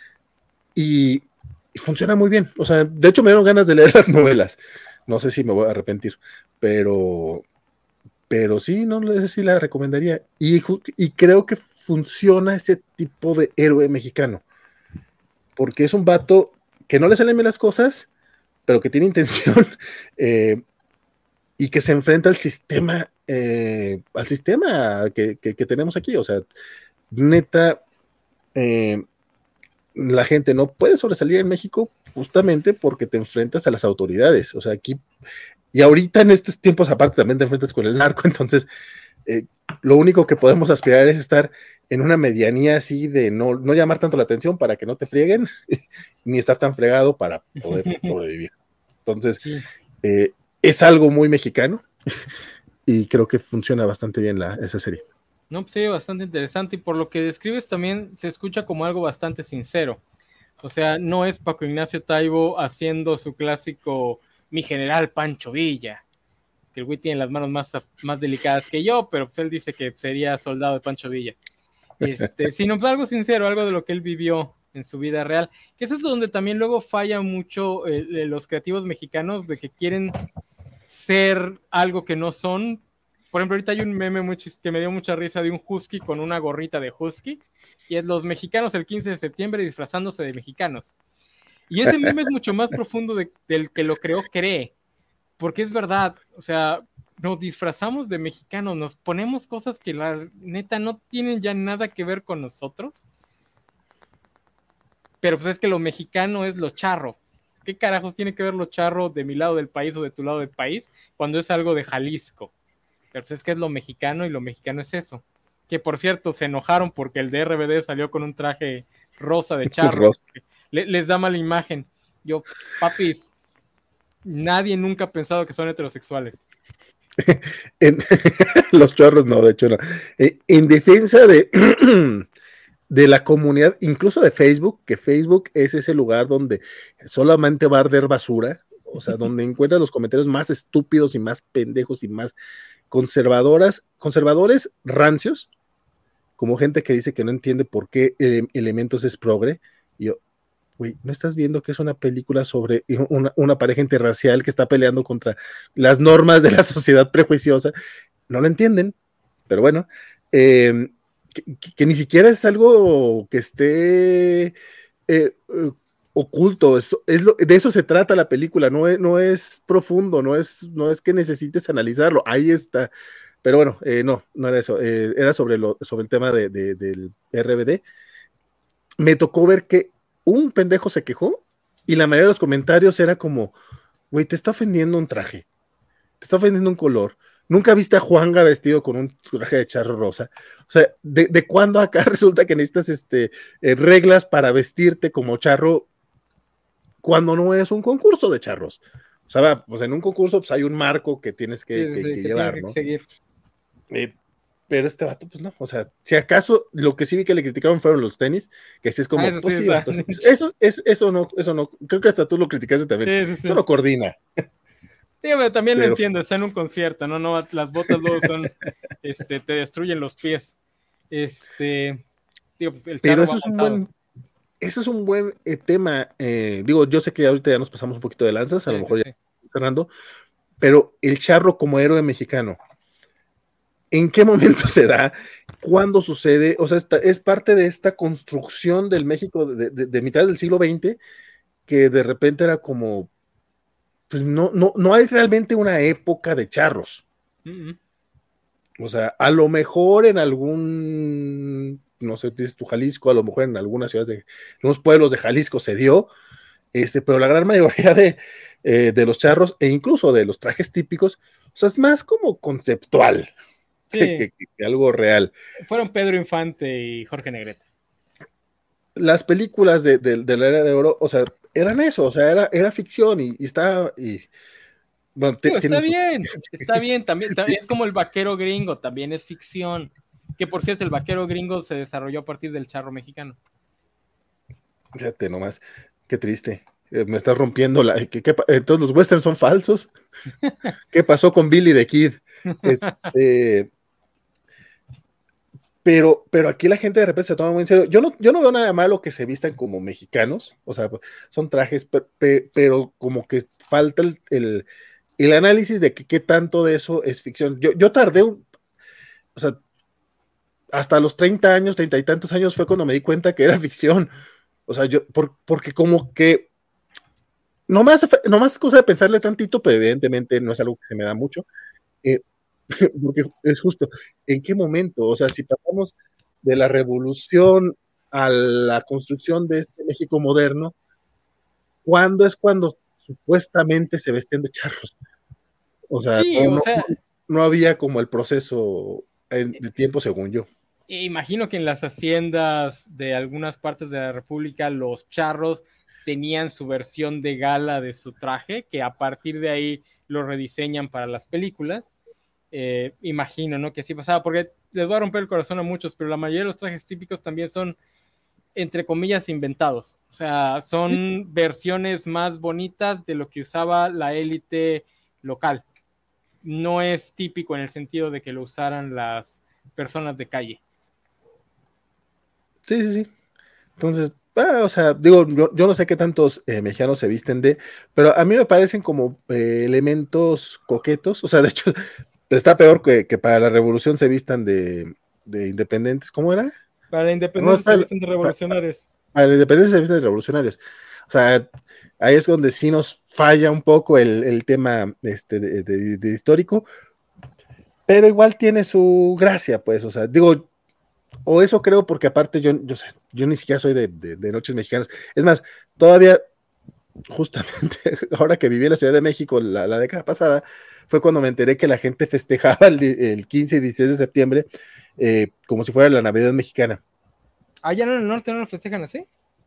y, y funciona muy bien, o sea, de hecho me dieron ganas de leer las novelas, no sé si me voy a arrepentir, pero, pero sí, no sé si la recomendaría, y, y creo que funciona ese tipo de héroe mexicano, porque es un vato que no le salen bien las cosas, pero que tiene intención eh, y que se enfrenta al sistema, eh, al sistema que, que, que tenemos aquí, o sea, neta, eh, la gente no puede sobresalir en México justamente porque te enfrentas a las autoridades, o sea, aquí, y ahorita en estos tiempos aparte también te enfrentas con el narco, entonces eh, lo único que podemos aspirar es estar en una medianía así de no, no llamar tanto la atención para que no te frieguen, ni estar tan fregado para poder sobrevivir. Entonces, sí. eh, es algo muy mexicano y creo que funciona bastante bien la, esa serie. No, pues sí, bastante interesante, y por lo que describes también se escucha como algo bastante sincero. O sea, no es Paco Ignacio Taibo haciendo su clásico mi general Pancho Villa, que el güey tiene las manos más, más delicadas que yo, pero pues él dice que sería soldado de Pancho Villa. Este, sino pues algo sincero, algo de lo que él vivió en su vida real, que eso es donde también luego falla mucho eh, los creativos mexicanos, de que quieren ser algo que no son. Por ejemplo, ahorita hay un meme muy chis- que me dio mucha risa de un husky con una gorrita de husky, y es los mexicanos el quince de septiembre disfrazándose de mexicanos. Y ese meme es mucho más profundo de, del que lo creó cree, porque es verdad, o sea, nos disfrazamos de mexicanos, nos ponemos cosas que la neta no tienen ya nada que ver con nosotros, pero pues es que lo mexicano es lo charro. ¿Qué carajos tiene que ver lo charro de mi lado del país o de tu lado del país cuando es algo de Jalisco? Pero pues es que es lo mexicano, y lo mexicano es eso. Que por cierto, se enojaron porque el de R B D salió con un traje rosa de charro. Le, les da mala imagen. Yo, papis, nadie nunca ha pensado que son heterosexuales. en, los chorros no, de hecho no. En defensa de, de la comunidad, incluso de Facebook, que Facebook es ese lugar donde solamente va a arder basura, o sea, donde encuentras los comentarios más estúpidos y más pendejos y más conservadoras, conservadores rancios, como gente que dice que no entiende por qué ele- Elementos es progre. Y yo, güey, ¿no estás viendo que es una película sobre una, una pareja interracial que está peleando contra las normas de la sociedad prejuiciosa? No lo entienden, pero bueno, eh, que, que, que ni siquiera es algo que esté eh, eh, oculto, es, es lo, de eso se trata la película, no es, no es profundo, no es, no es que necesites analizarlo, ahí está. Pero bueno, eh, no, no era eso, eh, era sobre, lo, sobre el tema de, de, del R B D. Me tocó ver que un pendejo se quejó y la mayoría de los comentarios era como, güey, te está ofendiendo un traje, te está ofendiendo un color. Nunca viste a Juanga vestido con un traje de charro rosa. O sea, ¿de, de cuándo acá resulta que necesitas este, eh, reglas para vestirte como charro cuando no es un concurso de charros? O sea, va, pues en un concurso pues hay un marco que tienes que, Sí, que, sí, que que llevar, tiene que ¿no? seguir. Eh, pero este vato, pues no, o sea, si acaso lo que sí vi que le criticaron fueron los tenis, que sí es como, Ah, eso pues sí, sí, vato, eso, eso, es, eso no, eso no, creo que hasta tú lo criticaste también, sí, sí, sí. Eso no coordina. Sí, pero también pero, lo entiendo, está en un concierto, no, no, las botas luego son, este, te destruyen los pies. Este, digo, pues el pero charro va eso es un montado. buen, ese es un buen eh, tema. Eh, digo, yo sé que ahorita ya nos pasamos un poquito de lanzas, a Sí, lo sí, mejor ya sí. cerrando, pero el charro como héroe mexicano, ¿en qué momento se da? ¿Cuándo sucede? O sea, esta, es parte de esta construcción del México de, de, de mitad del siglo veinte, que de repente era como, pues no, no, no hay realmente una época de charros. Mm, mm. O sea, a lo mejor en algún, no sé, dices tú Jalisco, a lo mejor en algunas ciudades de, en unos pueblos de Jalisco se dio, este, pero la gran mayoría de, eh, de los charros e incluso de los trajes típicos, o sea, es más como conceptual que, Sí, que, que algo real. fueron Pedro Infante y Jorge Negrete. Las películas de, de, de la era de oro, o sea, eran eso, o sea, era, era ficción y, y está, y, bueno, te, Digo, está tienen sus... bien, está bien, también, ta- es como el vaquero gringo, también es ficción. Que por cierto, el vaquero gringo se desarrolló a partir del charro mexicano. Fíjate nomás, qué triste. Eh, me estás rompiendo la... ¿qué, qué, entonces los westerns son falsos. ¿Qué pasó con Billy the Kid? Este, pero, pero aquí la gente de repente se toma muy en serio. Yo no, yo no veo nada malo que se vistan como mexicanos, o sea, son trajes, pe, pe, pero como que falta el, el, el análisis de que, qué tanto de eso es ficción. Yo, yo tardé, un, o sea, hasta los treinta años, treinta y tantos años fue cuando me di cuenta que era ficción. O sea, yo, por, porque como que, no más, no más cosa de pensarle tantito, pero evidentemente no es algo que se me da mucho. Eh, porque es justo, ¿en qué momento? O sea, si pasamos de la revolución a la construcción de este México moderno, ¿cuándo es cuando supuestamente se vestían de charros? O sea, Sí, no, o no, sea, no había como el proceso de tiempo según yo. imagino que en las haciendas de algunas partes de la República los charros tenían su versión de gala de su traje, que a partir de ahí lo rediseñan para las películas. Eh, imagino, ¿no? Que así pasaba, porque les voy a romper el corazón a muchos, pero la mayoría de los trajes típicos también son, entre comillas, inventados. O sea, son versiones más bonitas de lo que usaba la élite local. No es típico en el sentido de que lo usaran las personas de calle. Sí, sí, sí. Entonces, ah, o sea, digo, yo, yo no sé qué tantos eh, mexicanos se visten de, pero a mí me parecen como eh, elementos coquetos. O sea, de hecho, está peor que, que para la revolución se vistan de, de independientes. ¿Cómo era? Para la No, es independencia se para, visten de para, revolucionarios. para la independencia se visten de revolucionarios. O sea, ahí es donde sí nos falla un poco el, el tema este, de, de, de histórico, pero igual tiene su gracia, pues. O sea, digo, o eso creo, porque aparte yo, yo, yo ni siquiera soy de, de, de noches mexicanas. Es más, todavía, justamente, ahora que viví en la Ciudad de México la, la década pasada, fue cuando me enteré que la gente festejaba el, el quince y dieciséis de septiembre eh, como si fuera la Navidad mexicana. Allá en el norte no lo festejan así.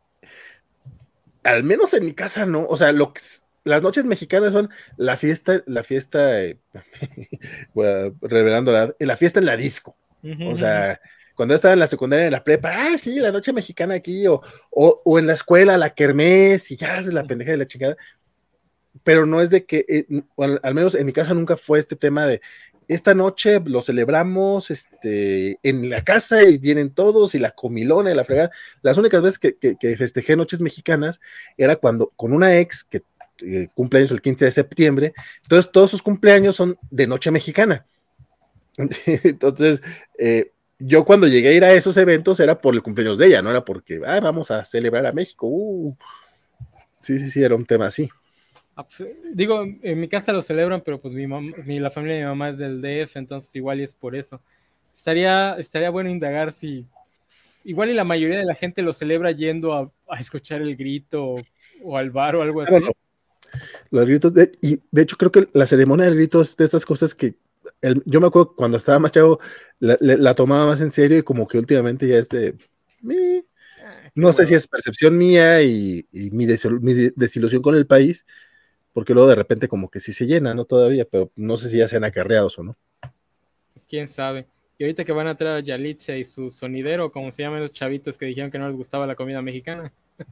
Al menos en mi casa no. O sea, lo que, las noches mexicanas son la fiesta, la fiesta, eh, bueno, revelando la, edad, la fiesta en la disco. Uh -huh, O uh -huh. sea, cuando yo estaba en la secundaria, en la prepa, ah, sí, la noche mexicana aquí, o, o, o en la escuela, la kermés, y ya haces la pendeja de la chingada. Pero no es de que, eh, al, al menos en mi casa nunca fue este tema de esta noche lo celebramos este, en la casa y vienen todos y la comilona y la fregada. Las únicas veces que, que, que festejé noches mexicanas era cuando con una ex que eh, cumpleaños el quince de septiembre, entonces todos sus cumpleaños son de noche mexicana. Entonces, eh, yo cuando llegué a ir a esos eventos era por el cumpleaños de ella, no era porque ah, vamos a celebrar a México. Uh, sí, sí, sí, era un tema así. Digo, en mi casa lo celebran, pero pues mi, mamá, mi la familia de mi mamá es del D F, entonces igual y es por eso. Estaría, estaría bueno indagar si igual y la mayoría de la gente lo celebra yendo a, a escuchar el grito o, o al bar o algo así. Bueno, los gritos, de, y de hecho creo que la ceremonia del grito es de estas cosas que el, yo me acuerdo cuando estaba más chavo la, la, la, tomaba más en serio y como que últimamente ya es de... Eh, ah, no sé hueva. si es percepción mía y, y mi, desil, mi, desilusión con el país, porque luego de repente como que sí se llena, ¿no? Todavía, pero no sé si ya sean acarreados o no. Pues quién sabe. Y ahorita que van a traer a Yalitza y su sonidero, como se llaman los chavitos que dijeron que no les gustaba la comida mexicana.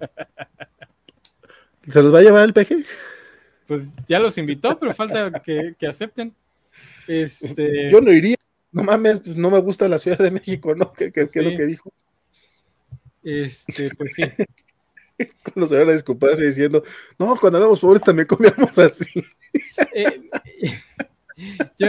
¿Se los va a llevar el peje? Pues ya los invitó, pero falta que, que acepten. Este... Yo no iría. No mames, pues no me gusta la Ciudad de México, ¿no? ¿Qué, qué, sí. qué es lo que dijo? Este, pues sí. Cuando se van a disculparse diciendo, no, cuando éramos pobres también comíamos así. Eh, yo,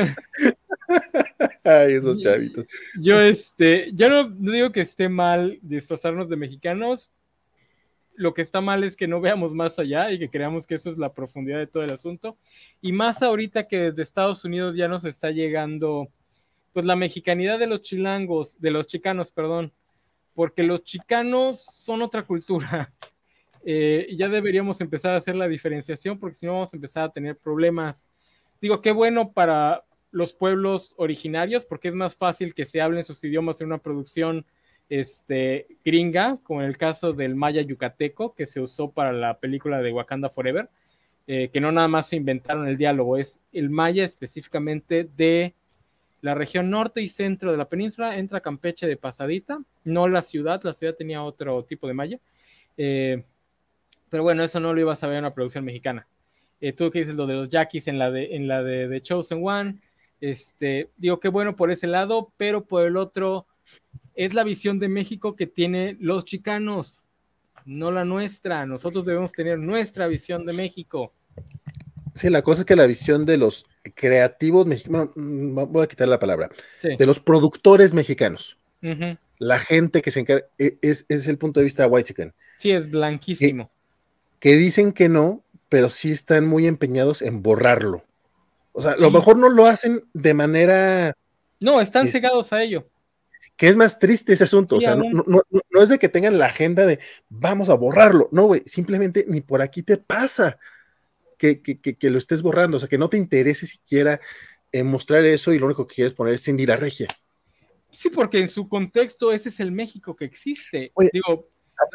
Ay, esos chavitos. yo, este, yo no, no digo que esté mal disfrazarnos de mexicanos. Lo que está mal es que no veamos más allá y que creamos que eso es la profundidad de todo el asunto. Y más ahorita que desde Estados Unidos ya nos está llegando, pues, la mexicanidad de los chilangos, de los chicanos, perdón, porque los chicanos son otra cultura. Eh, y ya deberíamos empezar a hacer la diferenciación, porque si no vamos a empezar a tener problemas. Digo, qué bueno para los pueblos originarios, porque es más fácil que se hablen sus idiomas en una producción este, gringa, como en el caso del maya yucateco, que se usó para la película de Wakanda Forever, eh, que no nada más se inventaron el diálogo, es el maya específicamente de la región norte y centro de la península, entra Campeche de pasadita, no la ciudad, la ciudad tenía otro tipo de maya, eh, pero bueno, eso no lo ibas a ver en una producción mexicana. Eh, tú que dices lo de los Yaquis en la de, en la de, de Chosen One, este, digo que bueno por ese lado, pero por el otro es la visión de México que tienen los chicanos, no la nuestra. Nosotros debemos tener nuestra visión de México. Sí, la cosa es que la visión de los creativos mexicanos, bueno, voy a quitar la palabra, Sí. de los productores mexicanos, Uh-huh. la gente que se encarga, es, es el punto de vista de Whitezican. Sí, es blanquísimo. Que, que dicen que no, pero sí están muy empeñados en borrarlo. O sea, a Sí. lo mejor no lo hacen de manera... No, están es, cegados a ello. que es más triste ese asunto, Sí, o sea, no, no, no, no es de que tengan la agenda de vamos a borrarlo, no, güey, simplemente ni por aquí te pasa que, que, que, que lo estés borrando, o sea, que no te interese siquiera eh, mostrar eso y lo único que quieres poner es Cindy la Regia. Sí, porque en su contexto ese es el México que existe. Oye, Digo,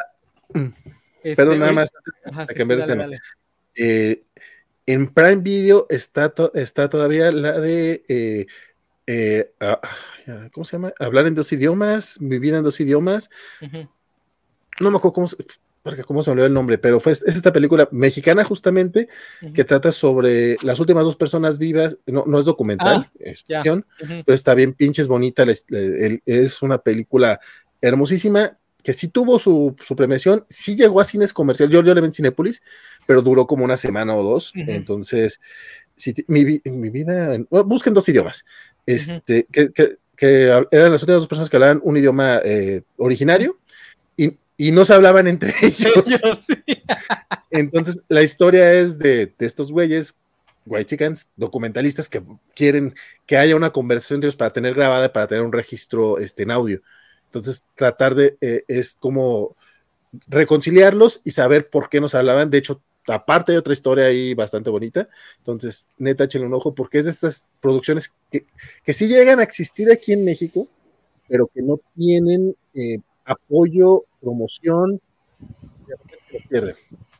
este, pero nada más, ajá, a sí, cambiar sí, de dale, tema. dale. Eh, en Prime Video está, to, está todavía la de eh, eh, uh, ¿cómo se llama? Hablar en dos idiomas, vivir en dos idiomas. Uh-huh. No me acuerdo cómo, porque cómo se me olvidó el nombre, pero fue es esta película mexicana justamente uh-huh. que trata sobre las últimas dos personas vivas. No, no es documental, ah, es ficción, yeah. uh-huh. pero está bien pinches bonita. Es, es una película hermosísima que sí tuvo su, su premiación, sí llegó a cines comerciales. Yo, yo le vi en Cinépolis, pero duró como una semana o dos. Uh-huh. Entonces, si, mi, mi vida, bueno, busquen dos idiomas. Este, uh-huh. que, que, que eran las últimas dos personas que hablaban un idioma eh, originario y, y no se hablaban entre ellos. Sí. Entonces, la historia es de, de estos güeyes, whitexicans, documentalistas que quieren que haya una conversación de ellos para tener grabada, para tener un registro este, en audio. Entonces, tratar de, eh, es como reconciliarlos y saber por qué nos hablaban. De hecho, aparte hay otra historia ahí bastante bonita. Entonces, neta, échenle un ojo, porque es de estas producciones que, que sí llegan a existir aquí en México, pero que no tienen eh, apoyo, promoción, de repente lo pierden.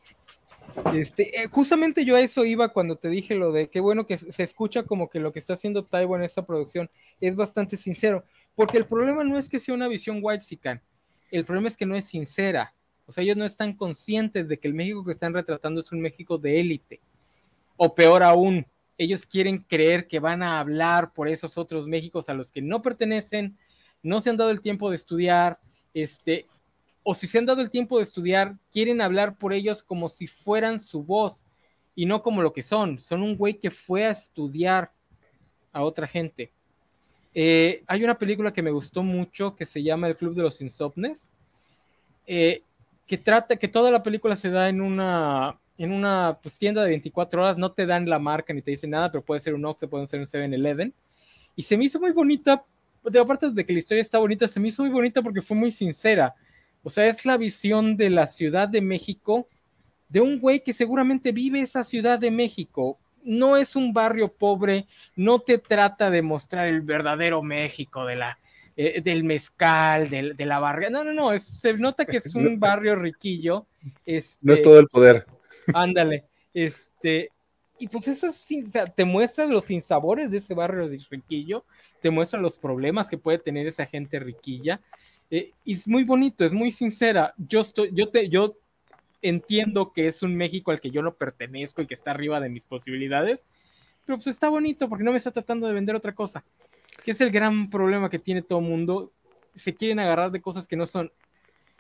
Este, eh, justamente yo a eso iba cuando te dije lo de qué bueno que se escucha como que lo que está haciendo Taiwan en esta producción es bastante sincero, porque el problema no es que sea una visión whitezican, el problema es que no es sincera. O sea, ellos no están conscientes de que el México que están retratando es un México de élite, o peor aún, ellos quieren creer que van a hablar por esos otros Méxicos a los que no pertenecen, no se han dado el tiempo de estudiar, este, o si se han dado el tiempo de estudiar, quieren hablar por ellos como si fueran su voz, y no como lo que son. Son un güey que fue a estudiar a otra gente. Eh, hay una película que me gustó mucho que se llama El Club de los Insomnes, eh, que trata, que toda la película se da en una, en una pues, tienda de veinticuatro horas, no te dan la marca ni te dicen nada, pero puede ser un Oxxo, puede ser un seven eleven, y se me hizo muy bonita, de aparte de que la historia está bonita, se me hizo muy bonita porque fue muy sincera. O sea, es la visión de la Ciudad de México de un güey que seguramente vive esa Ciudad de México. No es un barrio pobre, no te trata de mostrar el verdadero México de la, eh, del mezcal, de, de la barriga. No, no, no, es, se nota que es un barrio riquillo. Este, no es todo el poder. Ándale, este, y pues eso es, o sea, te muestra los sinsabores de ese barrio riquillo, te muestra los problemas que puede tener esa gente riquilla. Eh, y es muy bonito, es muy sincera. Yo estoy, yo te, yo entiendo que es un México al que yo no pertenezco y que está arriba de mis posibilidades, pero pues está bonito porque no me está tratando de vender otra cosa, que es el gran problema que tiene todo el mundo. Se quieren agarrar de cosas que no son.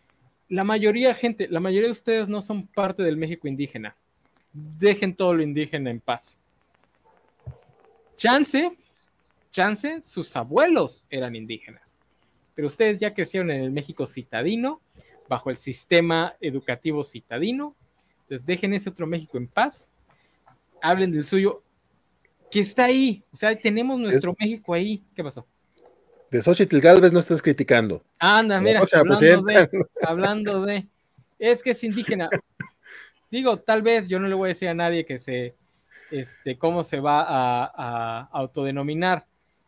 la mayoría, gente, la mayoría de ustedes no son parte del México indígena. Dejen todo lo indígena en paz. Chance, chance, sus abuelos eran indígenas. Pero ustedes ya crecieron en el México citadino, bajo el sistema educativo citadino. Entonces dejen ese otro México en paz. Hablen del suyo, que está ahí. O sea, tenemos nuestro Es, México ahí. ¿Qué pasó? de Xochitl Gálvez no estás criticando. Anda, La mira, próxima hablando presidenta. de, hablando de, es que es indígena. Digo, tal vez yo no le voy a decir a nadie que se, este, cómo se va a, a autodenominar.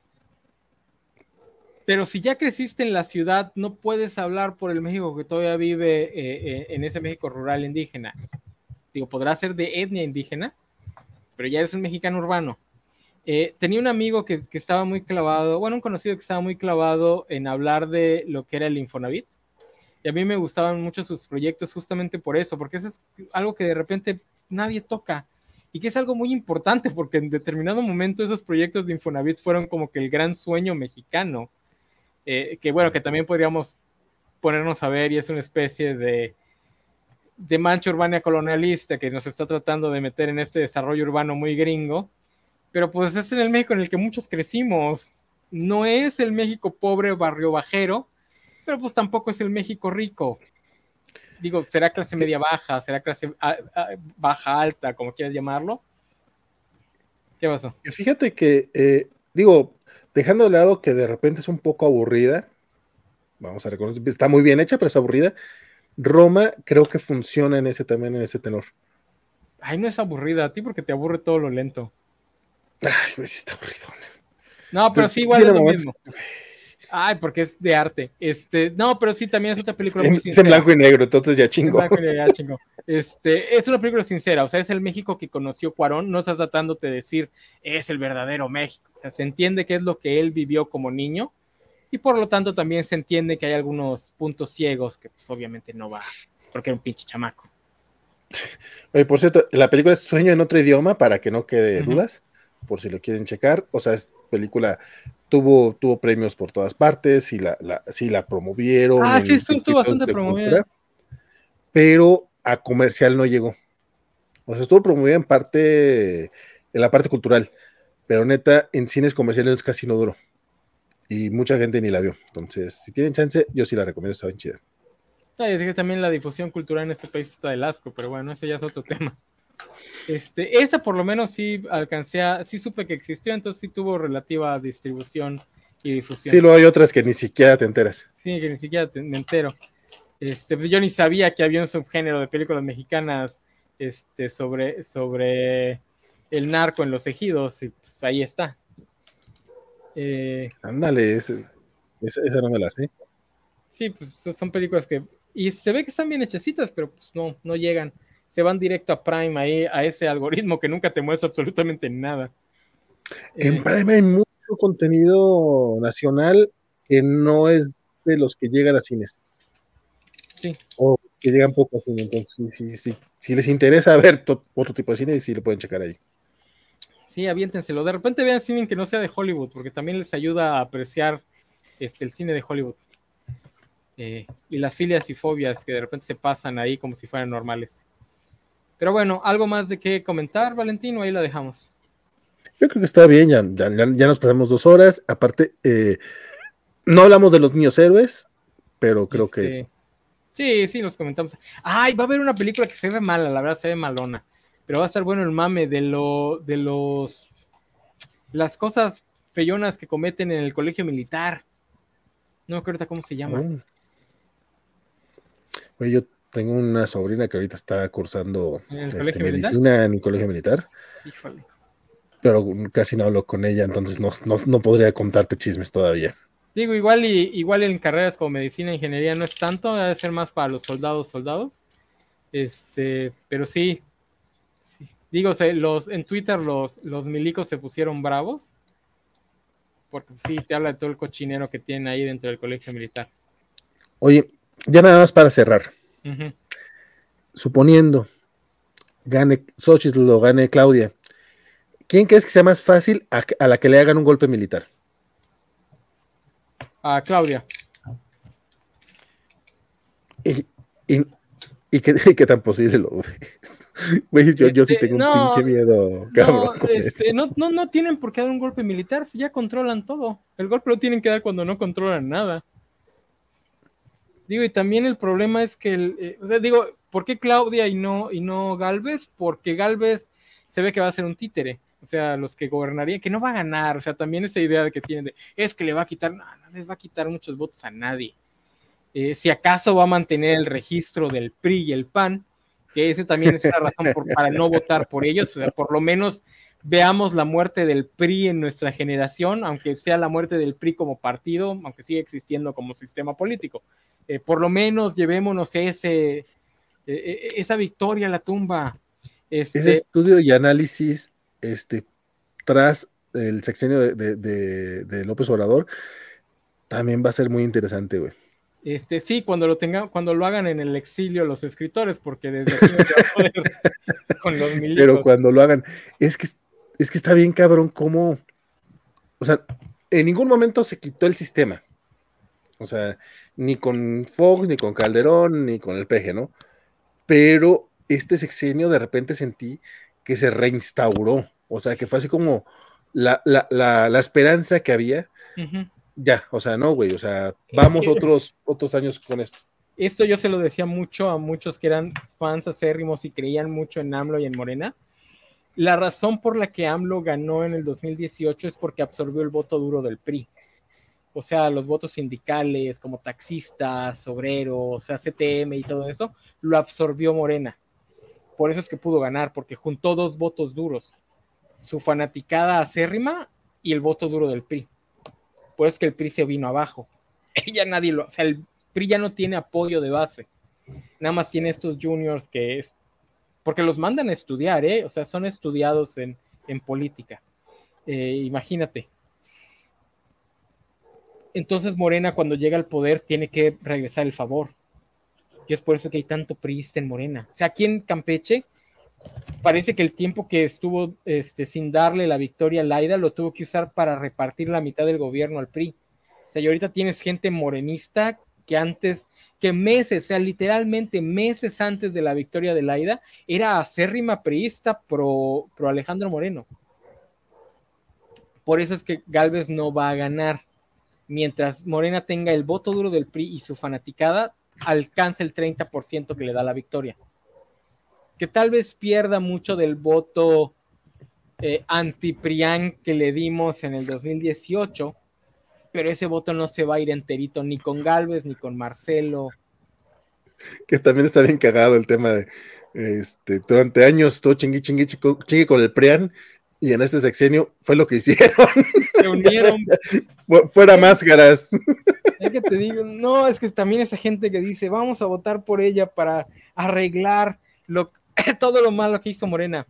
Pero si ya creciste en la ciudad, no puedes hablar por el México que todavía vive eh, eh, en ese México rural indígena. Digo, podrá ser de etnia indígena, pero ya eres un mexicano urbano. Eh, tenía un amigo que, que estaba muy clavado, bueno, un conocido que estaba muy clavado en hablar de lo que era el Infonavit. Y a mí me gustaban mucho sus proyectos justamente por eso, porque eso es algo que de repente nadie toca y que es algo muy importante, porque en determinado momento esos proyectos de Infonavit fueron como que el gran sueño mexicano, eh, que bueno, que también podríamos ponernos a ver y es una especie de, de mancha urbana colonialista que nos está tratando de meter en este desarrollo urbano muy gringo, pero pues es en el México en el que muchos crecimos, no es el México pobre barrio bajero, pero pues tampoco es el México rico. Digo, será clase media baja, será clase a, a, baja alta, como quieras llamarlo. ¿Qué pasó? Fíjate que, eh, digo, dejando de lado que de repente es un poco aburrida, vamos a reconocer, está muy bien hecha, pero es aburrida. Roma creo que funciona en ese también, en ese tenor. Ay, no es aburrida, a ti porque te aburre todo lo lento. Ay, pues sí está aburrido. No, pero sí, igual es Tiene lo momentos, mismo. Ay, porque es de arte. Este, no, pero sí, también es otra película muy es en sincera. blanco y negro, entonces ya En chingo. blanco y negro, ya chingo. Este, es una película sincera, o sea, es el México que conoció Cuarón, no estás tratándote de decir, es el verdadero México. O sea, se entiende qué es lo que él vivió como niño y por lo tanto también se entiende que hay algunos puntos ciegos que pues obviamente no va, porque era un pinche chamaco. Oye, por cierto, la película es Sueño en otro idioma, para que no quede Uh -huh. dudas, por si lo quieren checar. O sea, es película tuvo, tuvo premios por todas partes, y la, la, sí la promovieron Ah, en sí, estuvo, estuvo circuitos bastante de promovida. cultura, pero a comercial no llegó. O sea, estuvo promovida en parte, en la parte cultural, pero neta, en cines comerciales casi no duró. Y mucha gente ni la vio. Entonces, si tienen chance, yo sí la recomiendo, está bien chida. Ah, yo dije, también la difusión cultural en este país está del asco, pero bueno, ese ya es otro tema. Este, esa por lo menos sí alcancé a, sí supe que existió, entonces sí tuvo relativa distribución y Sí, difusión. luego hay otras que ni siquiera te enteras. Sí, que ni siquiera te, me entero. Este, pues yo ni sabía que había un subgénero de películas mexicanas este, sobre, sobre el narco en los ejidos, y pues ahí está. Eh, Ándale, ese, esa, esa no me la sé. sí, pues son películas que, y se ve que están bien hechecitas, pero pues no, no llegan. Se van directo a Prime, ahí, a ese algoritmo que nunca te muestra absolutamente nada. En Eh, Prime hay mucho contenido nacional que no es de los que llegan a cines. sí, O que llegan poco a cine. Entonces, sí, sí, sí. Si les interesa ver otro tipo de cine, sí lo pueden checar ahí. sí, aviéntenselo. De repente vean cine que no sea de Hollywood, porque también les ayuda a apreciar este, el cine de Hollywood. Eh, y las filias y fobias que de repente se pasan ahí como si fueran normales. Pero bueno, ¿algo más de qué comentar, Valentino? Ahí la dejamos. Yo creo que está bien, ya, ya, ya nos pasamos dos horas. Aparte, eh, no hablamos de los niños héroes, pero creo que... Este, sí, sí, los comentamos. Ay, va a haber una película que se ve mala, la verdad se ve malona. Pero va a estar bueno el mame de lo, de los las cosas feyonas que cometen en el colegio militar. No me acuerdo cómo se llama. Oh. Oye, yo tengo una sobrina que ahorita está cursando ¿En el este, colegio militar? medicina en el colegio militar, Híjole. pero casi no hablo con ella, entonces no, no, no podría contarte chismes todavía. Digo, igual y igual en carreras como medicina e ingeniería no es tanto, debe ser más para los soldados, soldados. Este, pero sí, sí. Digo, se, los, en Twitter los, los milicos se pusieron bravos, porque sí, te habla de todo el cochinero que tienen ahí dentro del colegio militar. Oye, ya nada más para cerrar. Uh-huh. Suponiendo gane Xochitl lo gane Claudia, ¿quién crees que sea más fácil a, a la que le hagan un golpe militar? A Claudia. Y Y, y, qué, y qué tan posible lo ves. Güey, yo, yo sí Este, tengo un no, pinche miedo, cabrón, no, con este, eso. no, no, no tienen por qué dar un golpe militar si ya controlan todo. El golpe lo tienen que dar cuando no controlan nada. Digo, y también el problema es que, el, eh, o sea, digo, ¿por qué Claudia y no, y no Galvez? Porque Galvez se ve que va a ser un títere. O sea, los que gobernarían, que no va a ganar. O sea, también esa idea de que tienen de, es que le va a quitar, no, no les va a quitar muchos votos a nadie. Eh, si acaso va a mantener el registro del P R I y el P A N, que ese también es una razón por, para no votar por ellos. O sea, por lo menos veamos la muerte del P R I en nuestra generación, aunque sea la muerte del P R I como partido, aunque siga existiendo como sistema político. Eh, por lo menos llevémonos ese, eh, esa victoria a la tumba. Ese Este, estudio y análisis, este, tras el sexenio de, de, de, de López Obrador, también va a ser muy interesante, güey. este, sí, cuando lo tengan, cuando lo hagan en el exilio los escritores, porque desde aquí no se va a poder con los Pero milicos. cuando lo hagan, es que, es que está bien cabrón cómo, o sea, en ningún momento se quitó el sistema. O sea, ni con Fox, ni con Calderón, ni con el P G, ¿no? Pero este sexenio de repente sentí que se reinstauró. O sea, que fue así como la, la, la, la esperanza que había. Uh-huh. Ya, o sea, no, güey, o sea, vamos otros, otros años con esto. Esto yo se lo decía mucho a muchos que eran fans acérrimos y creían mucho en AMLO y en Morena. La razón por la que AMLO ganó en el dos mil dieciocho es porque absorbió el voto duro del P R I. O sea, los votos sindicales como taxistas, obreros, o sea, C T M y todo eso, lo absorbió Morena. Por eso es que pudo ganar, porque juntó dos votos duros. Su fanaticada acérrima y el voto duro del P R I. Por eso es que el P R I se vino abajo. Ella nadie lo, o sea, el P R I ya no tiene apoyo de base. Nada más tiene estos juniors que es, porque los mandan a estudiar, ¿eh? O sea, son estudiados en, en política. Eh, imagínate. Entonces Morena cuando llega al poder tiene que regresar el favor. Y es por eso que hay tanto priista en Morena. O sea, aquí en Campeche parece que el tiempo que estuvo este, sin darle la victoria a Laida lo tuvo que usar para repartir la mitad del gobierno al P R I. O sea, y ahorita tienes gente morenista que antes, que meses, o sea, literalmente meses antes de la victoria de Laida, era acérrima priista pro, pro Alejandro Moreno. Por eso es que Galvez no va a ganar. Mientras Morena tenga el voto duro del P R I y su fanaticada, alcanza el treinta por ciento que le da la victoria. Que tal vez pierda mucho del voto eh, anti-Prián que le dimos en el dos mil dieciocho, pero ese voto no se va a ir enterito ni con Galvez ni con Marcelo. Que también está bien cagado el tema de, este, durante años estuvo chingui, chingui, chico, chingui con el PRIAN, y en este sexenio fue lo que hicieron. Se unieron. Fuera máscaras. Es que te digo, no, es que también esa gente que dice, vamos a votar por ella para arreglar lo, todo lo malo que hizo Morena.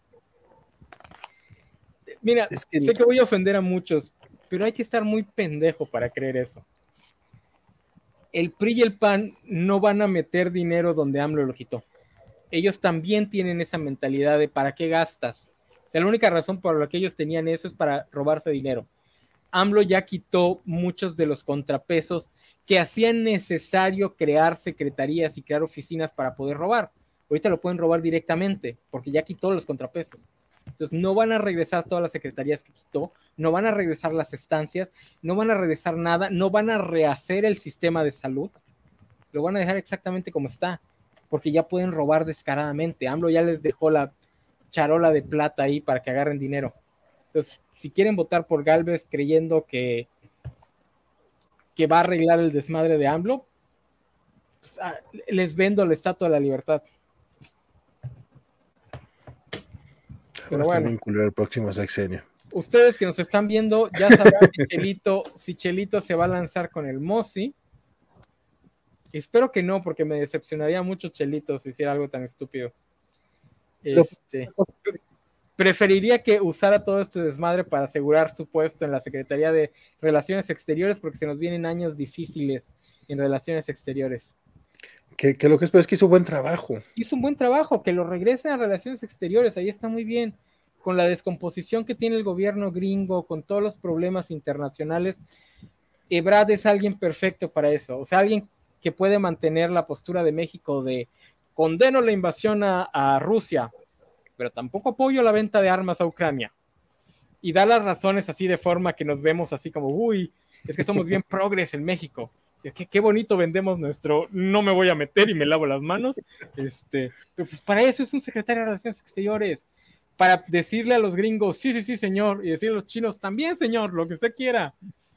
Mira, Es que sé que voy a ofender a muchos, pero hay que estar muy pendejo para creer eso. El P R I y el P A N no van a meter dinero donde AMLO lo quitó. Ellos también tienen esa mentalidad de ¿para qué gastas? O sea, la única razón por la que ellos tenían eso es para robarse dinero. AMLO ya quitó muchos de los contrapesos que hacían necesario crear secretarías y crear oficinas para poder robar. Ahorita lo pueden robar directamente porque ya quitó los contrapesos. Entonces no van a regresar todas las secretarías que quitó, no van a regresar las estancias, no van a regresar nada, no van a rehacer el sistema de salud, lo van a dejar exactamente como está, porque ya pueden robar descaradamente. AMLO ya les dejó la charola de plata ahí para que agarren dinero. Entonces, si quieren votar por Galvez creyendo que, que va a arreglar el desmadre de AMLO, pues, ah, les vendo la Estatua de la Libertad. Pero va a estar bueno, bien culero el próximo sexenio. ustedes que nos están viendo ya sabrán si Chelito, si Chelito se va a lanzar con el Mossi. Espero que no, porque me decepcionaría mucho Chelito si hiciera algo tan estúpido. Este, preferiría que usara todo este desmadre para asegurar su puesto en la Secretaría de Relaciones Exteriores, porque se nos vienen años difíciles en Relaciones Exteriores. Que, que lo que espero es que hizo buen trabajo. Hizo un buen trabajo, que lo regresen a Relaciones Exteriores, ahí está muy bien. Con la descomposición que tiene el gobierno gringo, con todos los problemas internacionales, Ebrard es alguien perfecto para eso. O sea, alguien que puede mantener la postura de México de condeno la invasión a, a Rusia, pero tampoco apoyo la venta de armas a Ucrania. Y da las razones así de forma que nos vemos así como, uy, es que somos bien progres en México. Qué, qué bonito vendemos nuestro no me voy a meter y me lavo las manos. Este, pero pues para eso es un secretario de Relaciones Exteriores. Para decirle a los gringos, sí, sí, sí, señor. Y decirle a los chinos, también, señor, lo que usted quiera.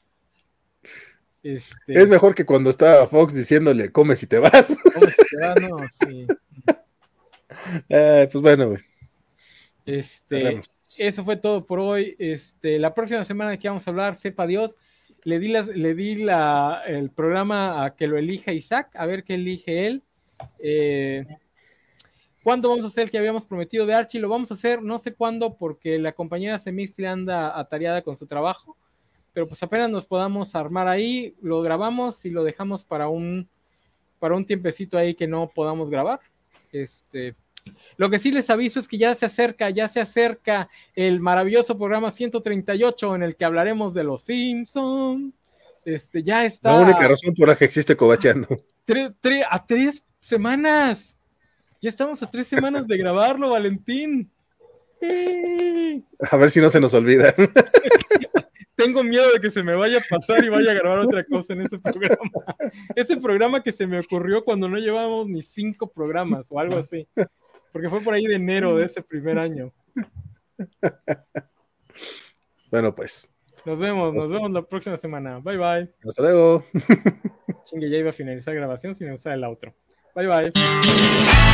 Este, es mejor que cuando estaba Fox diciéndole, come si te vas. ¿Cómo se te va? No, sí. Eh, pues bueno, güey. Este, eso fue todo por hoy. Este, la próxima semana que vamos a hablar, sepa Dios, le di, las, le di la, el programa a que lo elija Isaac, a ver qué elige él. Eh, ¿Cuándo vamos a hacer el que habíamos prometido de Archie? Lo vamos a hacer, no sé cuándo, porque la compañera Semixli anda atareada con su trabajo, pero pues apenas nos podamos armar ahí, lo grabamos y lo dejamos para un, para un tiempecito ahí que no podamos grabar. Este... Lo que sí les aviso es que ya se acerca, ya se acerca el maravilloso programa ciento treinta y ocho en el que hablaremos de los Simpsons. Este, ya está. La única razón por la que existe Covacheando. Tre, tre, a tres semanas. Ya estamos a tres semanas de grabarlo, Valentín. A ver si no se nos olvida. Tengo miedo de que se me vaya a pasar y vaya a grabar otra cosa en ese programa. Ese programa que se me ocurrió cuando no llevábamos ni cinco programas o algo así. Porque fue por ahí de enero de ese primer año. Bueno, pues. Nos vemos, nos vemos la próxima semana. Bye, bye. Hasta luego. Chingue, ya iba a finalizar la grabación sin usar el outro. Bye, bye.